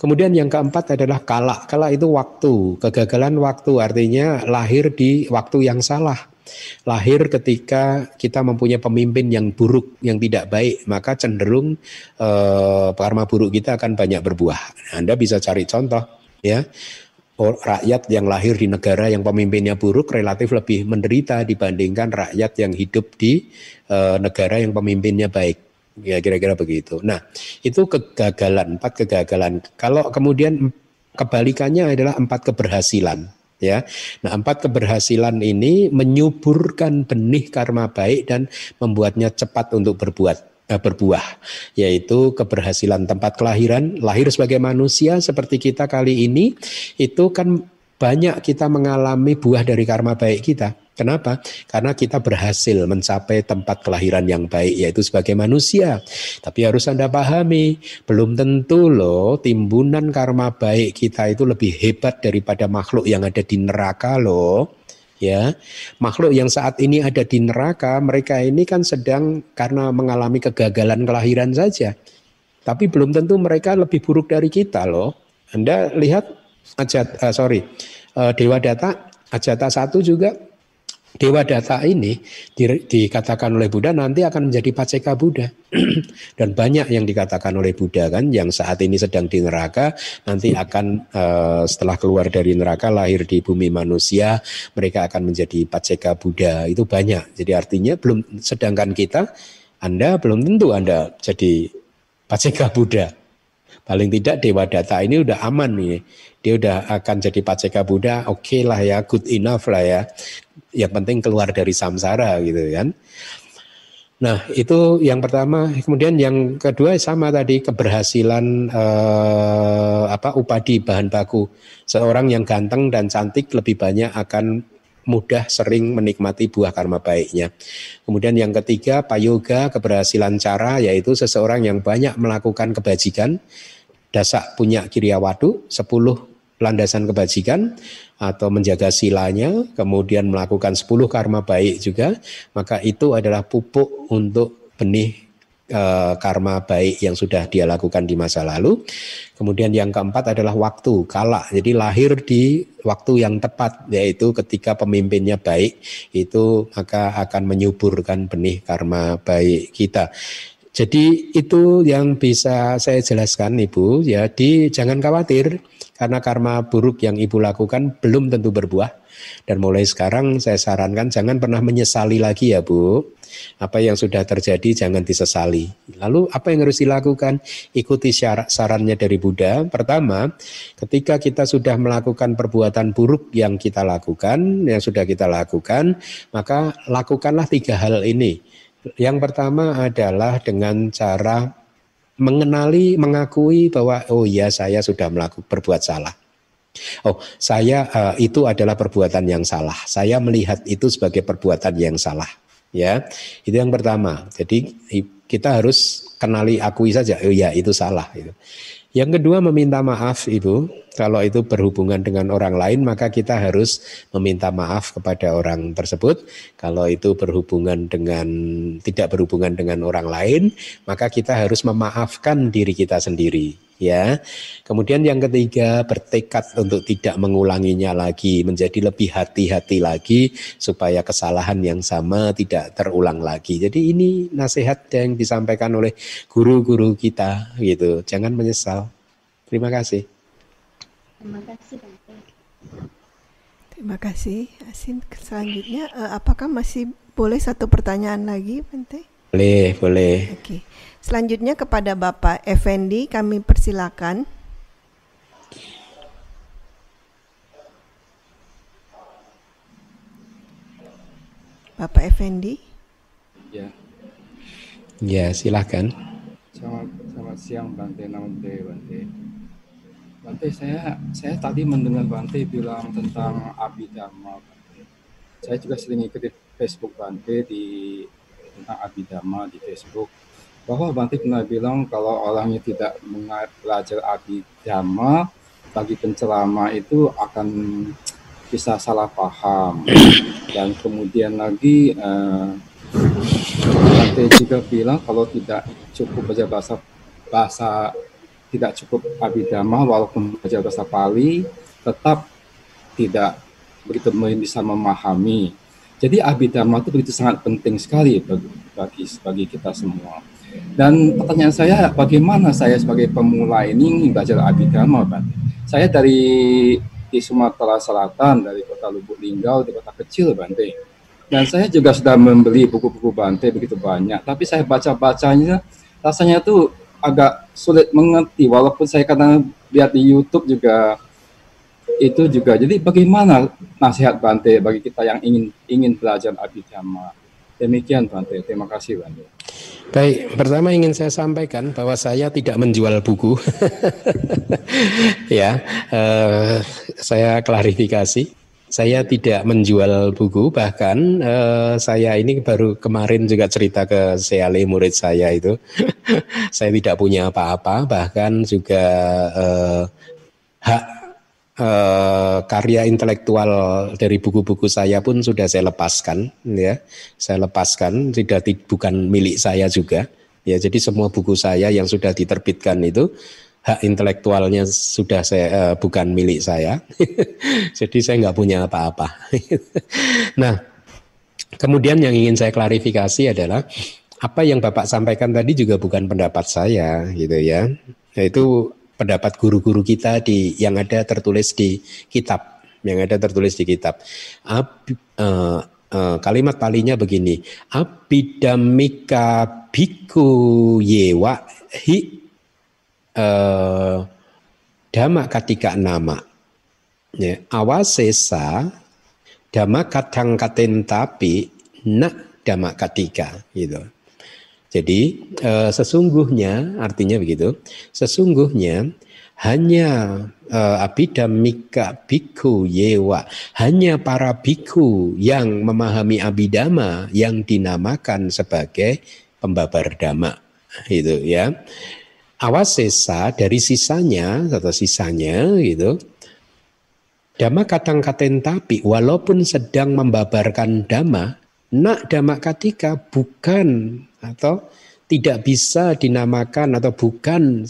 Kemudian yang keempat adalah kala. Kala itu waktu, kegagalan waktu, artinya lahir di waktu yang salah. Lahir ketika kita mempunyai pemimpin yang buruk, yang tidak baik, maka cenderung karma buruk kita akan banyak berbuah. Anda bisa cari contoh, ya. Rakyat yang lahir di negara yang pemimpinnya buruk relatif lebih menderita dibandingkan rakyat yang hidup di negara yang pemimpinnya baik. Ya kira-kira begitu. Nah, itu kegagalan, 4 kegagalan. Kalau kemudian kebalikannya adalah 4 keberhasilan. Ya, nah 4 keberhasilan ini menyuburkan benih karma baik dan membuatnya cepat untuk berbuah, yaitu keberhasilan tempat kelahiran, lahir sebagai manusia seperti kita kali ini, itu kan banyak kita mengalami buah dari karma baik kita. Kenapa? Karena kita berhasil mencapai tempat kelahiran yang baik, yaitu sebagai manusia. Tapi harus Anda pahami, belum tentu loh timbunan karma baik kita itu lebih hebat daripada makhluk yang ada di neraka loh. Ya, makhluk yang saat ini ada di neraka, mereka ini kan sedang karena mengalami kegagalan kelahiran saja. Tapi belum tentu mereka lebih buruk dari kita loh. Anda lihat Dewa Data, Ajata 1 juga. Dewa Data ini dikatakan oleh Buddha nanti akan menjadi Paceka Buddha. Dan banyak yang dikatakan oleh Buddha kan, yang saat ini sedang di neraka, nanti akan setelah keluar dari neraka lahir di bumi manusia, mereka akan menjadi Paceka Buddha. Itu banyak. Jadi artinya sedangkan kita, Anda belum tentu Anda jadi Paceka Buddha. Paling tidak Dewa Data ini udah aman nih. Dia udah akan jadi Paceka Buddha, oke lah ya, good enough lah ya. Yang penting keluar dari samsara gitu kan. Nah itu yang pertama. Kemudian yang kedua sama tadi, keberhasilan upadi bahan baku. Seorang yang ganteng dan cantik lebih banyak akan mudah sering menikmati buah karma baiknya. Kemudian yang ketiga, payoga, keberhasilan cara, yaitu seseorang yang banyak melakukan kebajikan. Dasak punya Kiryawadu, 10 landasan kebajikan atau menjaga silanya, kemudian melakukan 10 karma baik juga, maka itu adalah pupuk untuk benih karma baik yang sudah dia lakukan di masa lalu. Kemudian yang keempat adalah waktu, kala. Jadi lahir di waktu yang tepat, yaitu ketika pemimpinnya baik, itu maka akan menyuburkan benih karma baik kita. Jadi itu yang bisa saya jelaskan Ibu, ya, jangan khawatir karena karma buruk yang Ibu lakukan belum tentu berbuah. Dan mulai sekarang saya sarankan jangan pernah menyesali lagi ya Bu. Apa yang sudah terjadi jangan disesali. Lalu apa yang harus dilakukan? Ikuti sarannya dari Buddha. Pertama, ketika kita sudah melakukan perbuatan buruk yang sudah kita lakukan, maka lakukanlah 3 hal ini. Yang pertama adalah dengan cara mengakui bahwa oh iya saya sudah berbuat salah. Oh saya itu adalah perbuatan yang salah. Saya melihat itu sebagai perbuatan yang salah. Ya, itu yang pertama. Jadi kita harus akui saja. Oh iya itu salah. Gitu. Yang kedua meminta maaf Ibu. Kalau itu berhubungan dengan orang lain maka kita harus meminta maaf kepada orang tersebut. Kalau itu tidak berhubungan dengan orang lain maka kita harus memaafkan diri kita sendiri. Ya. Kemudian yang ketiga bertekad untuk tidak mengulanginya lagi, menjadi lebih hati-hati lagi supaya kesalahan yang sama tidak terulang lagi. Jadi ini nasihat yang disampaikan oleh guru-guru kita gitu. Jangan menyesal. Terima kasih. Terima kasih Bante. Terima kasih Asin. Selanjutnya apakah masih boleh satu pertanyaan lagi Bante? Boleh. Oke. Selanjutnya kepada Bapak Effendi kami persilakan. Bapak Effendi. Ya, silakan. Selamat siang Bante, Namaste Bante. Bante, saya tadi mendengar Bante bilang tentang Abhidhamma Bante. Saya juga sering ikuti Facebook Bante tentang Abhidhamma di Facebook. Bahwa Bante pernah bilang kalau orangnya tidak belajar Abhidhamma, bagi penceramah itu akan bisa salah paham. Dan kemudian lagi Bante juga bilang kalau tidak cukup baca bahasa tidak cukup Abhidhamma, walaupun belajar bahasa Pali, tetap tidak begitu bisa memahami. Jadi Abhidhamma itu begitu sangat penting sekali bagi kita semua. Dan pertanyaan saya, bagaimana saya sebagai pemula ini belajar Abhidhamma, Bante? Saya di Sumatera Selatan, dari kota Lubuk Linggau, di kota kecil, Bante. Dan saya juga sudah membeli buku-buku Bante begitu banyak, tapi saya baca-bacanya rasanya tuh agak sulit mengerti, walaupun saya kadang lihat di YouTube juga itu juga. Jadi bagaimana nasihat Bante bagi kita yang ingin belajar Abhidhamma? Demikian Bante, terima kasih Bante. Baik, pertama ingin saya sampaikan bahwa saya tidak menjual buku. Ya, saya klarifikasi. Saya tidak menjual buku, bahkan saya ini baru kemarin juga cerita ke Seale murid saya itu. Saya tidak punya apa-apa, bahkan juga hak karya intelektual dari buku-buku saya pun sudah saya lepaskan, ya. Saya lepaskan, bukan milik saya juga. Ya, jadi semua buku saya yang sudah diterbitkan itu hak intelektualnya sudah bukan milik saya. Jadi saya nggak punya apa-apa. Nah, kemudian yang ingin saya klarifikasi adalah apa yang Bapak sampaikan tadi juga bukan pendapat saya, gitu ya. Yaitu pendapat guru-guru kita yang ada tertulis di kitab, kalimat palinya begini: Abhidhammika bhikkhu yewa hi dhamma katika nama, ya, awasesa dhamma kadang katen tapi nak dhamma katika, gitu. Jadi sesungguhnya, artinya begitu, sesungguhnya hanya Abhidhammika bhikkhu yewa, hanya para bhikkhu yang memahami Abhidhamma yang dinamakan sebagai pembabar dhamma, itu ya. Awasesa dari sisanya atau sisanya gitu. Dhamma kadang katen tapi, walaupun sedang membabarkan dhamma, nak dhamma katika bukan atau tidak bisa dinamakan atau bukan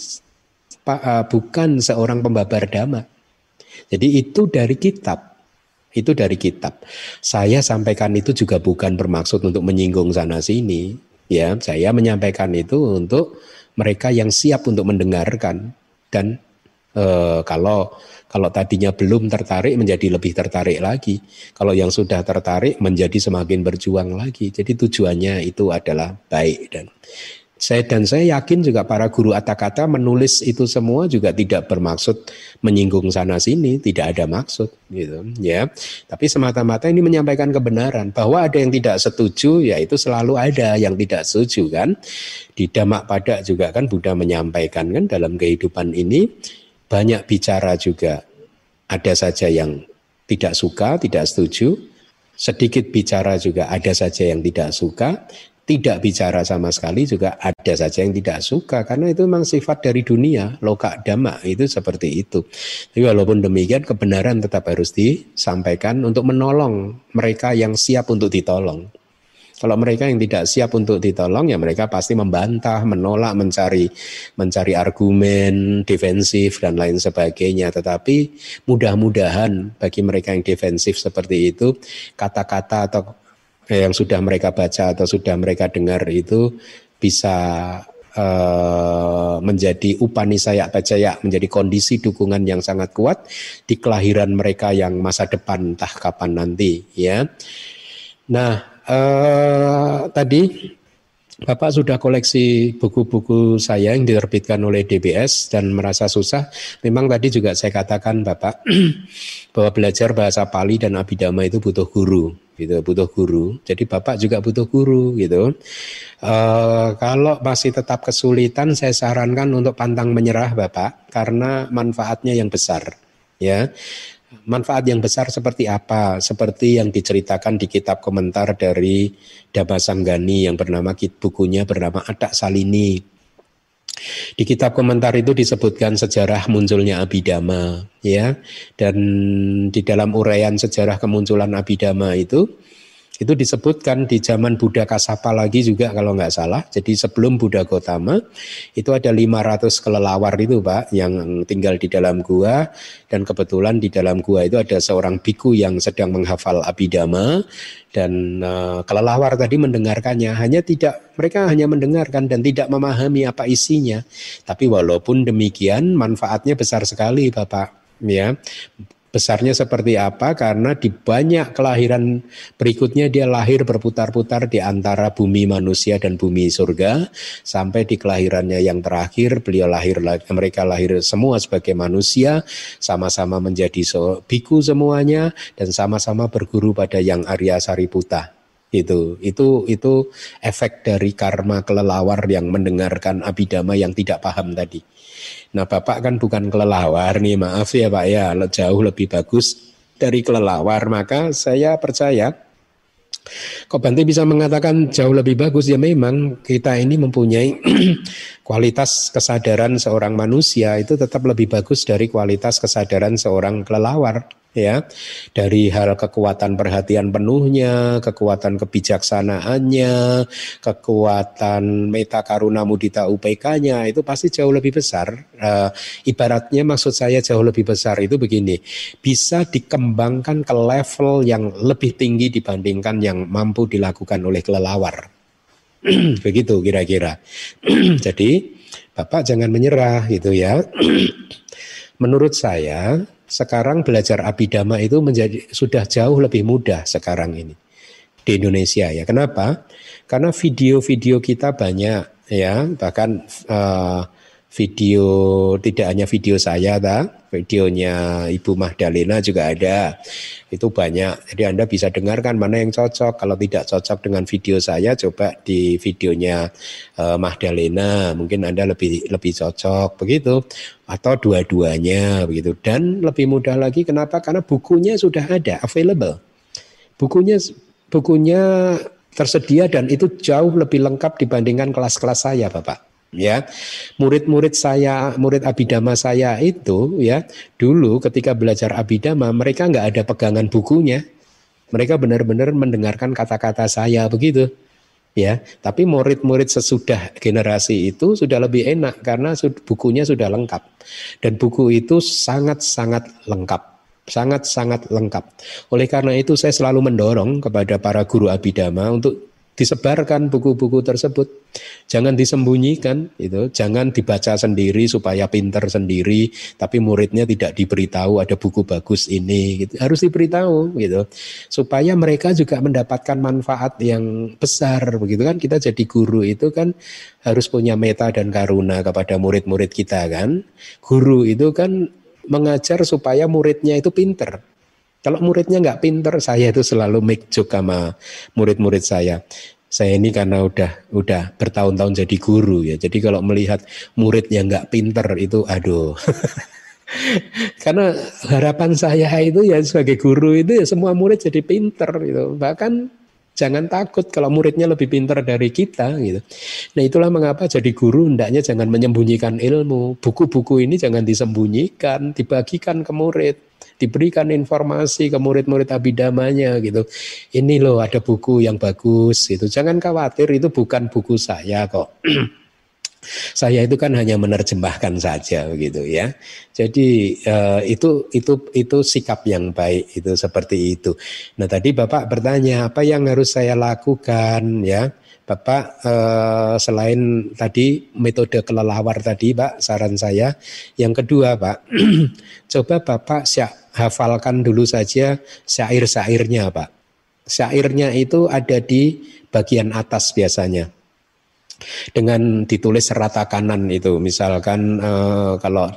seorang pembabar dhamma. Jadi itu dari kitab. Itu dari kitab. Saya sampaikan itu juga bukan bermaksud untuk menyinggung sana sini. Ya, saya menyampaikan itu untuk mereka yang siap untuk mendengarkan, dan kalau tadinya belum tertarik menjadi lebih tertarik lagi, kalau yang sudah tertarik menjadi semakin berjuang lagi. Jadi tujuannya itu adalah baik, dan saya yakin juga para guru Atthakatha menulis itu semua juga tidak bermaksud menyinggung sana sini, tidak ada maksud gitu ya. Tapi semata-mata ini menyampaikan kebenaran, bahwa ada yang tidak setuju, ya itu selalu ada yang tidak setuju kan. Di Dhammapada juga kan Buddha menyampaikan kan, dalam kehidupan ini banyak bicara juga ada saja yang tidak suka, tidak setuju. Sedikit bicara juga ada saja yang tidak suka. Tidak bicara sama sekali juga ada saja yang tidak suka, karena itu memang sifat dari dunia, loka dhamma itu seperti itu. Tapi walaupun demikian, kebenaran tetap harus disampaikan untuk menolong mereka yang siap untuk ditolong. Kalau mereka yang tidak siap untuk ditolong, ya mereka pasti membantah, menolak, mencari argumen defensif dan lain sebagainya. Tetapi mudah-mudahan bagi mereka yang defensif seperti itu, kata-kata atau yang sudah mereka baca atau sudah mereka dengar itu bisa menjadi upanisaya pacaya, menjadi kondisi dukungan yang sangat kuat di kelahiran mereka yang masa depan entah kapan nanti ya. Nah, tadi Bapak sudah koleksi buku-buku saya yang diterbitkan oleh DBS dan merasa susah. Memang tadi juga saya katakan Bapak bahwa belajar bahasa Pali dan Abhidhamma itu butuh guru, gitu, butuh guru. Jadi Bapak juga butuh guru, gitu. Kalau masih tetap kesulitan, saya sarankan untuk pantang menyerah Bapak, karena manfaatnya yang besar, ya. Manfaat yang besar seperti apa? Seperti yang diceritakan di kitab komentar dari Dhammasanggani yang bukunya bernama Adak Salini. Di kitab komentar itu disebutkan sejarah munculnya Abhidhamma, ya. Dan di dalam uraian sejarah kemunculan Abhidhamma itu Itu disebutkan di zaman Buddha Kasapa lagi juga kalau nggak salah. Jadi sebelum Buddha Gotama itu ada 500 kelelawar itu Pak yang tinggal di dalam gua, dan kebetulan di dalam gua itu ada seorang biku yang sedang menghafal Abhidhamma, dan kelelawar tadi mendengarkannya. Mereka hanya mendengarkan dan tidak memahami apa isinya. Tapi walaupun demikian manfaatnya besar sekali Bapak, ya. Besarnya seperti apa? Karena di banyak kelahiran berikutnya dia lahir berputar-putar di antara bumi manusia dan bumi surga, sampai di kelahirannya yang terakhir mereka lahir semua sebagai manusia, sama-sama menjadi biku semuanya, dan sama-sama berguru pada yang Arya Sariputta. Itu efek dari karma kelelawar yang mendengarkan Abhidhamma yang tidak paham tadi. Nah Bapak kan bukan kelelawar nih, maaf ya Pak ya, jauh lebih bagus dari kelelawar. Maka saya percaya kok Bante bisa mengatakan jauh lebih bagus, ya memang kita ini mempunyai kualitas kesadaran seorang manusia itu tetap lebih bagus dari kualitas kesadaran seorang kelelawar. Ya, dari hal kekuatan perhatian penuhnya, kekuatan kebijaksanaannya, kekuatan meta karuna mudita UPK-nya itu pasti jauh lebih besar. Ibaratnya maksud saya jauh lebih besar itu begini, bisa dikembangkan ke level yang lebih tinggi dibandingkan yang mampu dilakukan oleh kelelawar. Begitu kira-kira. Jadi Bapak jangan menyerah gitu ya. Menurut saya sekarang belajar Abhidhamma itu sudah jauh lebih mudah sekarang ini di Indonesia ya. Kenapa? Karena video-video kita banyak ya, bahkan video tidak hanya video saya, videonya Ibu Magdalena juga ada. Itu banyak. Jadi Anda bisa dengarkan mana yang cocok. Kalau tidak cocok dengan video saya, coba di videonya Magdalena, mungkin Anda lebih cocok begitu. Atau dua-duanya begitu. Dan lebih mudah lagi kenapa? Karena bukunya sudah ada, available. Bukunya tersedia dan itu jauh lebih lengkap dibandingkan kelas-kelas saya, Bapak. Ya, murid-murid saya, murid Abhidhamma saya itu ya, dulu ketika belajar Abhidhamma mereka nggak ada pegangan bukunya, mereka benar-benar mendengarkan kata-kata saya begitu, ya. Tapi murid-murid sesudah generasi itu sudah lebih enak karena bukunya sudah lengkap dan buku itu sangat-sangat lengkap. Sangat-sangat lengkap. Oleh karena itu saya selalu mendorong kepada para guru Abhidhamma untuk disebarkan buku-buku tersebut. Jangan disembunyikan, itu. Jangan dibaca sendiri supaya pinter sendiri, tapi muridnya tidak diberitahu ada buku bagus ini. Gitu. Harus diberitahu, gitu. Supaya mereka juga mendapatkan manfaat yang besar, begitu kan? Kita jadi guru itu kan harus punya meta dan karuna kepada murid-murid kita kan. Guru itu kan mengajar supaya muridnya itu pinter. Kalau muridnya nggak pinter, saya itu selalu make joke sama murid-murid saya. Saya ini karena udah bertahun-tahun jadi guru ya. Jadi kalau melihat murid yang nggak pinter itu, aduh. Karena harapan saya itu ya sebagai guru itu ya semua murid jadi pinter gitu. Bahkan jangan takut kalau muridnya lebih pinter dari kita gitu. Nah itulah mengapa jadi guru hendaknya jangan menyembunyikan ilmu. Buku-buku ini jangan disembunyikan, dibagikan ke murid. Diberikan informasi ke murid-murid Abhidammanya gitu. Ini loh ada buku yang bagus gitu. Jangan khawatir itu bukan buku saya kok. Saya itu kan hanya menerjemahkan saja begitu ya. Jadi itu sikap yang baik itu seperti itu. Nah tadi Bapak bertanya apa yang harus saya lakukan ya. Bapak selain tadi metode kelelawar tadi Pak, saran saya yang kedua Pak, coba Bapak hafalkan dulu saja syair-syairnya Pak. Syairnya itu ada di bagian atas biasanya. Dengan ditulis rata kanan itu, misalkan kalau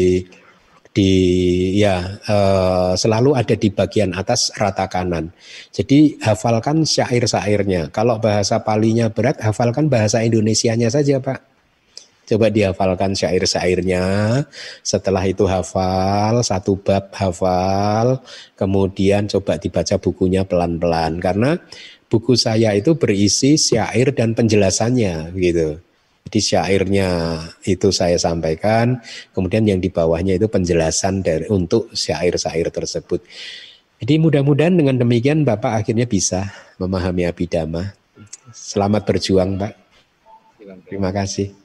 selalu ada di bagian atas rata kanan. Jadi hafalkan syair-syairnya. Kalau bahasa Palinya berat, hafalkan bahasa Indonesianya saja Pak. Coba dihafalkan syair-syairnya. Setelah itu hafal, satu bab hafal. Kemudian coba dibaca bukunya pelan-pelan. Karena buku saya itu berisi syair dan penjelasannya gitu. Jadi syairnya itu saya sampaikan, kemudian yang di bawahnya itu penjelasan untuk syair-syair tersebut. Jadi mudah-mudahan dengan demikian Bapak akhirnya bisa memahami Abhidhamma. Selamat berjuang, Pak. Terima kasih.